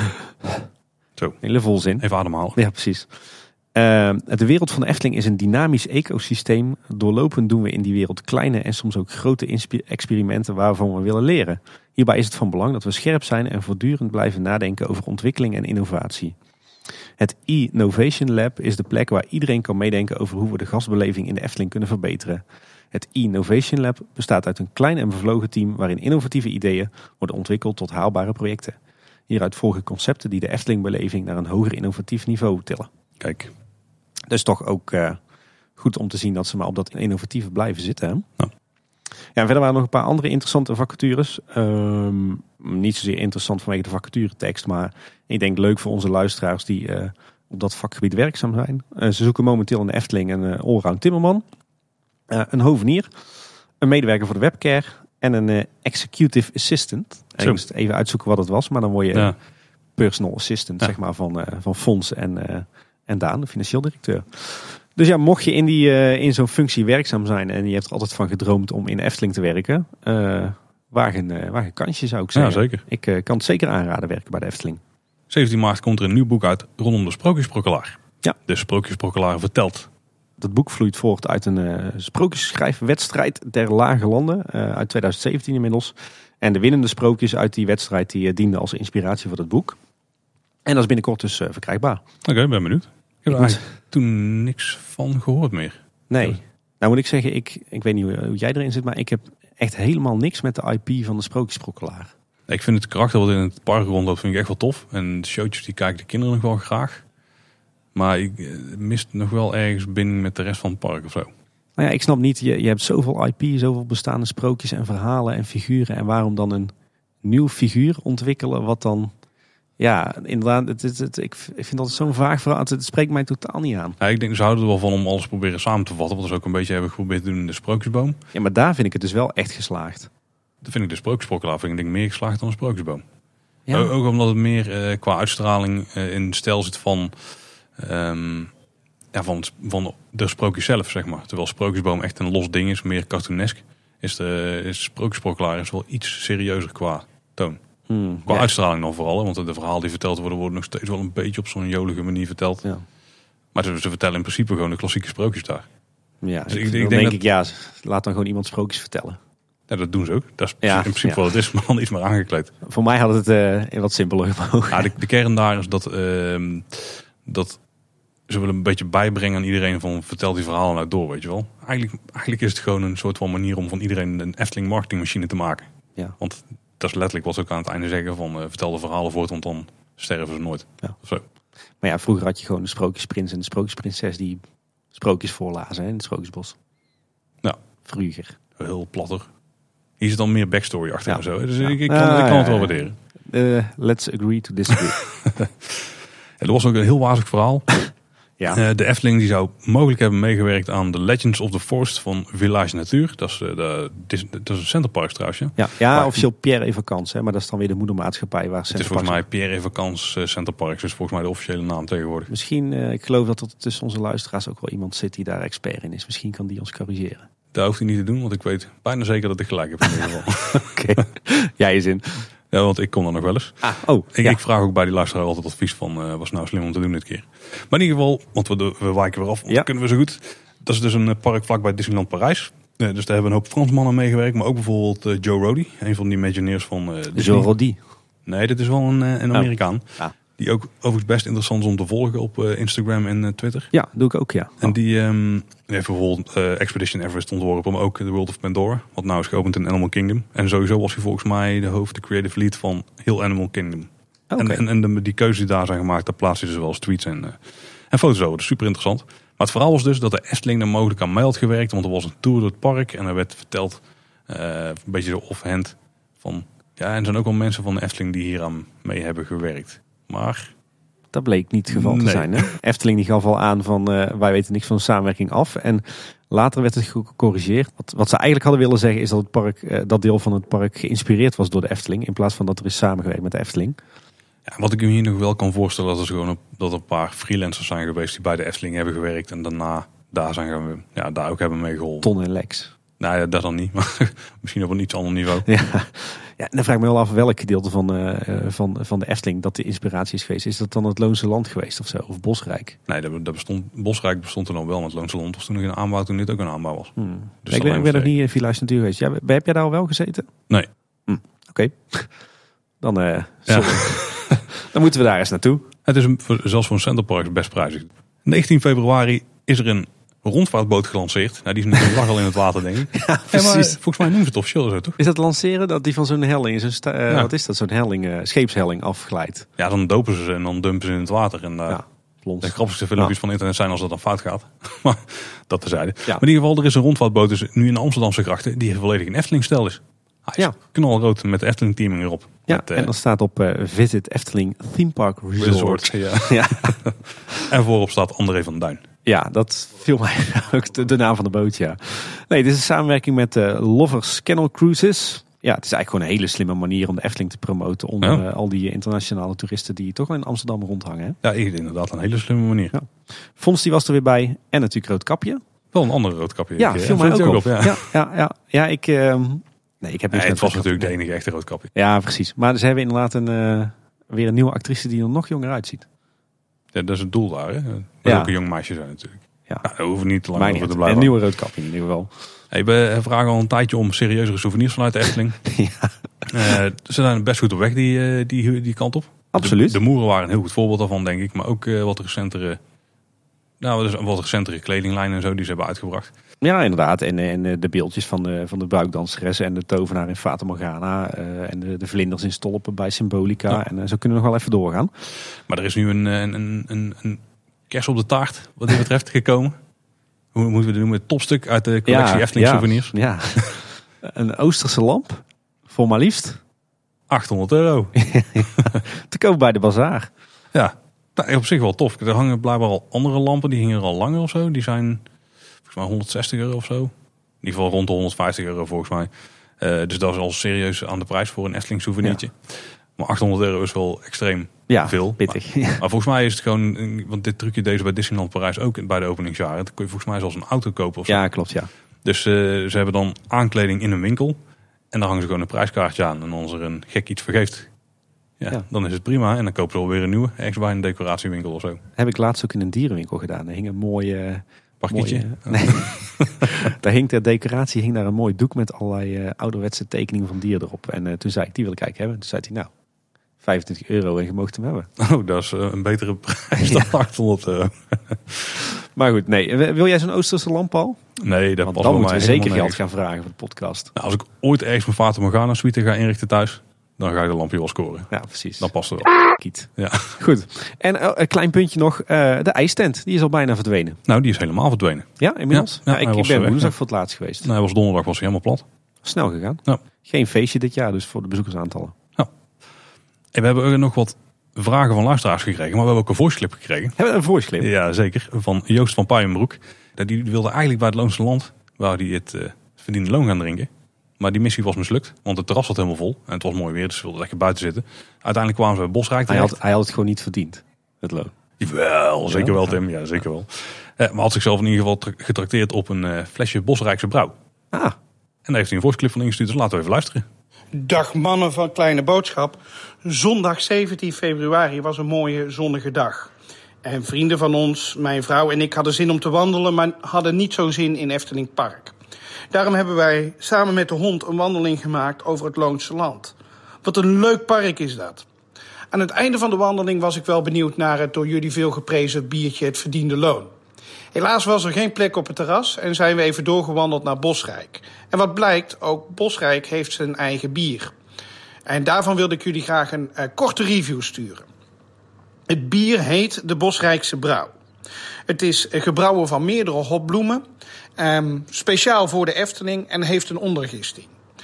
Zo. Hele volzin. Even ademhalen. Ja, precies. De wereld van de Efteling is een dynamisch ecosysteem. Doorlopend doen we in die wereld kleine en soms ook grote experimenten waarvan we willen leren. Hierbij is het van belang dat we scherp zijn en voortdurend blijven nadenken over ontwikkeling en innovatie. Het E-Novation Lab is de plek waar iedereen kan meedenken over hoe we de gastbeleving in de Efteling kunnen verbeteren. Het E-Novation Lab bestaat uit een klein en bevlogen team waarin innovatieve ideeën worden ontwikkeld tot haalbare projecten. Hieruit volgen concepten die de Efteling-beleving naar een hoger innovatief niveau tillen. Kijk. Dus toch ook goed om te zien dat ze maar op dat innovatieve blijven zitten. Hè? Ja. Ja, en verder waren nog een paar andere interessante vacatures. Niet zozeer interessant vanwege de vacaturetekst, maar ik denk leuk voor onze luisteraars die op dat vakgebied werkzaam zijn. Ze zoeken momenteel in de Efteling een allround timmerman, een hovenier, een medewerker voor de webcare en een executive assistant. En ik moest even uitzoeken wat het was, maar dan word je personal assistant zeg maar, van Fons en Daan, de financieel directeur. Dus ja, mocht je in zo'n functie werkzaam zijn en je hebt er altijd van gedroomd om in de Efteling te werken, waag een kansje zou ik zeggen. Ja, zeker. Ik kan het zeker aanraden werken bij de Efteling. 17 maart komt er een nieuw boek uit rondom de Sprookjesprokkelaar. Ja. De Sprookjesprokkelaar vertelt. Dat boek vloeit voort uit een sprookjesschrijfwedstrijd der lage landen uit 2017 inmiddels. En de winnende sprookjes uit die wedstrijd die dienden als inspiratie voor het boek. En dat is binnenkort dus verkrijgbaar. Oké, ben benieuwd. Ik heb er eigenlijk toen niks van gehoord meer. Nee. Nou moet ik zeggen, ik weet niet hoe jij erin zit, maar ik heb echt helemaal niks met de IP van de Sprookjesprokkelaar. Ik vind het karakter wat in het park rondloopt vind ik echt wel tof. En de showtjes die kijken de kinderen nog wel graag. Maar ik mist nog wel ergens binding met de rest van het park of zo. Nou ja, ik snap niet, je hebt zoveel IP, zoveel bestaande sprookjes en verhalen en figuren. En waarom dan een nieuw figuur ontwikkelen wat dan... Ja, inderdaad, ik vind dat zo'n vaag verhaal. Het spreekt mij totaal niet aan. Ja, ik denk, ze houden er wel van om alles proberen samen te vatten. Wat ze ook een beetje hebben geprobeerd te doen in de Sprookjesboom. Ja, maar daar vind ik het dus wel echt geslaagd. Dat vind ik de Sprookjesprokkelaar denk ik meer geslaagd dan een Sprookjesboom. Ja. Ook omdat het meer qua uitstraling in de stijl zit van de sprookjes zelf, zeg maar. Terwijl Sprookjesboom echt een los ding is, meer cartoonesk. Is Sprookjesprokkelaar is wel iets serieuzer qua toon. Qua uitstraling dan vooral, want de verhalen die verteld worden nog steeds wel een beetje op zo'n jolige manier verteld. Ja. Maar ze vertellen in principe gewoon de klassieke sprookjes daar. Ja, dus ik denk laat dan gewoon iemand sprookjes vertellen. Ja, dat doen ze ook. Dat is in principe wat het is, maar dan iets meer aangekleed. Voor mij had het wat simpeler gemogen. Ja, de kern daar is dat ze willen een beetje bijbrengen aan iedereen van vertel die verhalen nou door, weet je wel. Eigenlijk is het gewoon een soort van manier om van iedereen een Efteling marketingmachine te maken. Ja. Want dat is letterlijk wat ze ook aan het einde zeggen van vertel de verhalen voort, want dan sterven ze nooit. Ja. Of zo. Maar ja, vroeger had je gewoon de sprookjesprins en de sprookjesprinses die sprookjes voorlazen in het Sprookjesbos. Ja. Vroeger. Heel platter. Hier zit dan meer backstory achter en zo. Dus ik kan het wel waarderen. Let's agree to disagree. Er was ook een heel wazig verhaal. Ja. De Efteling die zou mogelijk hebben meegewerkt aan The Legends of the Forest van Village Natuur. Dat is een Centerparks trouwens. Ja, officieel Pierre Evakans, maar dat is dan weer de moedermaatschappij waar het is volgens mij Pierre Evakans Centerparks, is volgens mij de officiële naam tegenwoordig. Misschien, ik geloof dat er tussen onze luisteraars ook wel iemand zit die daar expert in is. Misschien kan die ons corrigeren. Dat hoeft hij niet te doen, want ik weet bijna zeker dat ik gelijk heb in ieder geval. Oké, jij is in. Ja, want ik kom er nog wel eens. Ik vraag ook bij die luisteraar altijd advies van, was nou slim om te doen dit keer. Maar in ieder geval, want we wijken weer af, want dat kunnen we zo goed. Dat is dus een park vlakbij Disneyland Parijs. Dus daar hebben een hoop Fransmannen meegewerkt, maar ook bijvoorbeeld Joe Rohde, een van die Imagineers van Disney. Joe Rohde? Nee, dit is wel een Amerikaan. Ah. Die ook overigens best interessant is om te volgen op Instagram en Twitter. Ja, doe ik ook, ja. En die heeft bijvoorbeeld Expedition Everest ontworpen, maar ook The World of Pandora, wat nou is geopend in Animal Kingdom. En sowieso was hij volgens mij de creative lead van heel Animal Kingdom. Okay. En die keuzes die daar zijn gemaakt, daar plaatst hij dus wel eens tweets en foto's over. Dat is super interessant. Maar het verhaal was dus dat de Efteling er mogelijk aan mee had gewerkt, want er was een tour door het park en er werd verteld, een beetje zo offhand van Ja, en er zijn ook wel mensen van de Efteling die hier aan mee hebben gewerkt. Maar Dat bleek niet het geval te zijn. Hè? Efteling die gaf al aan van wij weten niks van de samenwerking af. En later werd het gecorrigeerd. Wat ze eigenlijk hadden willen zeggen is dat het park, dat deel van het park geïnspireerd was door de Efteling. In plaats van dat er is samengewerkt met de Efteling. Ja, wat ik me hier nog wel kan voorstellen, dat er gewoon dat een paar freelancers zijn geweest die bij de Efteling hebben gewerkt. En daarna daar ook hebben mee geholpen. Ton en Lex. Nou ja, dat dan niet. Maar misschien op een iets ander niveau. Ja, en dan vraag ik me wel af welk gedeelte van de Efteling dat de inspiratie is geweest. Is dat dan het Loonse Land geweest of zo? Of Bosrijk? Nee, Bosrijk bestond er nog wel. Met het Loonse Land was toen nog een aanbouw toen dit ook een aanbouw was. Dus ik ben nog niet in Villa Natuur geweest. Ja, heb jij daar al wel gezeten? Nee. Oké. Dan, dan moeten we daar eens naartoe. Het is zelfs voor een centerpark best prijzig. 19 februari is er een rondvaartboot gelanceerd. Nou, die is natuurlijk lang al in het water, denk ik. Ja, precies. Maar volgens mij noemen ze het officieel zo, toch? Is dat lanceren dat die van zo'n helling, wat is dat, zo'n helling, scheepshelling afglijdt? Ja, dan dopen ze en dan dumpen ze in het water. En de grappigste filmpjes van internet zijn als dat dan fout gaat. Maar dat terzijde. Ja. Maar in ieder geval, er is een rondvaartboot dus nu in de Amsterdamse grachten die volledig in Efteling-stijl is. Hij is knalrood met de Efteling teaming erop. Ja, en dan staat op Visit Efteling Theme Park Resort. Ja. En voorop staat André van Duin. Ja, dat viel mij ook de naam van de boot, ja. Nee, dit is een samenwerking met Lovers Kennel Cruises. Ja, het is eigenlijk gewoon een hele slimme manier om de Efteling te promoten onder al die internationale toeristen die toch wel in Amsterdam rondhangen. Hè? Ja, inderdaad een hele slimme manier. Ja. Fons die was er weer bij en natuurlijk Roodkapje. Wel een andere Roodkapje. Ja, viel mij ook op. Ja, ik heb niks het was natuurlijk de enige echte Roodkapje. Ja, precies. Maar ze hebben inderdaad weer een nieuwe actrice die er nog jonger uitziet. Ja, dat is het doel daar. Hè? Dat ook een jong meisje zijn natuurlijk. Ja. Daar hoeven niet te lang over te blijven. Een nieuwe Roodkapje in ieder geval. Hey, we vragen al een tijdje om serieuzere souvenirs vanuit de Efteling. Ze zijn best goed op weg die kant op. Absoluut. De Moeren waren een heel goed voorbeeld daarvan, denk ik. Maar ook wat recentere kledinglijnen en zo die ze hebben uitgebracht. Ja, inderdaad. En de beeldjes van de buikdanseres en de tovenaar in Fata Morgana. En de vlinders in Stolpen bij Symbolica. Ja. En zo kunnen we nog wel even doorgaan. Maar er is nu een kers op de taart, wat dit betreft, gekomen. Hoe moeten we het noemen? Het topstuk uit de collectie Efteling souvenirs. Ja. Een Oosterse lamp. Voor maar liefst €800. Te koop bij de bazaar. Ja, nou, op zich wel tof. Er hangen blijkbaar al andere lampen. Die hingen er al langer of zo. Die zijn volgens mij €160 of zo. In ieder geval rond de €150 volgens mij. Dus dat is al serieus aan de prijs voor een Efteling souvenirtje. Ja. Maar €800 is wel extreem veel. Pittig. Maar volgens mij is het gewoon, want dit trucje deze bij Disneyland Parijs ook bij de openingsjaren. Dan kun je volgens mij zelfs een auto kopen of zo. Ja, klopt, ja. Dus ze hebben dan aankleding in een winkel. En dan hangen ze gewoon een prijskaartje aan. En als er een gek iets vergeeft, dan is het prima. En dan kopen ze alweer een nieuwe, ergens bij een decoratiewinkel of zo. Heb ik laatst ook in een dierenwinkel gedaan. Er hing een mooie... Parkietje? Nee. Daar hing ter decoratie daar een mooi doek met allerlei ouderwetse tekeningen van dieren erop. En toen zei ik, die wil ik eigenlijk hebben. Toen zei hij, nou, €25 en je moogt hem hebben. Oh, dat is een betere prijs dan €800. Maar goed, nee. Wil jij zo'n Oosterse lamp al? Nee, dat Want past dan bij moeten we mij zeker helemaal geld gaan vragen voor de podcast. Nou, als ik ooit ergens mijn Fata Morgana suite ga inrichten thuis, dan ga ik de lampje wel scoren. Ja, precies. Dan past het wel. Kiet. Ja. Goed. En een klein puntje nog. De ijstent, die is al bijna verdwenen. Nou, die is helemaal verdwenen. Ja, inmiddels? Ja, ik ben woensdag voor het laatst geweest. Nee, donderdag was hij helemaal plat. Snel gegaan. Ja. Geen feestje dit jaar dus voor de bezoekersaantallen. Ja. En we hebben ook nog wat vragen van luisteraars gekregen, maar we hebben ook een voice clip gekregen. Hebben we een voice clip? Ja, zeker. Van Joost van Puijenbroek. Die wilde eigenlijk bij het Loonse Land, waar hij het verdiende loon gaan drinken. Maar die missie was mislukt, want het terras zat helemaal vol. En het was mooi weer, dus ze wilden lekker buiten zitten. Uiteindelijk kwamen ze bij Bosrijk terecht. Hij had het gewoon niet verdiend, het loon. Jawel, zeker wel Tim. Ja, zeker wel. Maar had zichzelf in ieder geval getrakteerd op een flesje Bosrijkse brouw. Ah. En daar heeft hij een voice clip van ingestuurd, dus laten we even luisteren. Dag mannen van Kleine Boodschap. Zondag 17 februari was een mooie zonnige dag. En vrienden van ons, mijn vrouw en ik hadden zin om te wandelen, maar hadden niet zo'n zin in Efteling Park. Daarom hebben wij samen met de hond een wandeling gemaakt over het Loonse Land. Wat een leuk park is dat. Aan het einde van de wandeling was ik wel benieuwd naar het door jullie veel geprezen biertje Het Verdiende Loon. Helaas was er geen plek op het terras en zijn we even doorgewandeld naar Bosrijk. En wat blijkt, ook Bosrijk heeft zijn eigen bier. En daarvan wilde ik jullie graag een korte review sturen. Het bier heet de Bosrijkse Brouw. Het is gebrouwen van meerdere hopbloemen, speciaal voor de Efteling en heeft een ondergisting.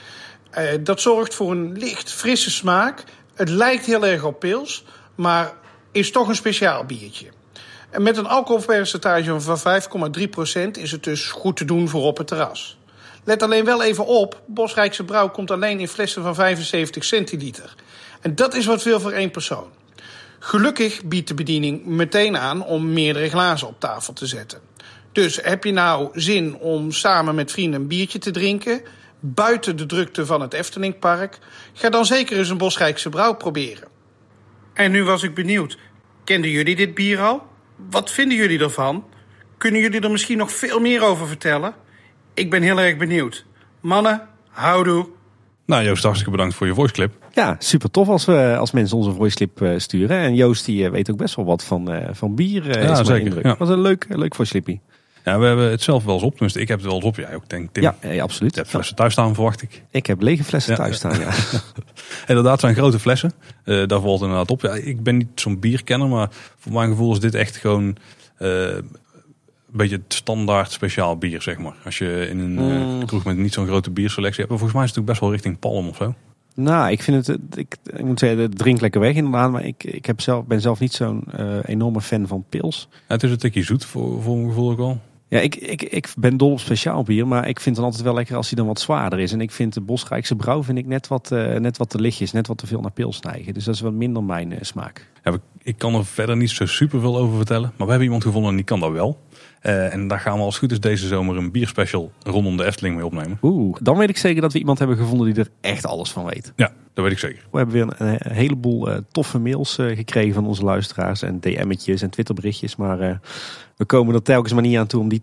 Dat zorgt voor een licht frisse smaak. Het lijkt heel erg op pils, maar is toch een speciaal biertje. En met een alcoholpercentage van 5,3% is het dus goed te doen voor op het terras. Let alleen wel even op, Bosrijkse Brouw komt alleen in flessen van 75 centiliter. En dat is wat veel voor één persoon. Gelukkig biedt de bediening meteen aan om meerdere glazen op tafel te zetten. Dus heb je nou zin om samen met vrienden een biertje te drinken, buiten de drukte van het Eftelingpark, ga dan zeker eens een Bosrijkse Brouw proberen. En nu was ik benieuwd, kenden jullie dit bier al? Wat vinden jullie ervan? Kunnen jullie er misschien nog veel meer over vertellen? Ik ben heel erg benieuwd. Mannen, houdoe. Nou Joost, hartstikke bedankt voor je voiceclip. Ja, super tof als mensen onze voiceclip sturen. En Joost die weet ook best wel wat van bier. Ja, zeker. Indruk. Ja. Was een leuk voiceclippie. Ja, we hebben het zelf wel eens op. Tenminste, ik heb het wel eens op. Jij ook, denk Tim. Ja, absoluut. Je hebt flessen thuis staan, verwacht ik. Ik heb lege flessen thuis staan, ja. Inderdaad, zijn grote flessen. Daar valt het inderdaad op. Ja, ik ben niet zo'n bierkenner, maar voor mijn gevoel is dit echt gewoon een beetje het standaard speciaal bier, zeg maar. Als je in een kroeg met niet zo'n grote bierselectie hebt. Maar volgens mij is het ook best wel richting palm of zo. Nou, ik vind ik moet zeggen, het drinkt lekker weg inderdaad. Maar ik ben zelf niet zo'n enorme fan van pils. Ja, het is een tikje zoet voor mijn gevoel ook wel. Ja, ik ben dol op speciaal bier, maar ik vind het dan altijd wel lekker als hij dan wat zwaarder is. En ik vind de Bosrijkse Brouw net wat te lichtjes, net wat te veel naar pils neigen. Dus dat is wat minder mijn smaak. Ja, ik kan er verder niet zo super veel over vertellen. Maar we hebben iemand gevonden en die kan dat wel. En daar gaan we als het goed is deze zomer een bierspecial rondom de Efteling mee opnemen. Dan weet ik zeker dat we iemand hebben gevonden die er echt alles van weet. Ja, dat weet ik zeker. We hebben weer een heleboel toffe mails gekregen van onze luisteraars. En DM'tjes en Twitterberichtjes. Maar we komen er telkens maar niet aan toe om die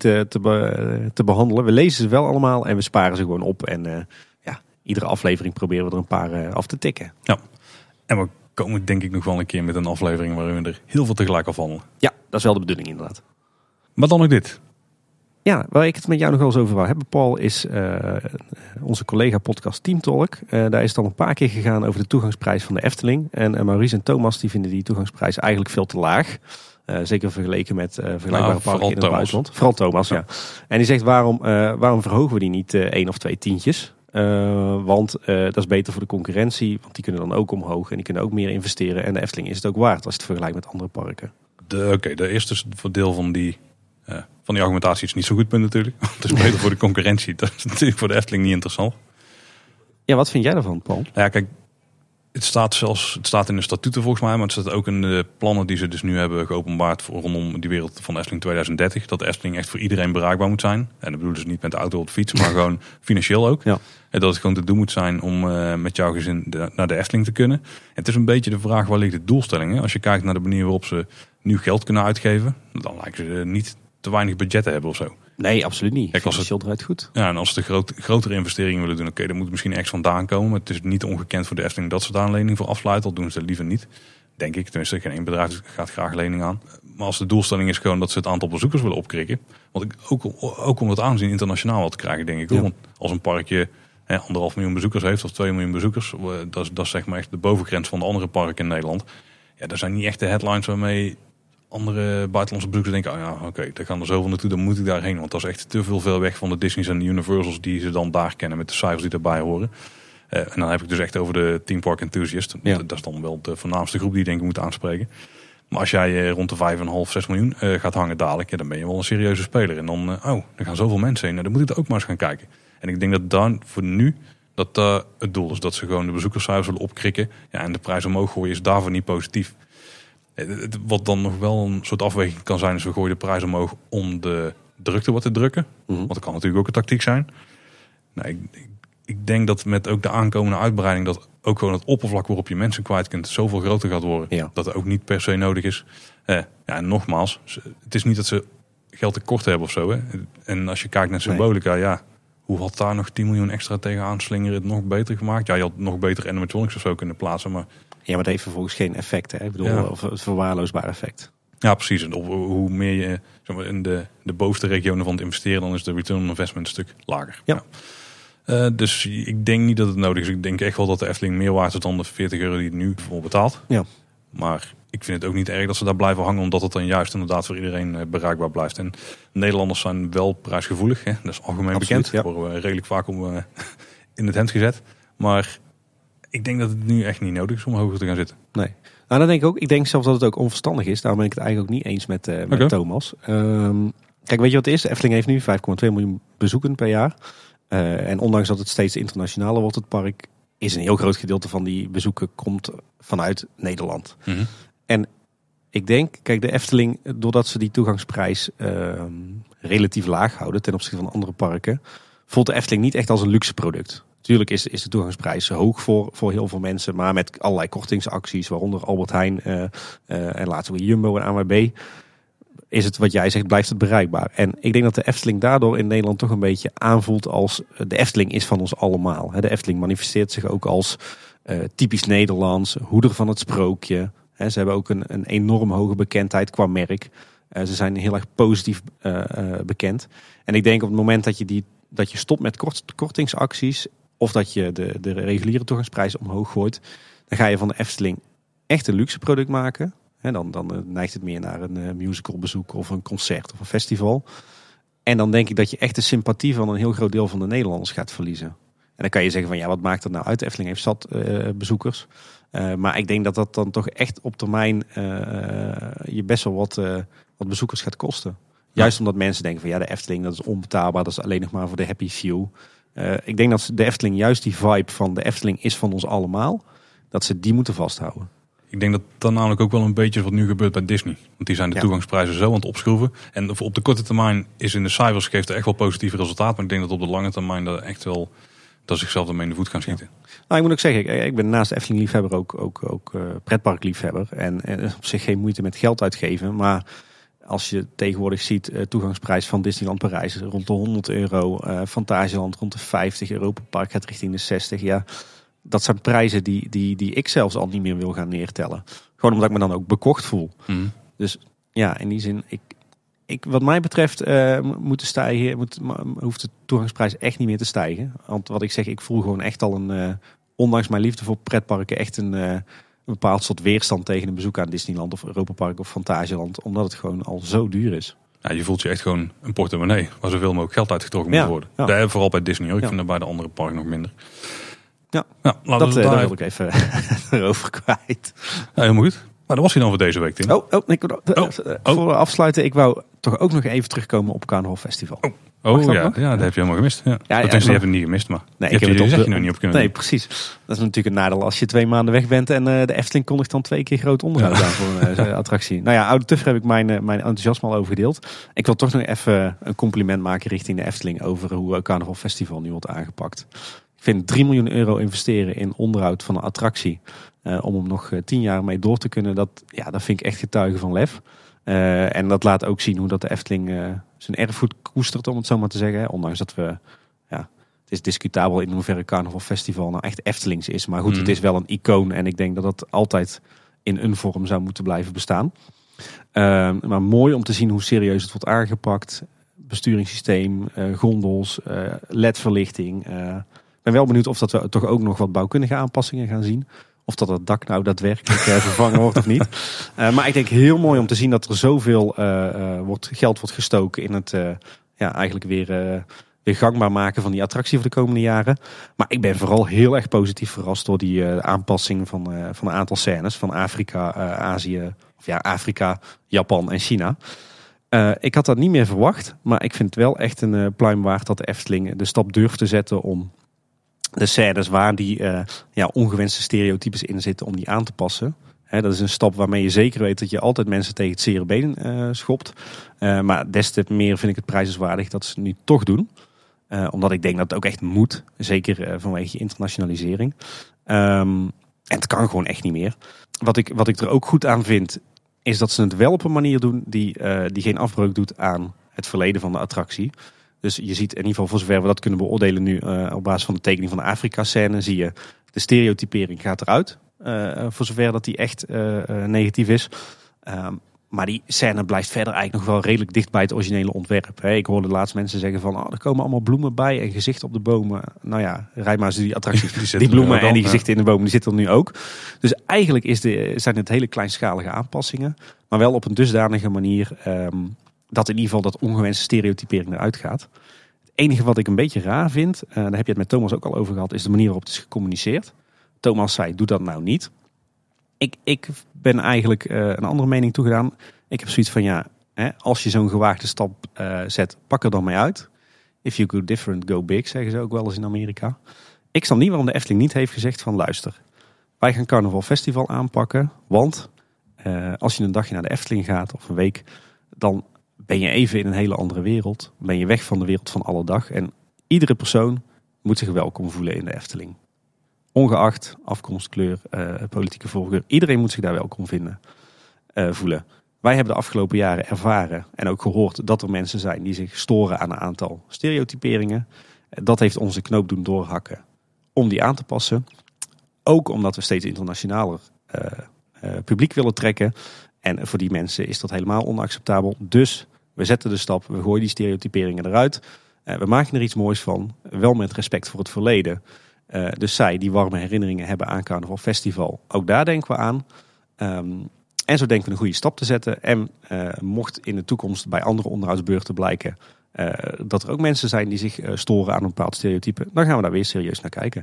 te behandelen. We lezen ze wel allemaal en we sparen ze gewoon op. En iedere aflevering proberen we er een paar af te tikken. Ja, en we komen denk ik nog wel een keer met een aflevering waarin we er heel veel tegelijk afhandelen. Ja, dat is wel de bedoeling inderdaad. Maar dan ook dit. Ja, waar ik het met jou nog wel eens over wou hebben, Paul, is onze collega podcast Team Talk. Daar is het al een paar keer gegaan over de toegangsprijs van de Efteling. En Maurice en Thomas die vinden die toegangsprijs eigenlijk veel te laag. Zeker vergeleken met vergelijkbare parken in het buitenland. Vooral Thomas, ja. En die zegt, waarom verhogen we die niet 1 of 2 tientjes? Want dat is beter voor de concurrentie. Want die kunnen dan ook omhoog en die kunnen ook meer investeren. En de Efteling is het ook waard als je het vergelijkt met andere parken. De eerste deel van die argumentatie is niet zo goed punt natuurlijk. Het is beter voor de concurrentie. Dat is natuurlijk voor de Efteling niet interessant. Ja, wat vind jij daarvan, Paul? Ja, kijk, het staat in de statuten volgens mij, maar het staat ook in de plannen die ze dus nu hebben geopenbaard rondom die wereld van Efteling 2030. Dat de Efteling echt voor iedereen bereikbaar moet zijn. En dat bedoel dus niet met de auto of de fiets, maar gewoon financieel ook. Ja. En dat het gewoon te doen moet zijn om met jouw gezin naar de Efteling te kunnen. En het is een beetje de vraag, waar ligt de doelstelling? Hè? Als je kijkt naar de manier waarop ze nu geld kunnen uitgeven, dan lijken ze niet te weinig budget te hebben of zo. Nee, absoluut niet. Kijk, financieel eruit goed. Ja, en als ze de grotere investeringen willen doen, oké, dan moet misschien echt vandaan komen. Maar het is niet ongekend voor de Efteling dat ze daar een lening voor afsluiten. Al doen ze het liever niet, denk ik. Tenminste, geen één bedrijf gaat graag lening aan. Maar als de doelstelling is gewoon dat ze het aantal bezoekers willen opkrikken. Want ook om het aanzien internationaal wat te krijgen, denk ik. Ja. Want als een parkje 1,5 miljoen bezoekers heeft of 2 miljoen bezoekers. Dat is zeg maar echt de bovengrens van de andere parken in Nederland. Ja, dat zijn niet echt de headlines waarmee andere buitenlandse bezoekers denken, daar gaan er zoveel naartoe, dan moet ik daarheen. Want dat is echt te veel ver weg van de Disney's en de Universals die ze dan daar kennen met de cijfers die daarbij horen. En dan heb ik dus echt over de Theme Park Enthusiast. Ja. Dat is dan wel de voornaamste groep die denk ik moet aanspreken. Maar als jij rond de 5,5, 6 miljoen gaat hangen dadelijk, dan ben je wel een serieuze speler. En dan, er gaan zoveel mensen heen. Dan moet ik er ook maar eens gaan kijken. En ik denk dat dan voor nu dat het doel is. Dat ze gewoon de bezoekerscijfers willen opkrikken. Ja, en de prijs omhoog gooien is daarvoor niet positief. Wat dan nog wel een soort afweging kan zijn, is we gooien de prijs omhoog om de drukte wat te drukken. Want dat kan natuurlijk ook een tactiek zijn. Nou, ik denk dat met ook de aankomende uitbreiding, dat ook gewoon het oppervlak waarop je mensen kwijt kunt zoveel groter gaat worden. Ja. Dat het ook niet per se nodig is. En nogmaals, het is niet dat ze geld tekort hebben of zo. Hè. En als je kijkt naar symbolica, hoe had daar nog 10 miljoen extra tegenaan slingeren het nog beter gemaakt? Ja, je had nog beter animatronics of zo kunnen plaatsen, maar ja, maar het heeft vervolgens geen effect. Hè? Ik bedoel, of het verwaarloosbaar effect. Ja, precies. En hoe meer je in de bovenste regionen van het investeren, dan is de return on investment een stuk lager. Ja. Dus ik denk niet dat het nodig is. Ik denk echt wel dat de Efteling meer waard is dan de €40 die het nu voor betaalt. Ja. Maar ik vind het ook niet erg dat ze daar blijven hangen, omdat het dan juist inderdaad voor iedereen bereikbaar blijft. En Nederlanders zijn wel prijsgevoelig. Hè? Dat is algemeen bekend. Ja. Daar worden we redelijk vaak in het hemd gezet. Maar ik denk dat het nu echt niet nodig is om hoger te gaan zitten. Nee. Nou, dat denk ik ook. Ik denk zelfs dat het ook onverstandig is. Daarom ben ik het eigenlijk ook niet eens met Thomas. Kijk, weet je wat het is? De Efteling heeft nu 5,2 miljoen bezoeken per jaar. En ondanks dat het steeds internationaler wordt, het park, is een heel groot gedeelte van die bezoeken komt vanuit Nederland. Mm-hmm. En ik denk, kijk, de Efteling, doordat ze die toegangsprijs relatief laag houden ten opzichte van andere parken, voelt de Efteling niet echt als een luxe product. Natuurlijk is de toegangsprijs hoog voor heel veel mensen, maar met allerlei kortingsacties, waaronder Albert Heijn en laatst weer Jumbo en ANWB, is het wat jij zegt, blijft het bereikbaar. En ik denk dat de Efteling daardoor in Nederland toch een beetje aanvoelt als de Efteling is van ons allemaal. De Efteling manifesteert zich ook als typisch Nederlands, hoeder van het sprookje. Ze hebben ook een enorm hoge bekendheid qua merk. Ze zijn heel erg positief bekend. En ik denk op het moment dat je stopt met kortingsacties, of dat je de reguliere toegangsprijs omhoog gooit, dan ga je van de Efteling echt een luxe product maken. Dan neigt het meer naar een musicalbezoek of een concert of een festival. En dan denk ik dat je echt de sympathie van een heel groot deel van de Nederlanders gaat verliezen. En dan kan je zeggen van ja, wat maakt dat nou uit? De Efteling heeft zat bezoekers. Maar ik denk dat dat dan toch echt op termijn je best wel wat bezoekers gaat kosten. Juist omdat mensen denken van ja, de Efteling dat is onbetaalbaar. Dat is alleen nog maar voor de happy few. Ik denk dat de Efteling juist die vibe van de Efteling is van ons allemaal. Dat ze die moeten vasthouden. Ik denk dat dat namelijk ook wel een beetje wat nu gebeurt bij Disney. Want die zijn de toegangsprijzen zo aan het opschroeven. En op de korte termijn is in de cijfers geeft er echt wel positieve resultaat. Maar ik denk dat op de lange termijn dat echt wel dat zichzelf ermee in de voet gaan schieten. Ja. Nou, ik moet ook zeggen, ik ben naast Efteling liefhebber ook pretparkliefhebber. En op zich geen moeite met geld uitgeven. Maar als je tegenwoordig ziet toegangsprijs van Disneyland Parijs rond de €100. Fantasieland rond de 50. Europa Park gaat richting de 60. Ja, dat zijn prijzen die ik zelfs al niet meer wil gaan neertellen. Gewoon omdat ik me dan ook bekocht voel. Mm. Dus ja, in die zin, wat mij betreft hoeft de toegangsprijs echt niet meer te stijgen. Want wat ik zeg, ik voel gewoon echt al ondanks mijn liefde voor pretparken, echt een bepaald soort weerstand tegen een bezoek aan Disneyland of Europa Park of Fantasieland. Omdat het gewoon al zo duur is. Ja, je voelt je echt gewoon een portemonnee waar zoveel mogelijk geld uitgetrokken moet worden. Ja. Vooral bij Disney hoor. Ik vind dat bij de andere parken nog minder. Ja, dat wil ik even erover kwijt. Ja, helemaal goed. Maar dat was hij dan voor deze week, Tim. Voor we afsluiten, ik wou toch ook nog even terugkomen op Carnaval Festival. Dat heb je helemaal gemist. Ja. Tenminste, je hebt het niet gemist, maar nee, ik heb het nog niet op kunnen doen. Precies. Dat is natuurlijk een nadeel als je 2 maanden weg bent en de Efteling kondigt dan 2 keer groot onderhoud aan voor een attractie. Nou ja, Oude Tuffer heb ik mijn enthousiasme al over gedeeld. Ik wil toch nog even een compliment maken richting de Efteling over hoe Carnaval Festival nu wordt aangepakt. Ik vind €3 miljoen investeren in onderhoud van een attractie om hem nog 10 jaar mee door te kunnen. Dat vind ik echt getuige van lef. En dat laat ook zien hoe dat de Efteling zijn erfgoed koestert, om het zo maar te zeggen. Ondanks dat het is discutabel in hoeverre Carnaval Festival nou echt Eftelings is. Maar goed, het is wel een icoon en ik denk dat dat altijd in een vorm zou moeten blijven bestaan. Maar mooi om te zien hoe serieus het wordt aangepakt. Besturingssysteem, gondels, LED-verlichting. Ik ben wel benieuwd of dat we toch ook nog wat bouwkundige aanpassingen gaan zien. Of dat het dak nou daadwerkelijk vervangen wordt of niet. Maar ik denk heel mooi om te zien dat er zoveel geld wordt gestoken in het eigenlijk weer gangbaar maken van die attractie voor de komende jaren. Maar ik ben vooral heel erg positief verrast door die aanpassing van een aantal scènes van Afrika, Azië, Afrika, Japan en China. Ik had dat niet meer verwacht, maar ik vind het wel echt een pluim waard dat de Efteling de stap durft te zetten om de scènes waar die ongewenste stereotypes in zitten, om die aan te passen. Dat is een stap waarmee je zeker weet dat je altijd mensen tegen het zere been schopt. Maar des te meer vind ik het prijzenswaardig dat ze het nu toch doen. Omdat ik denk dat het ook echt moet. Zeker vanwege internationalisering. En het kan gewoon echt niet meer. Wat ik er ook goed aan vind, is dat ze het wel op een manier doen die geen afbreuk doet aan het verleden van de attractie. Dus je ziet in ieder geval, voor zover we dat kunnen beoordelen nu op basis van de tekening van de Afrika-scène, zie je de stereotypering gaat eruit. Voor zover dat die echt negatief is. Maar die scène blijft verder eigenlijk nog wel redelijk dicht bij het originele ontwerp. Ik hoorde laatst mensen zeggen van, er komen allemaal bloemen bij en gezichten op de bomen. Nou ja, rijd maar eens die attractie. Die bloemen en die gezichten in de bomen, die zitten er nu ook. Dus eigenlijk zijn het hele kleinschalige aanpassingen. Maar wel op een dusdanige manier dat in ieder geval dat ongewenste stereotypering eruit gaat. Het enige wat ik een beetje raar vind, daar heb je het met Thomas ook al over gehad, is de manier waarop het is gecommuniceerd. Thomas zei, doe dat nou niet. Ik ben eigenlijk een andere mening toegedaan. Ik heb zoiets van, als je zo'n gewaagde stap zet, pak er dan mee uit. If you go different, go big, zeggen ze ook wel eens in Amerika. Ik snap niet waarom de Efteling niet heeft gezegd van, luister, wij gaan Carnaval Festival aanpakken, want als je een dagje naar de Efteling gaat of een week, dan ben je even in een hele andere wereld. Ben je weg van de wereld van alle dag. En iedere persoon moet zich welkom voelen in de Efteling. Ongeacht afkomst, kleur, politieke voorkeur. Iedereen moet zich daar welkom voelen. Wij hebben de afgelopen jaren ervaren en ook gehoord dat er mensen zijn die zich storen aan een aantal stereotyperingen. Dat heeft onze knoop doen doorhakken om die aan te passen. Ook omdat we steeds internationaler publiek willen trekken. En voor die mensen is dat helemaal onacceptabel. Dus we zetten de stap, we gooien die stereotyperingen eruit. We maken er iets moois van, wel met respect voor het verleden. Dus zij die warme herinneringen hebben aan Carnaval Festival, ook daar denken we aan. En zo denken we een goede stap te zetten. En mocht in de toekomst bij andere onderhoudsbeurten blijken dat er ook mensen zijn die zich storen aan een bepaald stereotype, dan gaan we daar weer serieus naar kijken.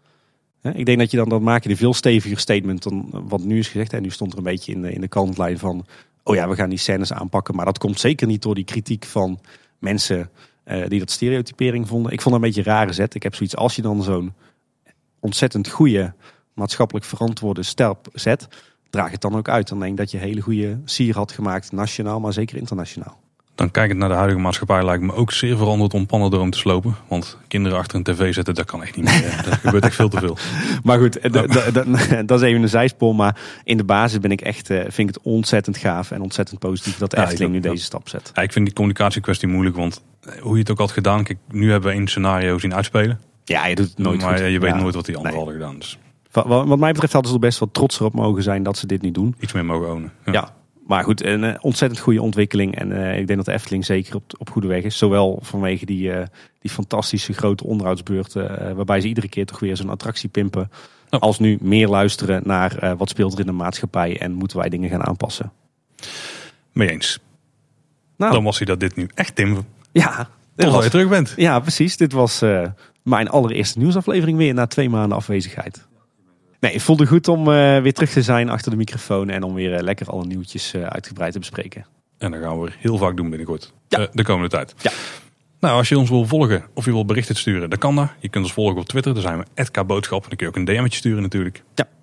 Ik denk dat je dan maak je een veel steviger statement dan wat nu is gezegd. En nu stond er een beetje in de kantlijn van, oh ja, we gaan die scènes aanpakken. Maar dat komt zeker niet door die kritiek van mensen die dat stereotypering vonden. Ik vond dat een beetje een rare zet. Ik heb zoiets, als je dan zo'n ontzettend goede, maatschappelijk verantwoorde stap zet, draag het dan ook uit. Dan denk ik dat je hele goede sier had gemaakt, nationaal, maar zeker internationaal. Dan kijkend naar de huidige maatschappij lijkt me ook zeer veranderd om Pannerdoom te slopen. Want kinderen achter een tv zetten, dat kan echt niet meer. Dat gebeurt echt veel te veel. Maar goed, dat is even een zijspoor. Maar in de basis ben ik echt, vind ik het ontzettend gaaf en ontzettend positief dat Efteling nu deze stap zet. Ja, ik vind die communicatiekwestie moeilijk. Want hoe je het ook had gedaan, kijk, nu hebben we één scenario zien uitspelen. Ja, je doet het nooit maar goed. Je weet nooit wat die anderen hadden gedaan. Dus. Wat mij betreft hadden ze er best wel trotser op mogen zijn dat ze dit niet doen. Iets meer mogen ownen. Ja. Maar goed, een ontzettend goede ontwikkeling. En ik denk dat de Efteling zeker op goede weg is. Zowel vanwege die fantastische grote onderhoudsbeurten, waarbij ze iedere keer toch weer zo'n attractie pimpen. Oh. Als nu meer luisteren naar wat speelt er in de maatschappij en moeten wij dingen gaan aanpassen. Mee eens. Nou, dan was hij dat dit nu echt, Tim. Ja. Tot je terug bent. Ja, precies. Dit was mijn allereerste nieuwsaflevering weer na 2 maanden afwezigheid. Nee, het voelde goed om weer terug te zijn achter de microfoon en om weer lekker alle nieuwtjes uitgebreid te bespreken. En dat gaan we heel vaak doen binnenkort. Ja. De komende tijd. Ja. Nou, als je ons wil volgen of je wil berichten sturen, dan kan dat. Je kunt ons volgen op Twitter, daar zijn we @kboodschap. Dan kun je ook een DM'tje sturen natuurlijk.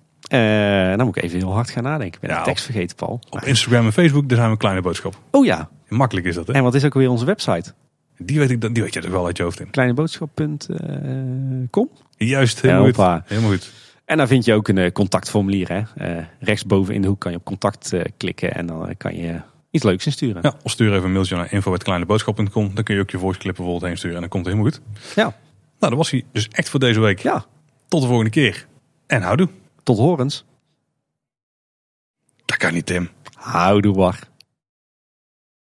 Ja. Dan moet ik even heel hard gaan nadenken. Ik ben de tekst vergeten, Paul. Op Instagram en Facebook, daar zijn we Kleine Boodschap. Oh ja. Makkelijk is dat, hè? En wat is ook weer onze website? Die weet je er wel uit je hoofd in. Kleineboodschap.com. Juist, helemaal goed. En daar vind je ook een contactformulier. Hè? Rechtsboven in de hoek kan je op contact klikken en dan kan je iets leuks insturen. Ja, of stuur even een mailtje naar info@kleineboodschap.com. Dan kun je ook je voice clip bijvoorbeeld heen sturen en dan komt het helemaal goed. Ja. Nou, dat was hij dus echt voor deze week. Ja. Tot de volgende keer. En houdoe. Tot horens. Dat kan niet, Tim. Houdoe, wacht.